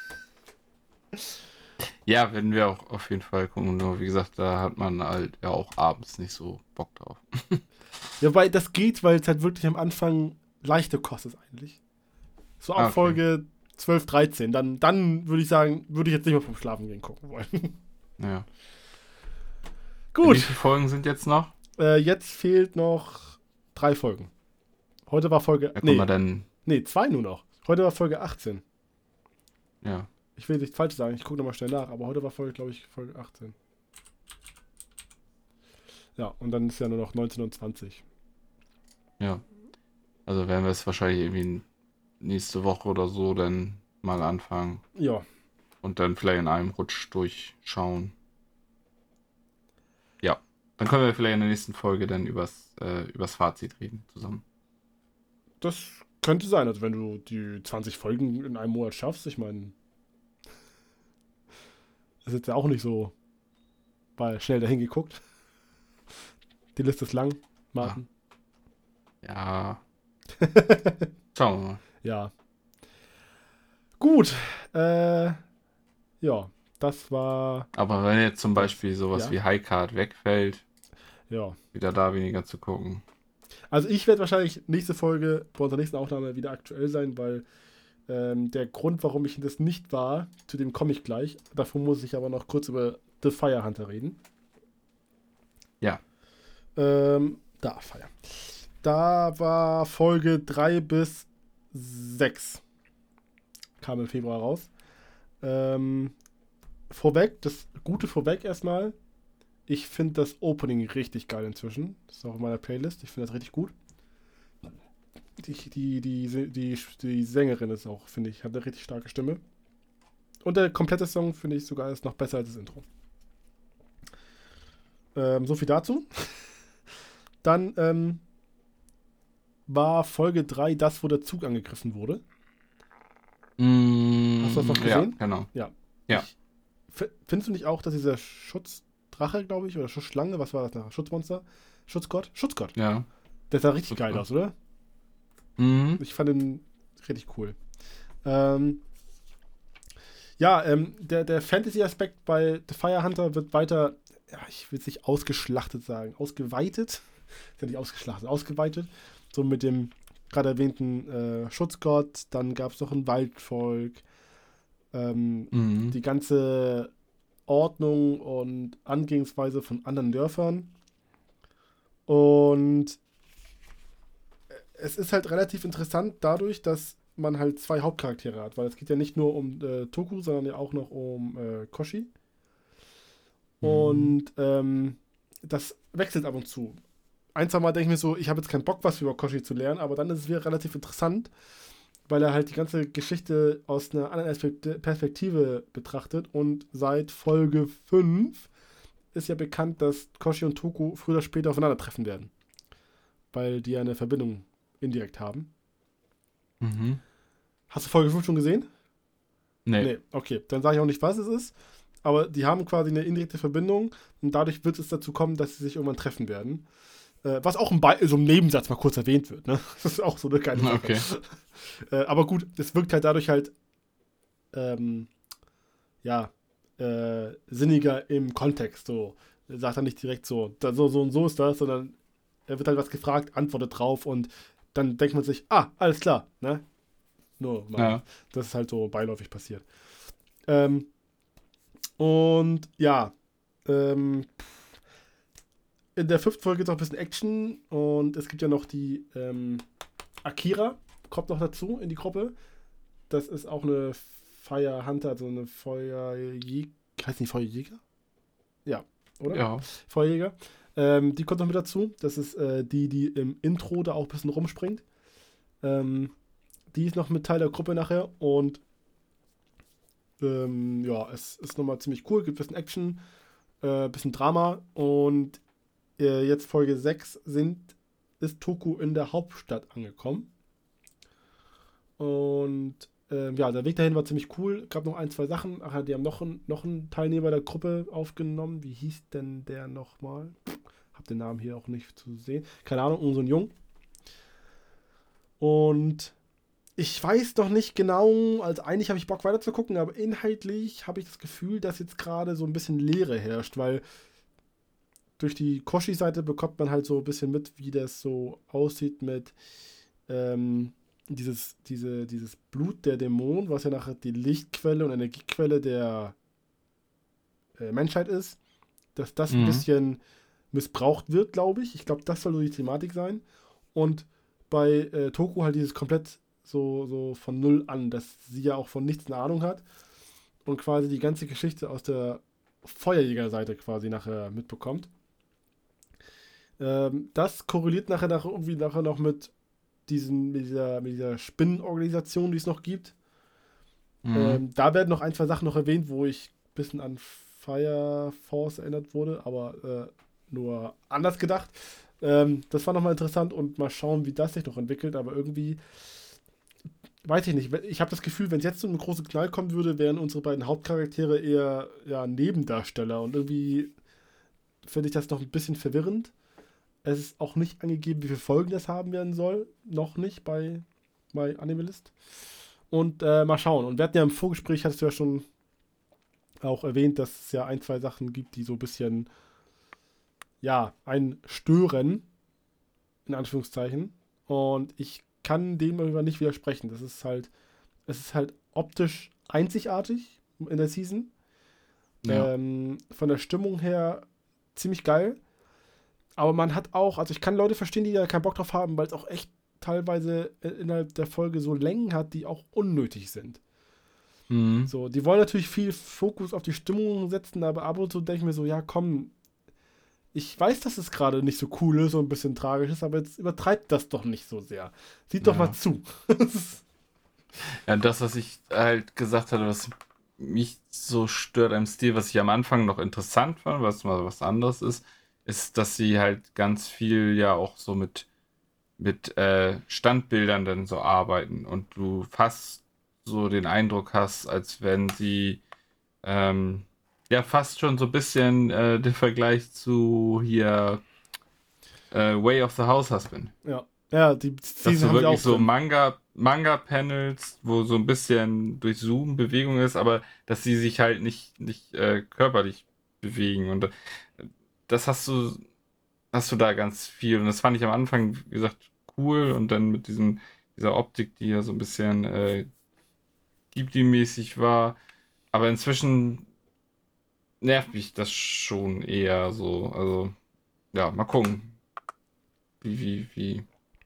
Ja, werden wir auch auf jeden Fall gucken. Nur wie gesagt, da hat man halt ja auch abends nicht so Bock drauf. Ja, weil das geht, weil es halt wirklich am Anfang leichte Kost ist eigentlich. So ab Folge 12, 13. Dann würde ich sagen, würde ich jetzt nicht mehr vom Schlafen gehen gucken wollen. Ja. Gut. Wie viele Folgen sind jetzt noch? Jetzt fehlt noch 3 Folgen. Heute war Folge... Nee, 2 nur noch. Heute war Folge 18. Ja. Ich will nichts falsch sagen, ich gucke nochmal schnell nach, aber heute war Folge, glaube ich, Folge 18. Ja, und dann ist ja nur noch 19 und 20. Ja. Also werden wir es wahrscheinlich irgendwie nächste Woche oder so dann mal anfangen. Ja. Und dann vielleicht in einem Rutsch durchschauen. Ja. Dann können wir vielleicht in der nächsten Folge dann übers Fazit reden zusammen. Das könnte sein, also wenn du die 20 Folgen in einem Monat schaffst, ich meine, das ist jetzt ja auch nicht so mal schnell dahin geguckt. Die Liste ist lang, Martin. Ja. Schauen wir mal. Ja. Gut. Ja, das war... Aber wenn jetzt zum Beispiel sowas wie High Card wegfällt, ja, wieder da weniger zu gucken. Also ich werde wahrscheinlich nächste Folge bei unserer nächsten Aufnahme wieder aktuell sein, weil der Grund, warum ich das nicht war, zu dem komme ich gleich. Davor muss ich aber noch kurz über The Fire Hunter reden. Ja. Fire. Da war Folge 3 bis 6. Kam im Februar raus. Vorweg, das Gute vorweg erstmal. Ich finde das Opening richtig geil inzwischen. Das ist auch in meiner Playlist. Ich finde das richtig gut. Die Sängerin ist auch, finde ich, hat eine richtig starke Stimme. Und der komplette Song, finde ich, sogar ist noch besser als das Intro. So viel dazu. Dann war Folge 3 das, wo der Zug angegriffen wurde. Hast du das noch gesehen? Ja, genau. Ja. Ja. Findest du nicht auch, dass dieser Schutzdrache, glaube ich, oder Schutzschlange, was war das nachher? Schutzmonster? Schutzgott? Schutzgott. Ja. Der sah richtig geil aus, oder? Mhm. Ich fand ihn richtig cool. Der Fantasy-Aspekt bei The Fire Hunter wird weiter, ja, ich will es nicht ausgeschlachtet sagen, ausgeweitet. Ist ja nicht ausgeschlachtet, ausgeweitet. So mit dem gerade erwähnten Schutzgott, dann gab es noch ein Waldvolk, die ganze Ordnung und Angehensweise von anderen Dörfern. Und es ist halt relativ interessant dadurch, dass man halt 2 Hauptcharaktere hat, weil es geht ja nicht nur um Toku, sondern ja auch noch um Koshi. Und das wechselt ab und zu. Ein, zwei Mal denke ich mir so, ich habe jetzt keinen Bock, was über Koshi zu lernen, aber dann ist es wieder relativ interessant, weil er halt die ganze Geschichte aus einer anderen Perspektive betrachtet. Und seit Folge 5 ist ja bekannt, dass Koshi und Toku früher oder später aufeinandertreffen werden. Weil die ja eine Verbindung indirekt haben. Mhm. Hast du Folge 5 schon gesehen? Nee. Okay. Dann sage ich auch nicht, was es ist. Aber die haben quasi eine indirekte Verbindung und dadurch wird es dazu kommen, dass sie sich irgendwann treffen werden. Was auch in so einem Nebensatz mal kurz erwähnt wird. Ne? Das ist auch so eine geile Sache. Okay. Aber gut, es wirkt halt dadurch halt sinniger im Kontext. So sagt er nicht direkt so und so ist das, sondern er wird halt was gefragt, antwortet drauf und dann denkt man sich, alles klar, ne? Nur mal, Ja. das ist halt so beiläufig passiert. In der 5. Folge gibt es auch ein bisschen Action und es gibt ja noch die Akira, kommt noch dazu in die Gruppe. Das ist auch eine Fire Hunter, also eine Feuerjäger. Heißt nicht Feuerjäger? Ja, oder? Ja. Feuerjäger. Die kommt noch mit dazu. Das ist die im Intro da auch ein bisschen rumspringt. Die ist noch mit Teil der Gruppe nachher und es ist nochmal ziemlich cool. Gibt ein bisschen Action, bisschen Drama und jetzt Folge 6 ist Toku in der Hauptstadt angekommen. Und der Weg dahin war ziemlich cool. Gab noch 1, 2 Sachen. Die haben noch einen Teilnehmer der Gruppe aufgenommen. Wie hieß denn der nochmal? Hab den Namen hier auch nicht zu sehen. Keine Ahnung, so ein Jung. Und ich weiß noch nicht genau, also eigentlich habe ich Bock weiter zu gucken, aber inhaltlich habe ich das Gefühl, dass jetzt gerade so ein bisschen Leere herrscht, weil durch die Koshi-Seite bekommt man halt so ein bisschen mit, wie das so aussieht mit dieses Blut der Dämonen, was ja nachher die Lichtquelle und Energiequelle der Menschheit ist, dass das ein bisschen missbraucht wird, glaube ich. Ich glaube, das soll so die Thematik sein. Und bei Toku halt dieses komplett so von Null an, dass sie ja auch von nichts eine Ahnung hat und quasi die ganze Geschichte aus der Feuerjäger-Seite quasi nachher mitbekommt. Das korreliert nachher noch mit dieser Spinnenorganisation, die es noch gibt. Da werden noch 1, 2 Sachen noch erwähnt, wo ich ein bisschen an Fire Force erinnert wurde, aber nur anders gedacht. Das war nochmal interessant und mal schauen, wie das sich noch entwickelt, aber irgendwie weiß ich nicht. Ich habe das Gefühl, wenn es jetzt zu einem großen Knall kommen würde, wären unsere beiden Hauptcharaktere eher Nebendarsteller und irgendwie finde ich das noch ein bisschen verwirrend. Es ist auch nicht angegeben, wie viele Folgen das haben werden soll. Noch nicht bei Animalist. Und mal schauen. Und wir hatten ja im Vorgespräch, hattest du ja schon auch erwähnt, dass es ja 1, 2 Sachen gibt, die so ein bisschen einen stören. in Anführungszeichen. Und ich kann dem aber nicht widersprechen. Es ist halt optisch einzigartig in der Season. Ja. Von der Stimmung her ziemlich geil. Aber man hat auch, also ich kann Leute verstehen, die da keinen Bock drauf haben, weil es auch echt teilweise innerhalb der Folge so Längen hat, die auch unnötig sind. Mhm. So, die wollen natürlich viel Fokus auf die Stimmung setzen, aber ab und zu denke ich mir so, ja komm, ich weiß, dass es gerade nicht so cool ist und ein bisschen tragisch ist, aber jetzt übertreibt das doch nicht so sehr. Sieht doch mal Ja. zu. Ja, das, was ich halt gesagt hatte, was mich so stört am Stil, was ich am Anfang noch interessant fand, was mal was anderes ist, dass sie halt ganz viel ja auch so mit Standbildern dann so arbeiten und du fast so den Eindruck hast, als wenn sie ja fast schon so ein bisschen den Vergleich zu hier Way of the House Husband. Ja, die Dass Season du haben sie auch wirklich so drin. Manga-Panels, wo so ein bisschen durch Zoom Bewegung ist, aber dass sie sich halt nicht körperlich bewegen. Und das hast du da ganz viel. Und das fand ich am Anfang, wie gesagt, cool. Und dann mit dieser Optik, die ja so ein bisschen Ghibli-mäßig war. Aber inzwischen nervt mich das schon eher so. Also, ja, mal gucken, wie,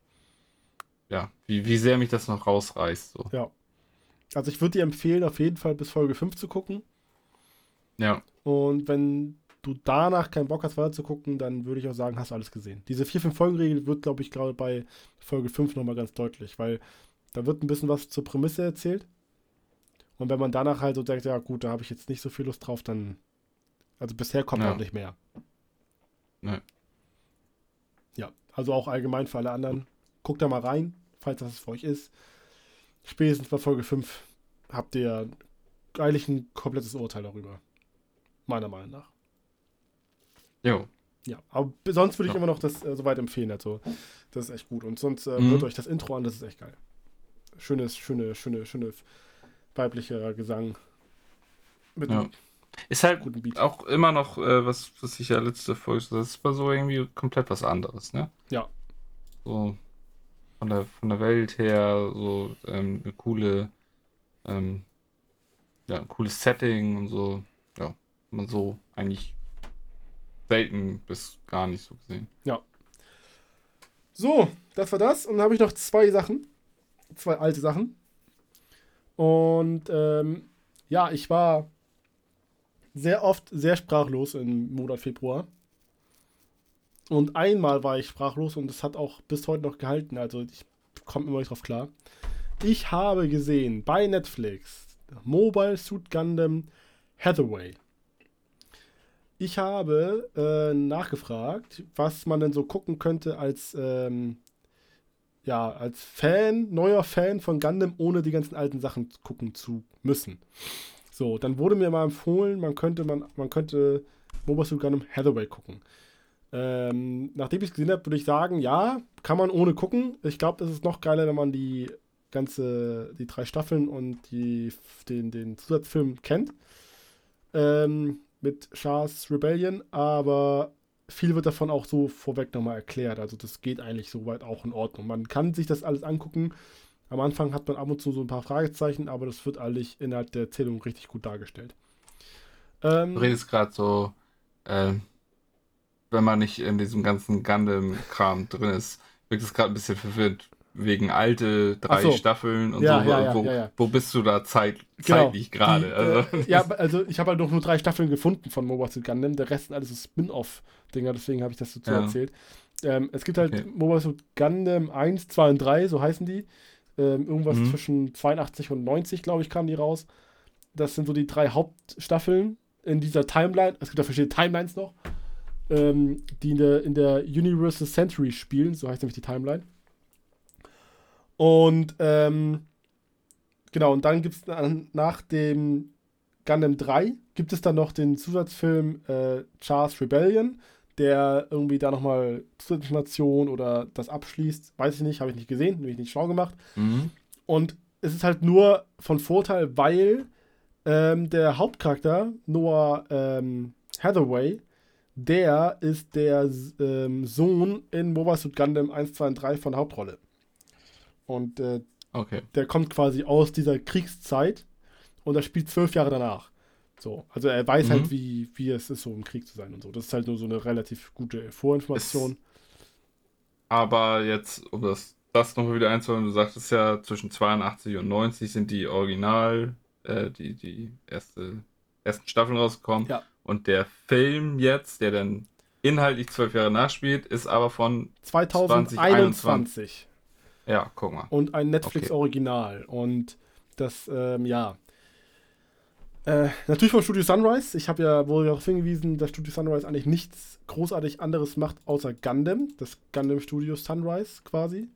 wie sehr mich das noch rausreißt. So. Ja. Also ich würde dir empfehlen, auf jeden Fall bis Folge 5 zu gucken. Ja, Und wenn du danach keinen Bock hast, weiter zu gucken, dann würde ich auch sagen, hast du alles gesehen. Diese 4-5-Folgen-Regel wird, glaube ich, gerade bei Folge 5 nochmal ganz deutlich, weil da wird ein bisschen was zur Prämisse erzählt. Und wenn man danach halt so denkt, ja gut, da habe ich jetzt nicht so viel Lust drauf, dann, also bisher kommt ja, auch nicht mehr. ne, Ja, also auch allgemein für alle anderen. Guckt da mal rein, falls das für euch ist. Spätestens bei Folge 5 habt ihr eigentlich ein komplettes Urteil darüber. Meiner Meinung nach. jo, Ja, aber sonst würde ich ja. immer noch das soweit empfehlen. Also, das ist echt gut. Und sonst hört Mhm. euch das Intro an, das ist echt geil. Schöne weiblicher Gesang mit Ja. einem Ist halt guten Beat. auch immer noch, was ich ja letzte Folge gesagt habe, das ist mal so irgendwie komplett was anderes, ne? Ja, So von der Welt her, so eine ähm, ja, ein cooles Setting und so, ja, man so eigentlich selten bis gar nicht so gesehen. ja. So, das war das. Und dann habe ich noch zwei alte Sachen. Und ja, ich war sehr oft sehr sprachlos im Monat Februar. Und einmal war ich sprachlos und das hat auch bis heute noch gehalten. Also ich komme immer nicht drauf klar. Ich habe gesehen bei Netflix Mobile Suit Gundam Hathaway. Ich habe nachgefragt, was man denn so gucken könnte als als neuer Fan von Gundam, ohne die ganzen alten Sachen gucken zu müssen. So, dann wurde mir mal empfohlen, man könnte Mobile Suit Gundam Hathaway gucken. Nachdem ich es gesehen habe, würde ich sagen, ja, kann man ohne gucken. Ich glaube, das ist noch geiler, wenn man die 3 Staffeln und den Zusatzfilm kennt. Mit Char's Rebellion, aber viel wird davon auch so vorweg nochmal erklärt. Also das geht eigentlich soweit auch in Ordnung. Man kann sich das alles angucken. Am Anfang hat man ab und zu so ein paar Fragezeichen, aber das wird alles innerhalb der Erzählung richtig gut dargestellt. Du redest gerade so, ähm, wenn man nicht in diesem ganzen Gundam-Kram drin ist, wirkt es gerade ein bisschen verwirrt. Wegen alte Ach 3 so. Staffeln und Ja, so. ja, ja, Wo, ja, ja. wo bist du da Genau. zeitlich gerade? Also, Also ich habe halt noch nur 3 Staffeln gefunden von Mobile Suit Gundam. Der Rest sind alles so Spin-off-Dinger, deswegen habe ich das dazu ja, erzählt. Es gibt halt okay. Mobile Suit Gundam 1, 2 und 3, so heißen die. Irgendwas Mhm. zwischen 82 und 90, glaube ich, kamen die raus. Das sind so die 3 Hauptstaffeln in dieser Timeline. Es gibt da verschiedene Timelines noch, die in der Universal Century spielen, so heißt nämlich die Timeline. Und genau, und dann gibt es nach dem Gundam 3 gibt es dann noch den Zusatzfilm Char's Rebellion, der irgendwie da nochmal Zusatzinformation oder das abschließt. Weiß ich nicht, habe ich nicht gesehen, habe ich nicht schlau gemacht. Mhm. Und es ist halt nur von Vorteil, weil der Hauptcharakter, Noah Hathaway, der ist der Sohn in Mobile Suit Gundam 1, 2 und 3 von der Hauptrolle. Und Okay. der kommt quasi aus dieser Kriegszeit und er spielt 12 Jahre danach. So, also er weiß halt, wie es ist, so im Krieg zu sein und so. Das ist halt nur so eine relativ gute Vorinformation. Aber jetzt, um das nochmal wieder einzuholen, du sagtest ja, zwischen 82 und 90 sind die die ersten Staffeln rausgekommen. Ja. Und der Film jetzt, der dann inhaltlich 12 Jahre nachspielt, ist aber von 2021. Ja, guck mal. Und ein Netflix-Original. Und das, natürlich vom Studio Sunrise. Ich habe ja wohl darauf hingewiesen, dass Studio Sunrise eigentlich nichts großartig anderes macht, außer Gundam. Das Gundam-Studio Sunrise quasi.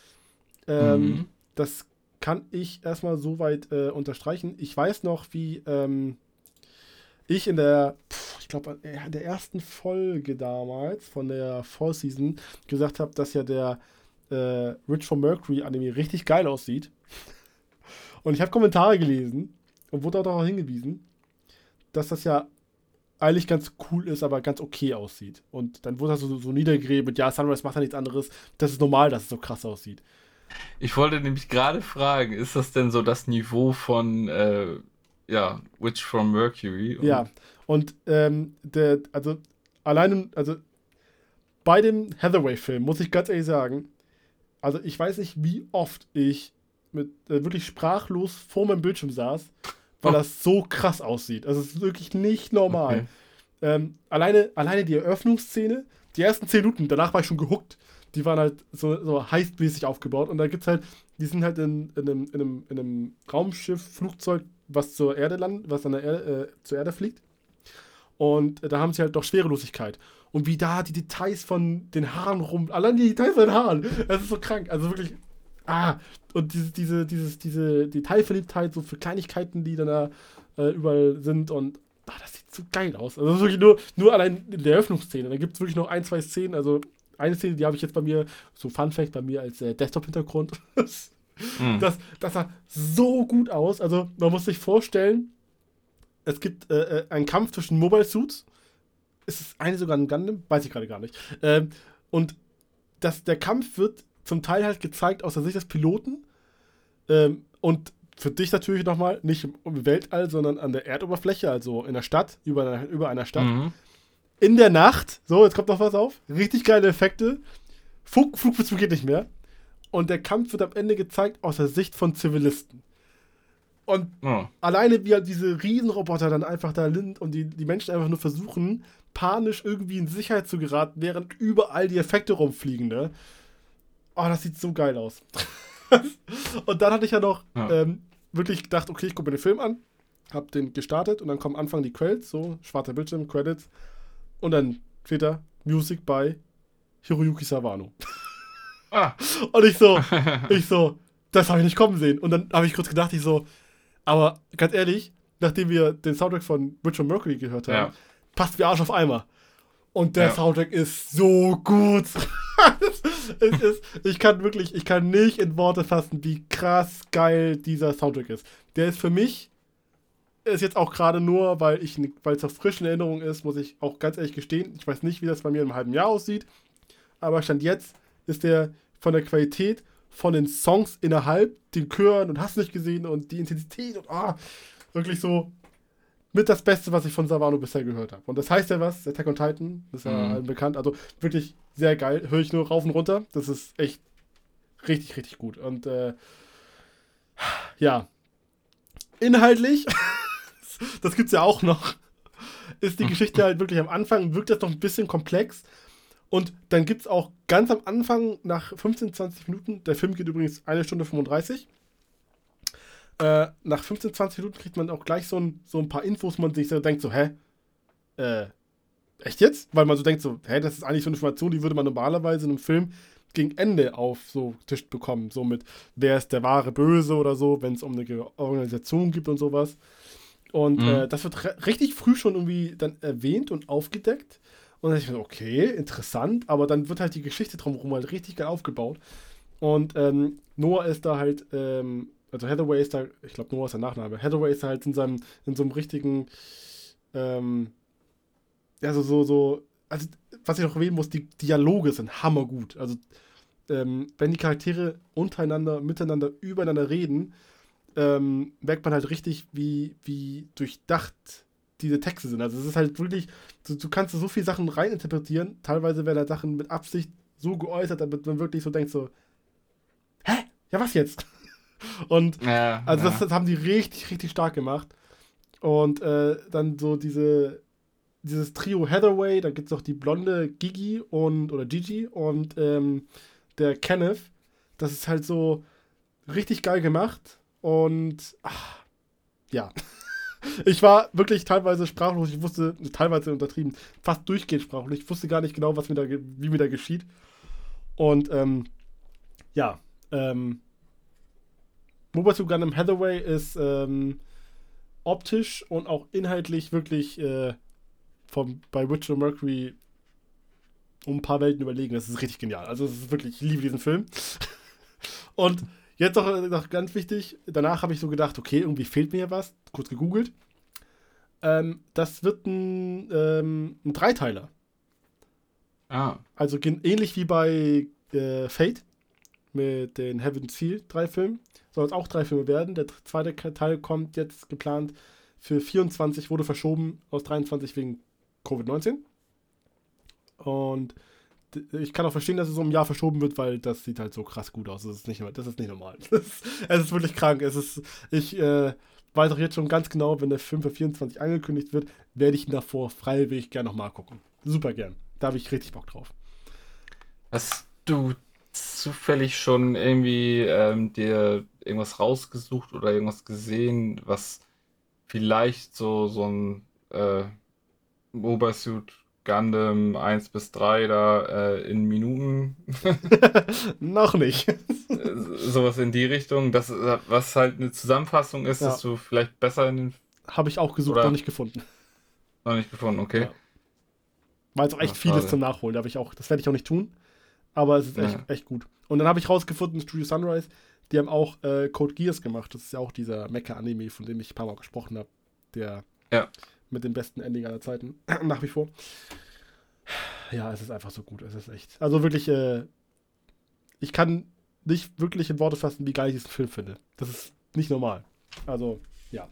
Das kann ich erstmal soweit unterstreichen. Ich weiß noch, wie ich in der ersten Folge damals von der Fall Season gesagt habe, dass ja der Rich from Mercury Anime richtig geil aussieht. Und ich habe Kommentare gelesen und wurde auch darauf hingewiesen, dass das ja eigentlich ganz cool ist, aber ganz okay aussieht. Und dann wurde das so niedergeredet mit, ja, Sunrise macht ja nichts anderes. Das ist normal, dass es so krass aussieht. Ich wollte nämlich gerade fragen, ist das denn so das Niveau von Witch from Mercury? Ja, und bei dem Hathaway-Film muss ich ganz ehrlich sagen, also ich weiß nicht, wie oft ich mit wirklich sprachlos vor meinem Bildschirm saß, weil das so krass aussieht. Also es ist wirklich nicht normal. Okay. Alleine die Eröffnungsszene, die ersten 10 Minuten, danach war ich schon gehuckt. Die waren halt so heistmäßig aufgebaut. Und da gibt's halt, die sind halt in einem Raumschiff, Flugzeug, was zur Erde landet, was zur Erde fliegt. Und da haben sie halt doch Schwerelosigkeit. Und wie da die Details von den Haaren allein die Details von den Haaren, das ist so krank. Also wirklich, und diese Detailverliebtheit so für Kleinigkeiten, die dann da überall sind und das sieht so geil aus. Also wirklich nur allein in der Eröffnungsszene. Da gibt es wirklich noch 1, 2 Szenen, also eine Szene, die habe ich jetzt bei mir, so Fun Fact, bei mir als Desktop-Hintergrund. Das sah so gut aus. Also man muss sich vorstellen, es gibt einen Kampf zwischen Mobile Suits. Ist das eine sogar ein Gundam? Weiß ich gerade gar nicht. Und der Kampf wird zum Teil halt gezeigt aus der Sicht des Piloten. Und für dich natürlich nochmal, nicht im Weltall, sondern an der Erdoberfläche, also in der Stadt, über einer Stadt. In der Nacht, so, jetzt kommt noch was auf, richtig geile Effekte. Flugbetrieb geht nicht mehr. Und der Kampf wird am Ende gezeigt aus der Sicht von Zivilisten. Und alleine wie halt diese Riesenroboter dann einfach da sind und die Menschen einfach nur versuchen, panisch irgendwie in Sicherheit zu geraten, während überall die Effekte rumfliegen, ne? Oh, das sieht so geil aus. Und dann hatte ich ja noch wirklich gedacht, okay, ich gucke mir den Film an, hab den gestartet und dann kommen Anfang die Credits, so schwarzer Bildschirm, Credits und dann steht da Music by Hiroyuki Sawano. Und ich so, das habe ich nicht kommen sehen. Und dann habe ich kurz gedacht, aber ganz ehrlich, nachdem wir den Soundtrack von Witch from Mercury gehört haben, passt wie Arsch auf Eimer. Und der Soundtrack ist so gut. Ich kann nicht in Worte fassen, wie krass geil dieser Soundtrack ist. Der ist für mich, ist jetzt auch gerade nur, weil es noch frisch in Erinnerung ist, muss ich auch ganz ehrlich gestehen, ich weiß nicht, wie das bei mir im halben Jahr aussieht, aber Stand jetzt ist der von der Qualität, von den Songs innerhalb, den Chören und hast nicht gesehen und die Intensität und wirklich so mit das Beste, was ich von Sawano bisher gehört habe. Und das heißt ja was, Attack on Titan, ist ja bekannt, also wirklich sehr geil, höre ich nur rauf und runter, das ist echt richtig, richtig gut. Und inhaltlich, das gibt's ja auch noch, ist die Geschichte halt wirklich am Anfang, wirkt das noch ein bisschen komplex. Und dann gibt es auch ganz am Anfang, nach 15, 20 Minuten, der Film geht übrigens 1 Stunde 35, nach 15, 20 Minuten kriegt man auch gleich so ein paar Infos, wo man sich so denkt, so, echt jetzt? Weil man so denkt, so, das ist eigentlich so eine Information, die würde man normalerweise in einem Film gegen Ende aufgetischt bekommen, so mit, wer ist der wahre Böse oder so, wenn es um eine Organisation gibt und sowas. Und das wird richtig früh schon irgendwie dann erwähnt und aufgedeckt. Und dann dachte ich mir, okay, interessant, aber dann wird halt die Geschichte drumherum halt richtig geil aufgebaut. Und Noah ist da halt, also Hathaway ist da, ich glaube Noah ist der Nachname, Hathaway ist da halt in so einem richtigen, also, was ich noch erwähnen muss, die Dialoge sind hammergut. Also, wenn die Charaktere untereinander, miteinander, übereinander reden, merkt man halt richtig, wie durchdacht diese Texte sind. Also es ist halt wirklich, du kannst so viele Sachen reininterpretieren. Teilweise werden halt Sachen mit Absicht so geäußert, damit man wirklich so denkt so, hä? Ja, was jetzt? Und also das haben die richtig, richtig stark gemacht. Und dann so dieses Trio Hathaway, dann gibt es noch die blonde Gigi oder Gigi und der Kenneth. Das ist halt so richtig geil gemacht. Und ja. Ich war wirklich teilweise sprachlos. Ich wusste, teilweise untertrieben, fast durchgehend sprachlos. Ich wusste gar nicht genau, wie mir da geschieht. Und ja. Mobile Suit Gundam Hathaway ist optisch und auch inhaltlich wirklich bei Witcher Mercury um ein paar Welten überlegen. Das ist richtig genial. Also, es ist wirklich, ich liebe diesen Film. Und jetzt noch ganz wichtig, danach habe ich so gedacht, okay, irgendwie fehlt mir was. Kurz gegoogelt. Das wird ein Dreiteiler. Also ähnlich wie bei Fate mit den Heaven's Feel 3 Filmen. Soll es auch 3 Filme werden. Der zweite Teil kommt jetzt geplant für 24, wurde verschoben aus 23 wegen Covid-19. Und ich kann auch verstehen, dass es um ein Jahr verschoben wird, weil das sieht halt so krass gut aus. Das ist nicht normal. Es ist wirklich krank. Ich weiß auch jetzt schon ganz genau, wenn der Film für 24 angekündigt wird, werde ich ihn davor freiwillig gerne nochmal gucken. Super gern. Da habe ich richtig Bock drauf. Hast du zufällig schon irgendwie dir irgendwas rausgesucht oder irgendwas gesehen, was vielleicht so ein Mobile Suit Gundam 1 bis 3 da in Minuten noch nicht. sowas in die Richtung, was halt eine Zusammenfassung ist, dass du vielleicht besser in den... Habe ich auch gesucht, noch nicht gefunden. Noch nicht gefunden, okay. Ja. Weil es auch echt vieles zum Nachholen. Das werde ich auch nicht tun. Aber es ist echt gut. Und dann habe ich rausgefunden, Studio Sunrise, die haben auch Code Geass gemacht. Das ist ja auch dieser Mecha-Anime, von dem ich ein paar Mal gesprochen habe. Der mit dem besten Ending aller Zeiten. Nach wie vor. Ja, es ist einfach so gut. Es ist echt. Also wirklich, ich kann nicht wirklich in Worte fassen, wie geil ich diesen Film finde. Das ist nicht normal. Also, ja.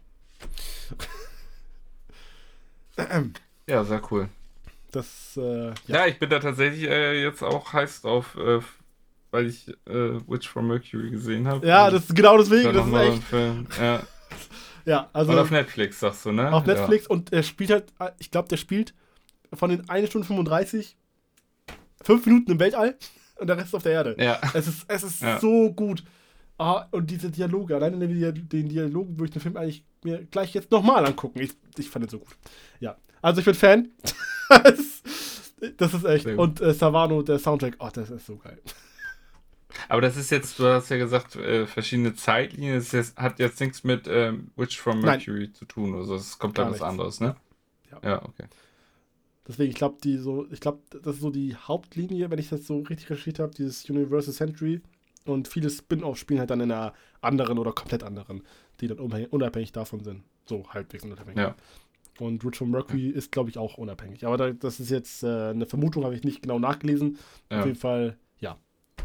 Ja, sehr cool. Das, ja, ich bin da tatsächlich jetzt auch heiß drauf, weil ich Witch from Mercury gesehen habe. Ja, das ist genau deswegen. Das ist echt. Film. Ja. Ja, also. Und auf Netflix, sagst du, ne? Auf Netflix und er spielt halt, ich glaube, der spielt von den 1 Stunde 35 5 Minuten im Weltall und der Rest auf der Erde. Ja. Es ist so gut. Und diese Dialoge, alleine den Dialogen würde ich den Film eigentlich mir gleich jetzt nochmal angucken. Ich fand den so gut. Ja, also ich bin Fan. Das ist echt. Und Savano, der Soundtrack, das ist so geil. Aber das ist jetzt, du hast ja gesagt, verschiedene Zeitlinien. Das hat jetzt nichts mit Witch from Mercury zu tun. Also das ist komplett was anderes, ne? Ja, okay. Deswegen, ich glaube, das ist so die Hauptlinie, wenn ich das so richtig recherchiert habe, dieses Universal Century. Und viele Spin-Offs spielen halt dann in einer anderen oder komplett anderen, die dann unabhängig davon sind. So halbwegs unabhängig. Ja. Und Witch from Mercury ist, glaube ich, auch unabhängig. Aber das ist jetzt eine Vermutung, habe ich nicht genau nachgelesen. Ja. Auf jeden Fall, ja.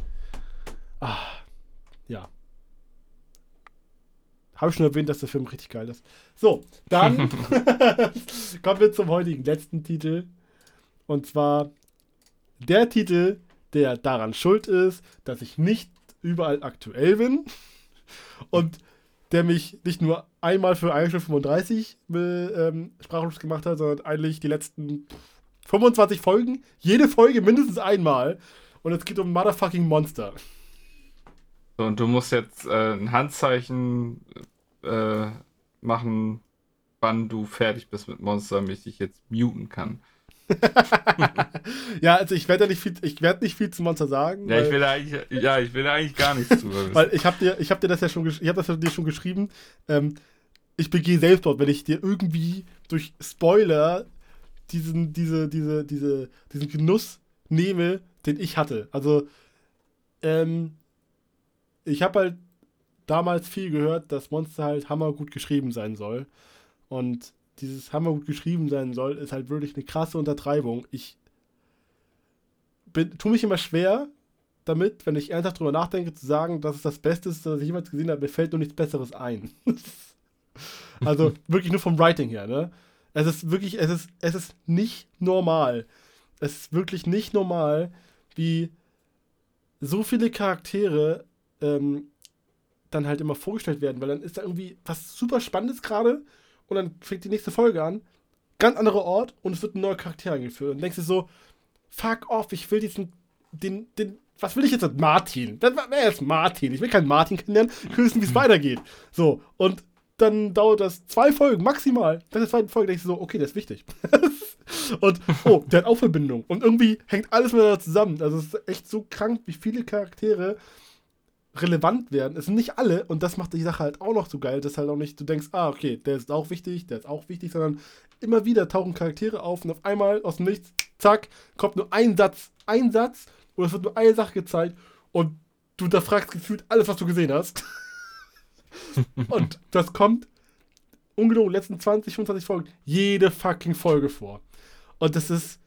Ja. Habe ich schon erwähnt, dass der Film richtig geil ist. So, dann kommen wir zum heutigen letzten Titel. Und zwar der Titel, der daran schuld ist, dass ich nicht überall aktuell bin. Und der mich nicht nur einmal für 1 Stunde 35 sprachlos gemacht hat, sondern eigentlich die letzten 25 Folgen, jede Folge mindestens einmal. Und es geht um Motherfucking Monster. So, und du musst jetzt ein Handzeichen machen, wann du fertig bist mit Monster, damit ich jetzt muten kann. Ja, also ich werde nicht viel zu Monster sagen. Ja, ich will eigentlich gar nichts zu wissen. Weil ich hab dir das ja schon geschrieben. Ich begehe Selbstmord, wenn ich dir irgendwie durch Spoiler diesen Genuss nehme, den ich hatte. Also, ich habe halt damals viel gehört, dass Monster halt hammergut geschrieben sein soll. Und dieses hammergut geschrieben sein soll, ist halt wirklich eine krasse Untertreibung. Ich tue mich immer schwer damit, wenn ich ernsthaft drüber nachdenke, zu sagen, dass es das Beste ist, was ich jemals gesehen habe. Mir fällt nur nichts Besseres ein. Also wirklich nur vom Writing her, ne? Es ist wirklich, es ist nicht normal. Es ist wirklich nicht normal, wie so viele Charaktere dann halt immer vorgestellt werden, weil dann ist da irgendwie was super Spannendes gerade und dann fängt die nächste Folge an, ganz anderer Ort und es wird ein neuer Charakter eingeführt. Und denkst du so, fuck off, ich will was will ich jetzt mit Martin? Wer ist Martin? Ich will keinen Martin kennenlernen, ich will wissen, wie es weitergeht. So, und dann dauert das 2 Folgen maximal. Bei der zweiten Folge denkst du so, okay, das ist wichtig. Und, der hat auch Verbindung. Und irgendwie hängt alles miteinander zusammen. Also es ist echt so krank, wie viele Charaktere relevant werden. Es sind nicht alle, und das macht die Sache halt auch noch so geil, dass halt auch nicht, du denkst, okay, der ist auch wichtig, sondern immer wieder tauchen Charaktere auf und auf einmal aus dem Nichts, zack, kommt nur ein Satz, und es wird nur eine Sache gezeigt und du hinterfragst gefühlt alles, was du gesehen hast. Und das kommt ungelogen letzten 20, 25 Folgen jede fucking Folge vor. Und das ist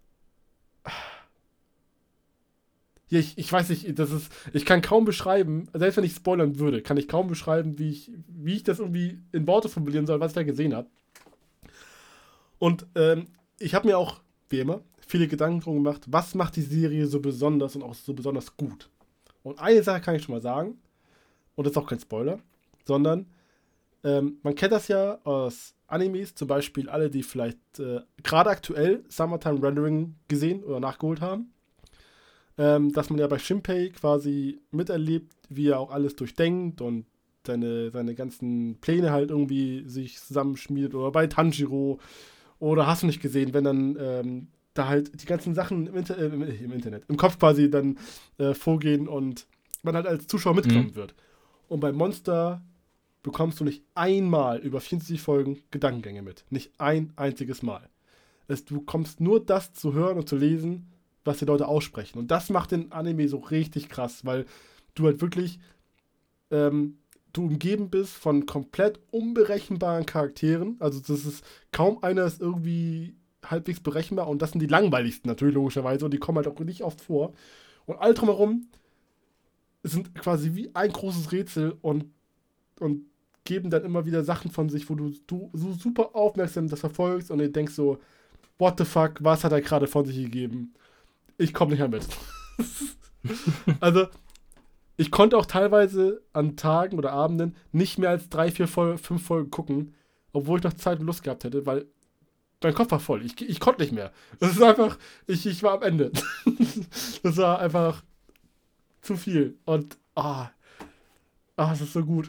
ich weiß nicht, ich kann kaum beschreiben, selbst wenn ich spoilern würde, kann ich kaum beschreiben, wie ich das irgendwie in Worte formulieren soll, was ich da gesehen habe. Und ich habe mir auch, wie immer, viele Gedanken drum gemacht, was macht die Serie so besonders und auch so besonders gut. Und eine Sache kann ich schon mal sagen, und das ist auch kein Spoiler, sondern man kennt das ja aus Animes, zum Beispiel alle, die vielleicht gerade aktuell Summertime Rendering gesehen oder nachgeholt haben. Dass man ja bei Shinpei quasi miterlebt, wie er auch alles durchdenkt und seine ganzen Pläne halt irgendwie sich zusammenschmiedet. Oder bei Tanjiro. Oder hast du nicht gesehen, wenn dann da halt die ganzen Sachen im Internet, im Kopf quasi dann vorgehen und man halt als Zuschauer mitgenommen wird. Und bei Monster bekommst du nicht einmal über 24 Folgen Gedankengänge mit. Nicht ein einziges Mal. Du kommst nur das zu hören und zu lesen, was die Leute aussprechen. Und das macht den Anime so richtig krass, weil du halt wirklich du umgeben bist von komplett unberechenbaren Charakteren. Also das ist, kaum einer ist irgendwie halbwegs berechenbar und das sind die langweiligsten natürlich logischerweise und die kommen halt auch nicht oft vor. Und all drumherum sind quasi wie ein großes Rätsel und geben dann immer wieder Sachen von sich, wo du so super aufmerksam das verfolgst und du denkst so, what the fuck, was hat er gerade von sich gegeben? Ich komme nicht mehr mit. Also, ich konnte auch teilweise an Tagen oder Abenden nicht mehr als 3, 4, 5 Folgen gucken, obwohl ich noch Zeit und Lust gehabt hätte, weil mein Kopf war voll. Ich konnte nicht mehr. Das ist einfach, ich war am Ende. Das war einfach zu viel. Und, es ist so gut.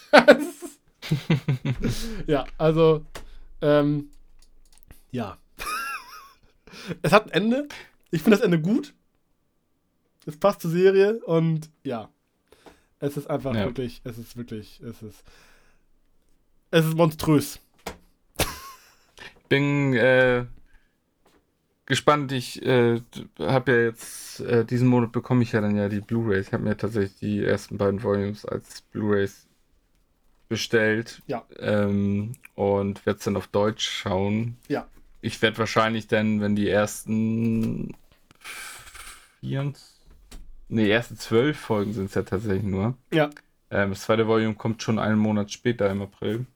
Ja, also, ja. Es hat ein Ende. Ich finde das Ende gut. Es passt zur Serie und ja. Es ist einfach wirklich, es ist monströs. Bin gespannt. Ich habe ja jetzt, diesen Monat bekomme ich ja dann ja die Blu-rays. Ich habe mir tatsächlich die ersten beiden Volumes als Blu-rays bestellt. Ja. Und werde es dann auf Deutsch schauen. Ja. Ich werde wahrscheinlich dann, wenn die ersten 12 Folgen sind es ja tatsächlich nur. Ja. Das zweite Volume kommt schon einen Monat später im April.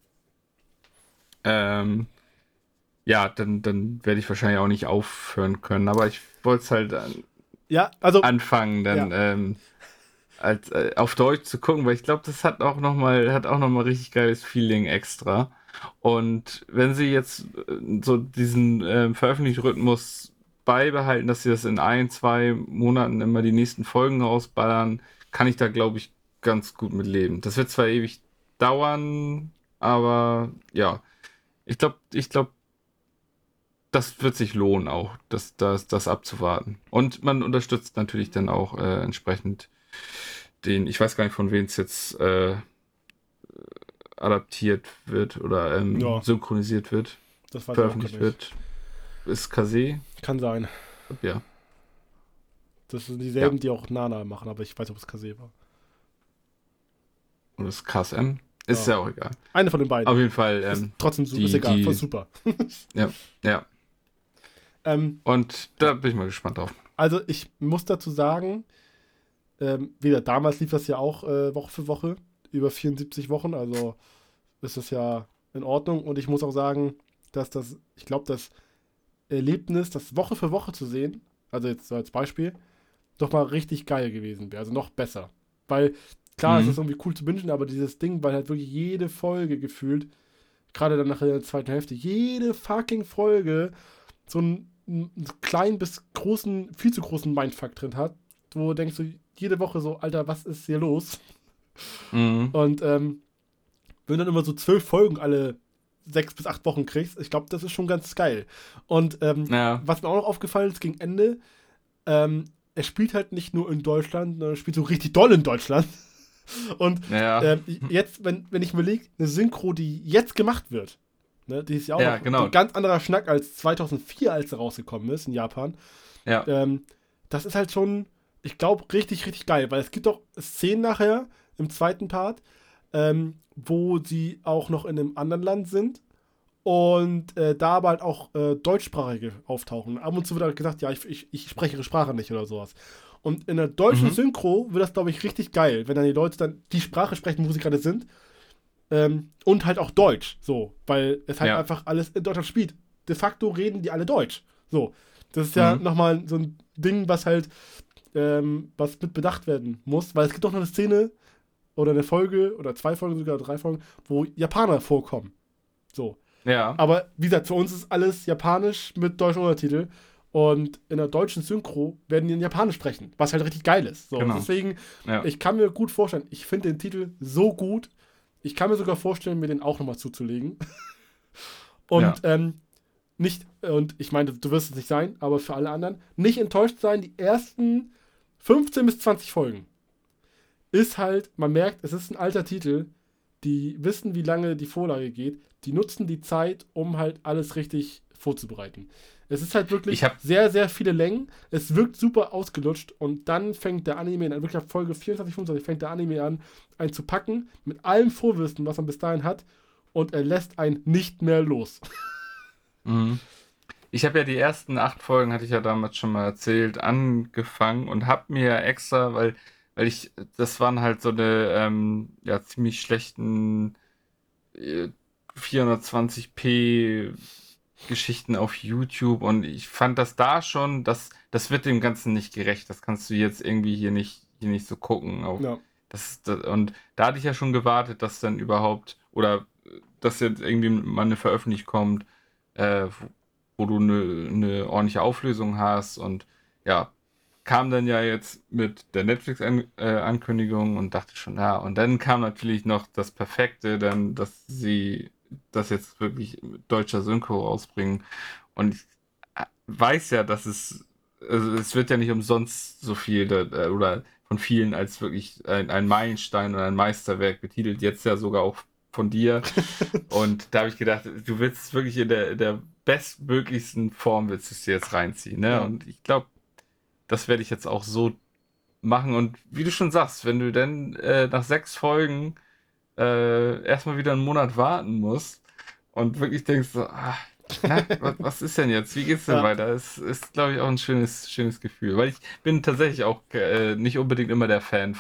Ja, dann werde ich wahrscheinlich auch nicht aufhören können. Aber ich wollte es halt anfangen, dann auf Deutsch zu gucken, weil ich glaube, das hat auch noch mal richtig geiles Feeling extra. Und wenn sie jetzt so diesen Veröffentlichungsrhythmus beibehalten, dass sie das in 1, 2 Monaten immer die nächsten Folgen rausballern, kann ich da, glaube ich, ganz gut mit leben. Das wird zwar ewig dauern, aber ja, ich glaube, das wird sich lohnen auch, das abzuwarten. Und man unterstützt natürlich dann auch entsprechend ich weiß gar nicht, von wem es jetzt adaptiert wird oder synchronisiert wird, das weiß veröffentlicht wird. Ist Kase? Kann sein. Ja. Das sind dieselben, die auch Nana machen, aber ich weiß, ob es Kase war. Oder ist KSM? Ist ja auch egal. Eine von den beiden. Auf jeden Fall. Ist trotzdem super, ist egal, voll super. Ja. Und da bin ich mal gespannt drauf. Also ich muss dazu sagen, wieder damals lief das ja auch Woche für Woche, über 74 Wochen, also ist das ja in Ordnung. Und ich muss auch sagen, dass ich glaube, das Erlebnis, das Woche für Woche zu sehen, also jetzt so als Beispiel, doch mal richtig geil gewesen wäre, also noch besser. Weil, klar, es ist irgendwie cool zu bingen, aber dieses Ding, weil halt wirklich jede Folge gefühlt, gerade dann nach der zweiten Hälfte, jede fucking Folge so einen kleinen bis großen, viel zu großen Mindfuck drin hat, wo du denkst du jede Woche so, Alter, was ist hier los? Mhm. Und wenn du dann immer so 12 Folgen alle 6 bis 8 Wochen kriegst, ich glaube, das ist schon ganz geil. Und Ja. was mir auch noch aufgefallen ist gegen Ende, er spielt halt nicht nur in Deutschland, sondern er spielt so richtig doll in Deutschland. Und Ja. jetzt, wenn ich mir überlege, eine Synchro, die jetzt gemacht wird, ne, die ist ja auch Ja, noch genau. ein ganz anderer Schnack als 2004, als er rausgekommen ist in Japan. Ja. Das ist halt schon, ich glaube, richtig, richtig geil, weil es gibt auch Szenen nachher im zweiten Part, wo sie auch noch in einem anderen Land sind und da aber halt auch Deutschsprachige auftauchen. Ab und zu wird halt gesagt, ja, ich spreche ihre Sprache nicht oder sowas. Und in der deutschen Mhm. Synchro wird das, glaube ich, richtig geil, wenn dann die Leute dann die Sprache sprechen, wo sie gerade sind. Und halt auch Deutsch, so, weil es halt Ja. einfach alles in Deutschland spielt. De facto reden die alle Deutsch. So. Das ist ja Mhm. nochmal so ein Ding, was halt was mit bedacht werden muss, weil es gibt doch noch eine Szene oder eine Folge oder 2 Folgen sogar, 3 Folgen, wo Japaner vorkommen. So. Ja. Aber wie gesagt, für uns ist alles japanisch mit deutschen Untertitel und in der deutschen Synchro werden die in Japanisch sprechen, was halt richtig geil ist. So. Genau. Deswegen, Ja. ich kann mir gut vorstellen, ich finde den Titel so gut, ich kann mir sogar vorstellen, mir den auch nochmal zuzulegen. Und nicht, und ich meine, du wirst es nicht sein, aber für alle anderen, nicht enttäuscht sein, die ersten 15 bis 20 Folgen ist halt, man merkt, es ist ein alter Titel, die wissen, wie lange die Vorlage geht, die nutzen die Zeit, um halt alles richtig vorzubereiten. Es ist halt wirklich Ich hab- sehr, sehr viele Längen, es wirkt super ausgelutscht und dann fängt der Anime an, wirklich ab Folge 24, 25 fängt der Anime an, einen zu packen, mit allem Vorwissen, was man bis dahin hat, und er lässt einen nicht mehr los. Mhm. Ich habe ja die ersten 8 Folgen, hatte ich ja damals schon mal erzählt, angefangen und habe mir extra, weil das waren halt so eine ja, ziemlich schlechten 420p Geschichten auf YouTube und ich fand das da schon, das wird dem Ganzen nicht gerecht. Das kannst du jetzt irgendwie hier nicht so gucken. Ja. Und da hatte ich ja schon gewartet, dass dann überhaupt, oder dass jetzt irgendwie mal eine Veröffentlichung kommt, wo du eine ordentliche Auflösung hast und ja, kam dann ja jetzt mit der Netflix-Ankündigung und dachte schon, ja, und dann kam natürlich noch das Perfekte, dann, dass sie das jetzt wirklich mit deutscher Synchro rausbringen. Und ich weiß ja, also es wird ja nicht umsonst so viel oder von vielen als wirklich ein Meilenstein oder ein Meisterwerk betitelt, jetzt ja sogar auch von dir. Und da habe ich gedacht, du willst es wirklich in der bestmöglichsten Form willst du es dir jetzt reinziehen, ne? Ja. Und ich glaube, das werde ich jetzt auch so machen. Und wie du schon sagst, wenn du dann nach 6 Folgen erstmal wieder einen Monat warten musst und wirklich denkst so, was ist denn jetzt? Wie geht's denn Ja. weiter? Es ist, glaube ich, auch ein schönes Gefühl. Weil ich bin tatsächlich auch nicht unbedingt immer der Fan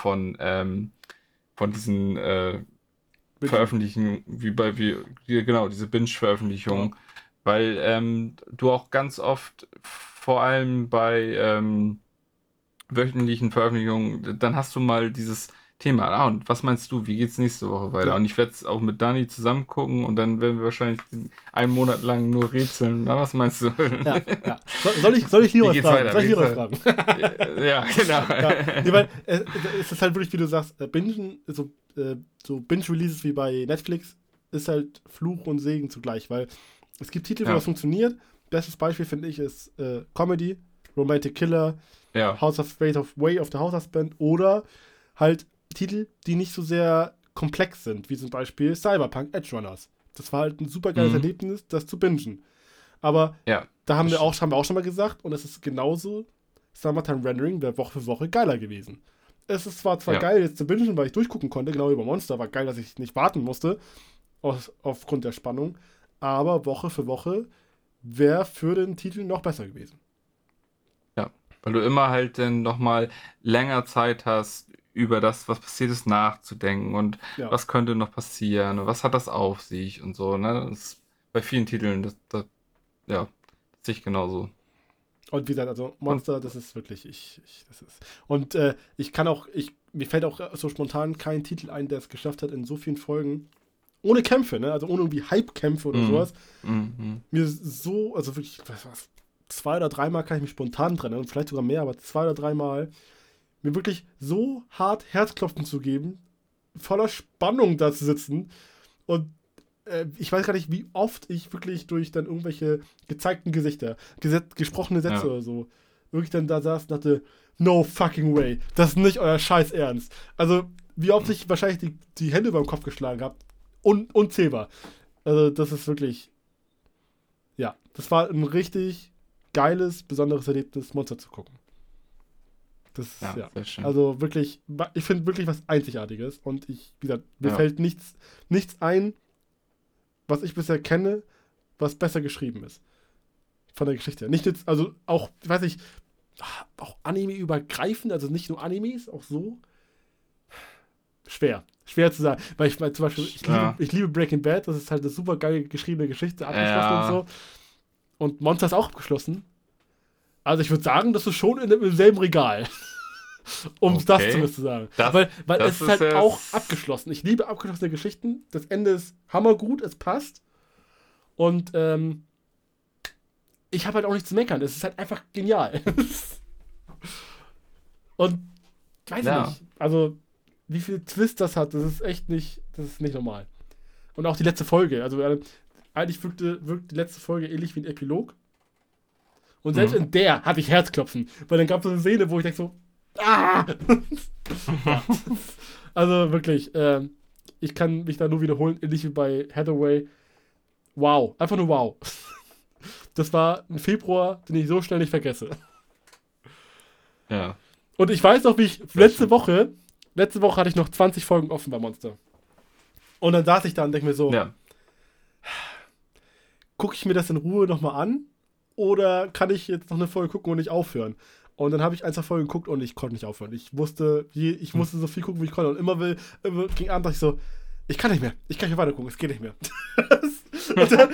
von diesen Veröffentlichen, genau, diese Binge-Veröffentlichungen. Ja. Weil du auch ganz oft, vor allem bei wöchentlichen Veröffentlichungen, dann hast du mal dieses Thema. Und was meinst du, wie geht's nächste Woche weiter? Ja. Und ich werde es auch mit Dani zusammen gucken und dann werden wir wahrscheinlich einen Monat lang nur rätseln. Na, was meinst du? Ja, ja. Soll ich Leroy Wie geht's fragen? weiter? Soll ich Wie Leroy geht's fragen? Ja, genau. Ja, nee, weil es ist halt wirklich, wie du sagst, Bingen, so Binge-Releases wie bei Netflix ist halt Fluch und Segen zugleich, weil es gibt Titel, wo Ja. das funktioniert. Bestes Beispiel, finde ich, ist Comedy, Romantic Killer, Ja, Way of the House Husband oder halt Titel, die nicht so sehr komplex sind, wie zum Beispiel Cyberpunk Edge Runners. Das war halt ein super geiles Mhm. Erlebnis, das zu bingen. Aber ja. da haben Das wir auch schon mal gesagt, und es ist genauso, Summertime Rendering wäre Woche für Woche geiler gewesen. Es ist zwar Ja. geil, jetzt zu bingen, weil ich durchgucken konnte, genau über Monster, war geil, dass ich nicht warten musste, aufgrund der Spannung, aber Woche für Woche wäre für den Titel noch besser gewesen. Weil du immer halt dann nochmal länger Zeit hast, über das, was passiert ist, nachzudenken und Ja. was könnte noch passieren und was hat das auf sich und so, ne? Das ist bei vielen Titeln, ja, das sehe ich genauso. Und wie gesagt, also Und, Monster, das ist wirklich, das ist. Und ich kann auch, mir fällt auch so spontan kein Titel ein, der es geschafft hat, in so vielen Folgen, ohne Kämpfe, ne? Also ohne irgendwie Hype-Kämpfe oder mm, sowas, mm. mir so, also wirklich, was, 2 oder 3 Mal kann ich mich spontan dran erinnern, vielleicht sogar mehr, aber 2 oder 3 Mal, mir wirklich so hart Herzklopfen zu geben, voller Spannung da zu sitzen und ich weiß gar nicht, wie oft ich wirklich durch dann irgendwelche gezeigten Gesichter, gesprochene Sätze Ja, oder so, wirklich dann da saß und dachte, no fucking way, das ist nicht euer Scheiß Ernst. Also, wie oft ich wahrscheinlich die Hände über den Kopf geschlagen habe, unzählbar. Also, das ist wirklich, ja, das war ein richtig geiles, besonderes Erlebnis, Monster zu gucken. Das ist, ja, ja. sehr schön. Also wirklich, ich finde wirklich was Einzigartiges und wie gesagt, mir Ja, fällt nichts ein, was ich bisher kenne, was besser geschrieben ist. Von der Geschichte her. Nicht jetzt, also auch, ich weiß nicht, auch Anime übergreifend, also nicht nur Animes, auch so. Schwer. Schwer zu sagen. Weil ich meine, zum Beispiel, ja, ich liebe Breaking Bad, das ist halt eine super geil geschriebene Geschichte, abgeschlossen und ja, so. Und Monster ist auch abgeschlossen. Also ich würde sagen, das ist schon im selben Regal. Um das okay. zumindest zu sagen. Das, Weil es das ist ist halt auch jetzt, abgeschlossen. Ich liebe abgeschlossene Geschichten. Das Ende ist hammergut, es passt. Und ich habe halt auch nichts zu meckern. Es ist halt einfach genial. Und weiß ich ja, nicht. Also, wie viel Twist das hat, das ist nicht normal. Und auch die letzte Folge. Also, eigentlich wirkt die letzte Folge ähnlich wie ein Epilog. Und selbst mhm. in der hatte ich Herzklopfen. Weil dann gab es so eine Szene, wo ich denke so, ah! Ja. Also wirklich, ich kann mich da nur wiederholen, ähnlich wie bei Hathaway. Wow, einfach nur wow. Das war ein Februar, den ich so schnell nicht vergesse. Ja, Und ich weiß noch, wie ich sehr schön. letzte Woche hatte ich noch 20 Folgen offen bei Monster. Und dann saß ich da und denke mir so, Ja, gucke ich mir das in Ruhe nochmal an? Oder kann ich jetzt noch eine Folge gucken und nicht aufhören? Und dann habe ich 1, 2 Folgen geguckt und ich konnte nicht aufhören. Ich hm. musste so viel gucken, wie ich konnte. Und immer gegen Abend dachte ich so, ich kann nicht mehr. Ich kann nicht weiter gucken, es geht nicht mehr. Und dann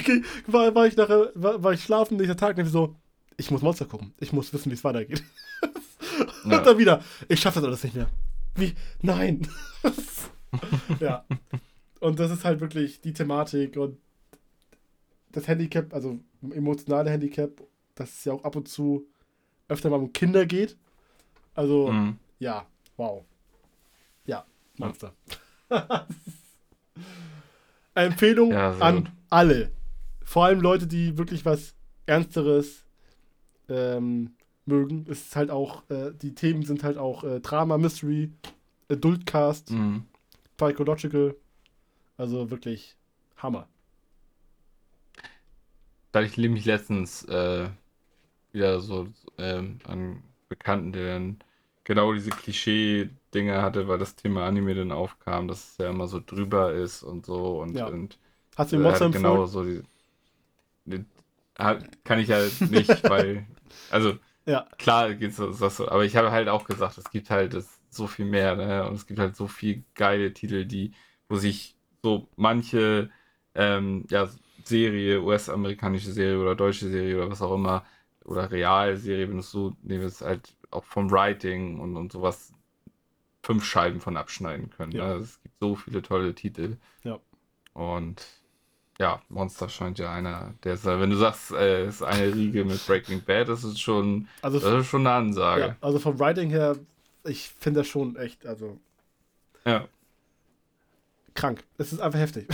war ich schlafen dieser Tag und ich so, ich muss Monster gucken. Ich muss wissen, wie es weitergeht. Und Ja, dann wieder, ich schaffe das alles nicht mehr. Wie? Nein. Ja. Und das ist halt wirklich die Thematik und das Handicap, also emotionale Handicap, dass es ja auch ab und zu öfter mal um Kinder geht. Also, mhm. ja, wow. Ja, Ja, Monster. Empfehlung ja, sehr gut. an alle. Vor allem Leute, die wirklich was Ernsteres mögen. Es ist halt auch, die Themen sind halt auch Drama, Mystery, Adultcast, Mhm. Psychological. Also wirklich Hammer. Da hatte ich nämlich letztens wieder so einen Bekannten, der dann genau diese Klischee-Dinge hatte, weil das Thema Anime dann aufkam, dass es ja immer so drüber ist und so Ja. und Hast du mir er Monster hatte genau empfohlen? so kann ich halt nicht, weil, also Ja, klar geht's das so, aber ich habe halt auch gesagt, es gibt halt so viel mehr, ne? Und es gibt halt so viel geile Titel, wo sich so manche ja, Serie, US-amerikanische Serie oder deutsche Serie oder was auch immer, oder Realserie, wenn du es so nimmst, halt auch vom Writing und sowas 5 Scheiben von abschneiden können. ja, Ne? Es gibt so viele tolle Titel. ja. Und ja, Monster scheint ja einer der ist, wenn du sagst, es ist eine Riege mit Breaking Bad, Also, das ist schon eine ja, Ansage. also vom Writing her, ich finde das schon echt, also Ja. krank. Es ist einfach heftig.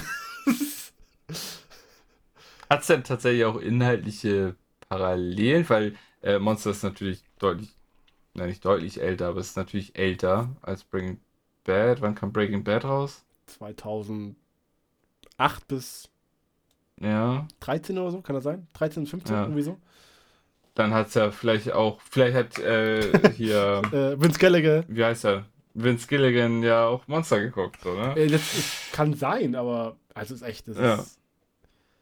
Hat es denn tatsächlich auch inhaltliche Parallelen? Weil Monster ist natürlich deutlich, na nicht deutlich älter, aber es ist natürlich älter als Breaking Bad. Wann kam Breaking Bad raus? 2008 bis Ja, 13 oder so, kann das sein? 13, 15, ja. irgendwie so. Dann hat es ja vielleicht hat hier, Vince Gallagher. wie heißt er? Vince Gilligan ja auch Monster geguckt, oder? Das kann sein, aber also ist echt, das Ja. ist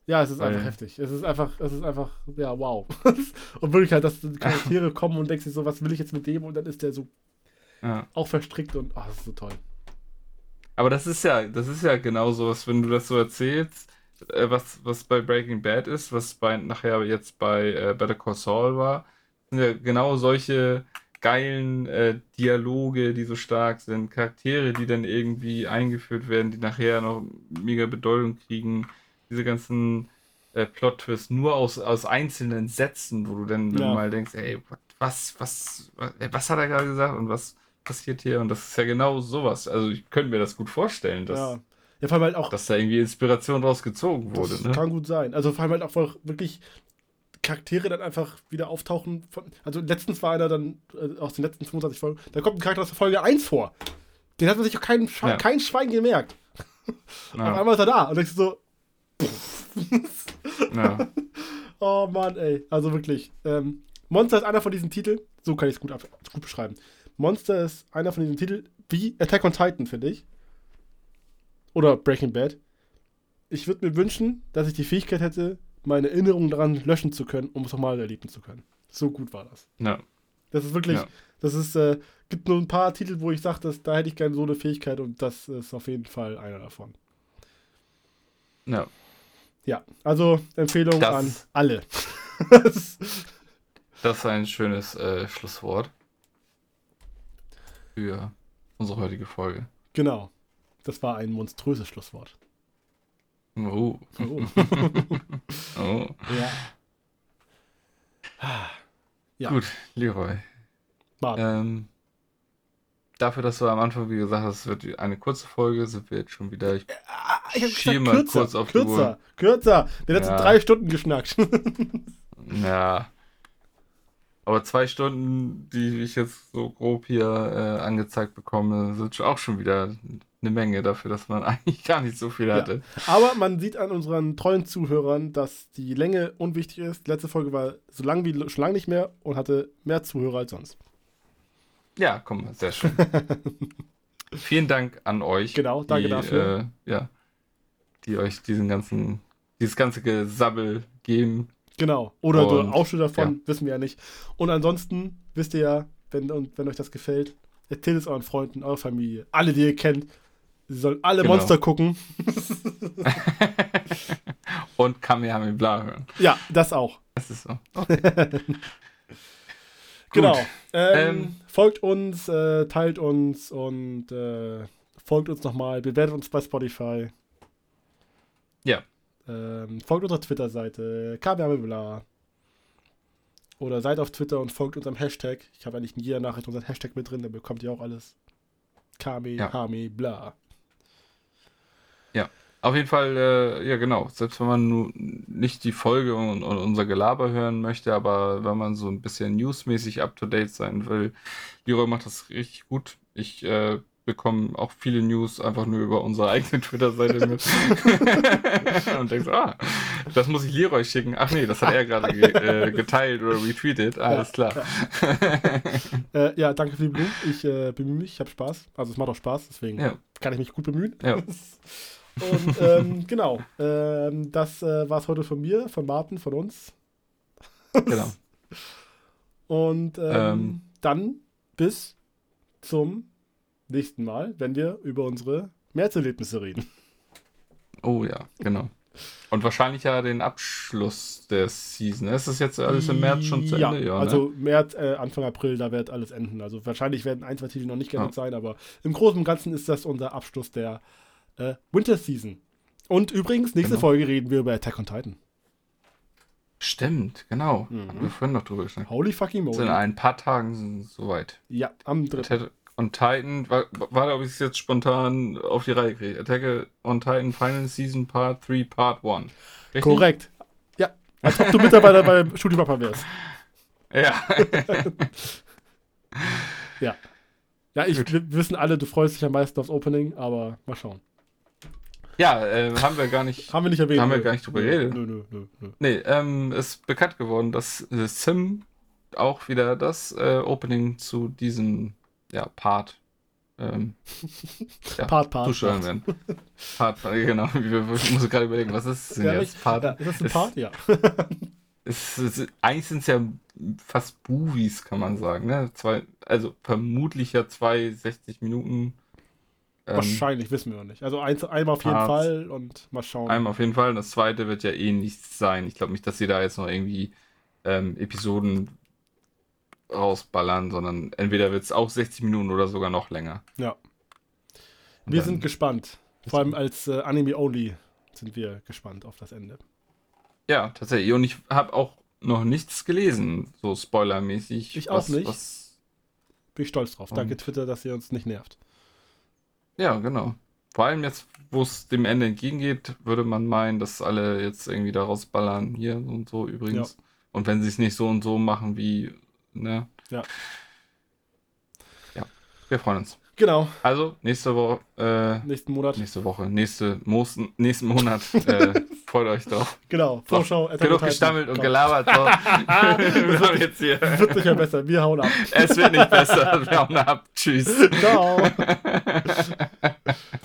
Ja, es ist Weil- einfach heftig. Es ist einfach, ja, wow. Und wirklich halt, dass die Charaktere kommen und denkst dir so, was will ich jetzt mit dem? Und dann ist der so Ja. auch verstrickt und, das ist so toll. Aber das ist ja genau sowas, wenn du das so erzählst, was bei Breaking Bad ist, was nachher jetzt bei Better Call Saul war, sind ja genau solche geilen Dialoge, die so stark sind, Charaktere, die dann irgendwie eingeführt werden, die nachher noch mega Bedeutung kriegen, diese ganzen Plot-Twists nur aus einzelnen Sätzen, wo du dann Ja. mal denkst, ey, was hat er gerade gesagt und was passiert hier? Und das ist ja genau sowas. Also ich könnte mir das gut vorstellen, Ja. Ja, vor allem halt auch, dass da irgendwie Inspiration draus gezogen das wurde, ne? kann gut sein. Also vor allem halt auch wirklich Charaktere dann einfach wieder auftauchen. Also letztens war einer dann aus den letzten 25 Folgen, da kommt ein Charakter aus der Folge 1 vor. Den hat man sich auch kein Schwein gemerkt. Auf Ja, einmal ist er da und denkst du so, ja, oh Mann, ey. Also wirklich. Monster ist einer von diesen Titeln, so kann ich es gut beschreiben. Monster ist einer von diesen Titeln, wie Attack on Titan, finde ich. Oder Breaking Bad. Ich würde mir wünschen, dass ich die Fähigkeit hätte, meine Erinnerungen daran löschen zu können, um es nochmal erleben zu können. So gut war das. ja, Das ist wirklich, Ja. das ist, gibt nur ein paar Titel, wo ich sage, da hätte ich gerne so eine Fähigkeit und das ist auf jeden Fall einer davon. ja. Ja, also Empfehlung Das- an alle. Das ist ein schönes Schlusswort für unsere heutige Folge. Genau. Das war ein monströses Schlusswort. Oh, Oh. oh. Ja. Ja. Gut, Leroy. Martin. Dafür, dass du am Anfang, wie gesagt hast, es wird eine kurze Folge, sind wir jetzt schon wieder. Ich hab schiel gesagt, mal kürzer, kurz auf die Uhr. kürzer. Wir haben jetzt Ja. 3 Stunden geschnackt. Ja. Aber 2 Stunden, die ich jetzt so grob hier angezeigt bekomme, sind auch schon wieder eine Menge dafür, dass man eigentlich gar nicht so viel hatte. Aber man sieht an unseren treuen Zuhörern, dass die Länge unwichtig ist. Die letzte Folge war so lang wie schon lange nicht mehr und hatte mehr Zuhörer als sonst. Ja, komm, sehr schön. Vielen Dank an euch. Genau, danke die, dafür. Die euch dieses ganze Gesabbel geben. Genau. Oder so Und, Ausschnitt davon, wissen wir ja nicht. Und ansonsten wisst ihr ja, wenn euch das gefällt, erzählt es euren Freunden, eurer Familie, alle, die ihr kennt. Sie sollen alle Genau. Monster gucken. Und Kamehameha hören. Ja, das auch. Das ist so. Okay. Genau. Gut. Folgt uns, teilt uns und folgt uns nochmal, bewertet uns bei Spotify. Ja. Folgt unserer Twitter-Seite, kbabla. Oder seid auf Twitter und folgt unserem Hashtag. Ich habe eigentlich in jeder Nachricht unseren Hashtag mit drin, dann bekommt ihr auch alles. Kame, Auf jeden Fall, ja genau, selbst wenn man nur nicht die Folge und unser Gelaber hören möchte, aber wenn man so ein bisschen newsmäßig up-to-date sein will, Leroy macht das richtig gut. Ich bekomme auch viele News einfach nur über unsere eigene Twitter-Seite mit. Und denkst, das muss ich Leroy schicken. Ach nee, das hat er gerade geteilt oder retweetet. Alles klar. Ja, danke für die Blumen. Ich bemühe mich, ich habe Spaß. Also es macht auch Spaß, deswegen Ja. kann ich mich gut bemühen. Ja. Und genau, das war es heute von mir, von Martin, von uns. Genau. Und Ähm. dann bis zum nächsten Mal, wenn wir über unsere Märzerlebnisse reden. Oh ja, genau. Und wahrscheinlich ja den Abschluss der Season. Ist das jetzt alles im März schon zu Ende? Ja, also März, Anfang April, da wird alles enden. Also wahrscheinlich werden 1, 2 Titel noch nicht geändert sein, aber im Großen und Ganzen ist das unser Abschluss der Winter Season. Und übrigens, nächste Genau. Folge reden wir über Attack on Titan. Stimmt, genau. Mhm. Haben wir vorhin noch drüber gesprochen. Holy fucking In moly. ein paar Tagen sind es soweit. Ja, am 3. Attack on Titan, warte, ob ich es jetzt spontan auf die Reihe kriege. Attack on Titan Final Season Part 3 Part 1. Richtig? Korrekt. Ja, als ob du Mitarbeiter beim Studiopapa wärst. Ja. Ja. Ja, Gut. wir wissen alle, du freust dich am meisten aufs Opening, aber mal schauen. Ja, haben wir gar nicht. Haben wir nicht erwähnt. Haben wir nö. gar nicht drüber geredet. Nö. Nee, ist bekannt geworden, dass Sim auch wieder das Opening zu diesem Part Part. zuschauen werden. Part, genau. Ich muss gerade überlegen, was ist es denn jetzt? Part, ist das ein Part? Ja. Eigentlich sind es ja fast Movies, kann man sagen. Ne? Also vermutlich ja 60 Minuten. Wahrscheinlich, wissen wir noch nicht. Also einmal auf jeden Parts. Fall und mal schauen. Einmal auf jeden Fall. Und das zweite wird ja eh nichts sein. Ich glaube nicht, dass sie da jetzt noch irgendwie Episoden rausballern, sondern entweder wird es auch 60 Minuten oder sogar noch länger. Ja. Und Wir dann- sind gespannt. Vor allem als Anime-Only sind wir gespannt auf das Ende. Ja, tatsächlich. Und ich habe auch noch nichts gelesen, so spoilermäßig. Ich auch nicht. Was, Bin ich stolz drauf. Danke Und- Twitter, dass ihr uns nicht nervt. ja, genau. Vor allem jetzt, wo es dem Ende entgegengeht, würde man meinen, dass alle jetzt irgendwie da rausballern. Hier und so übrigens. Und wenn sie es nicht so und so machen wie, ne? Ja. Ja, wir freuen uns. Genau. Also, nächste Woche, Nächsten Monat. nächsten Monat, freut euch drauf. Genau. Vorschau. Attack on Genug Titan. gestammelt und Komm. gelabert. So. Wir sind jetzt hier. Wird sicher besser. Wir hauen ab. Es wird nicht besser. Wir hauen ab. Tschüss. Ciao.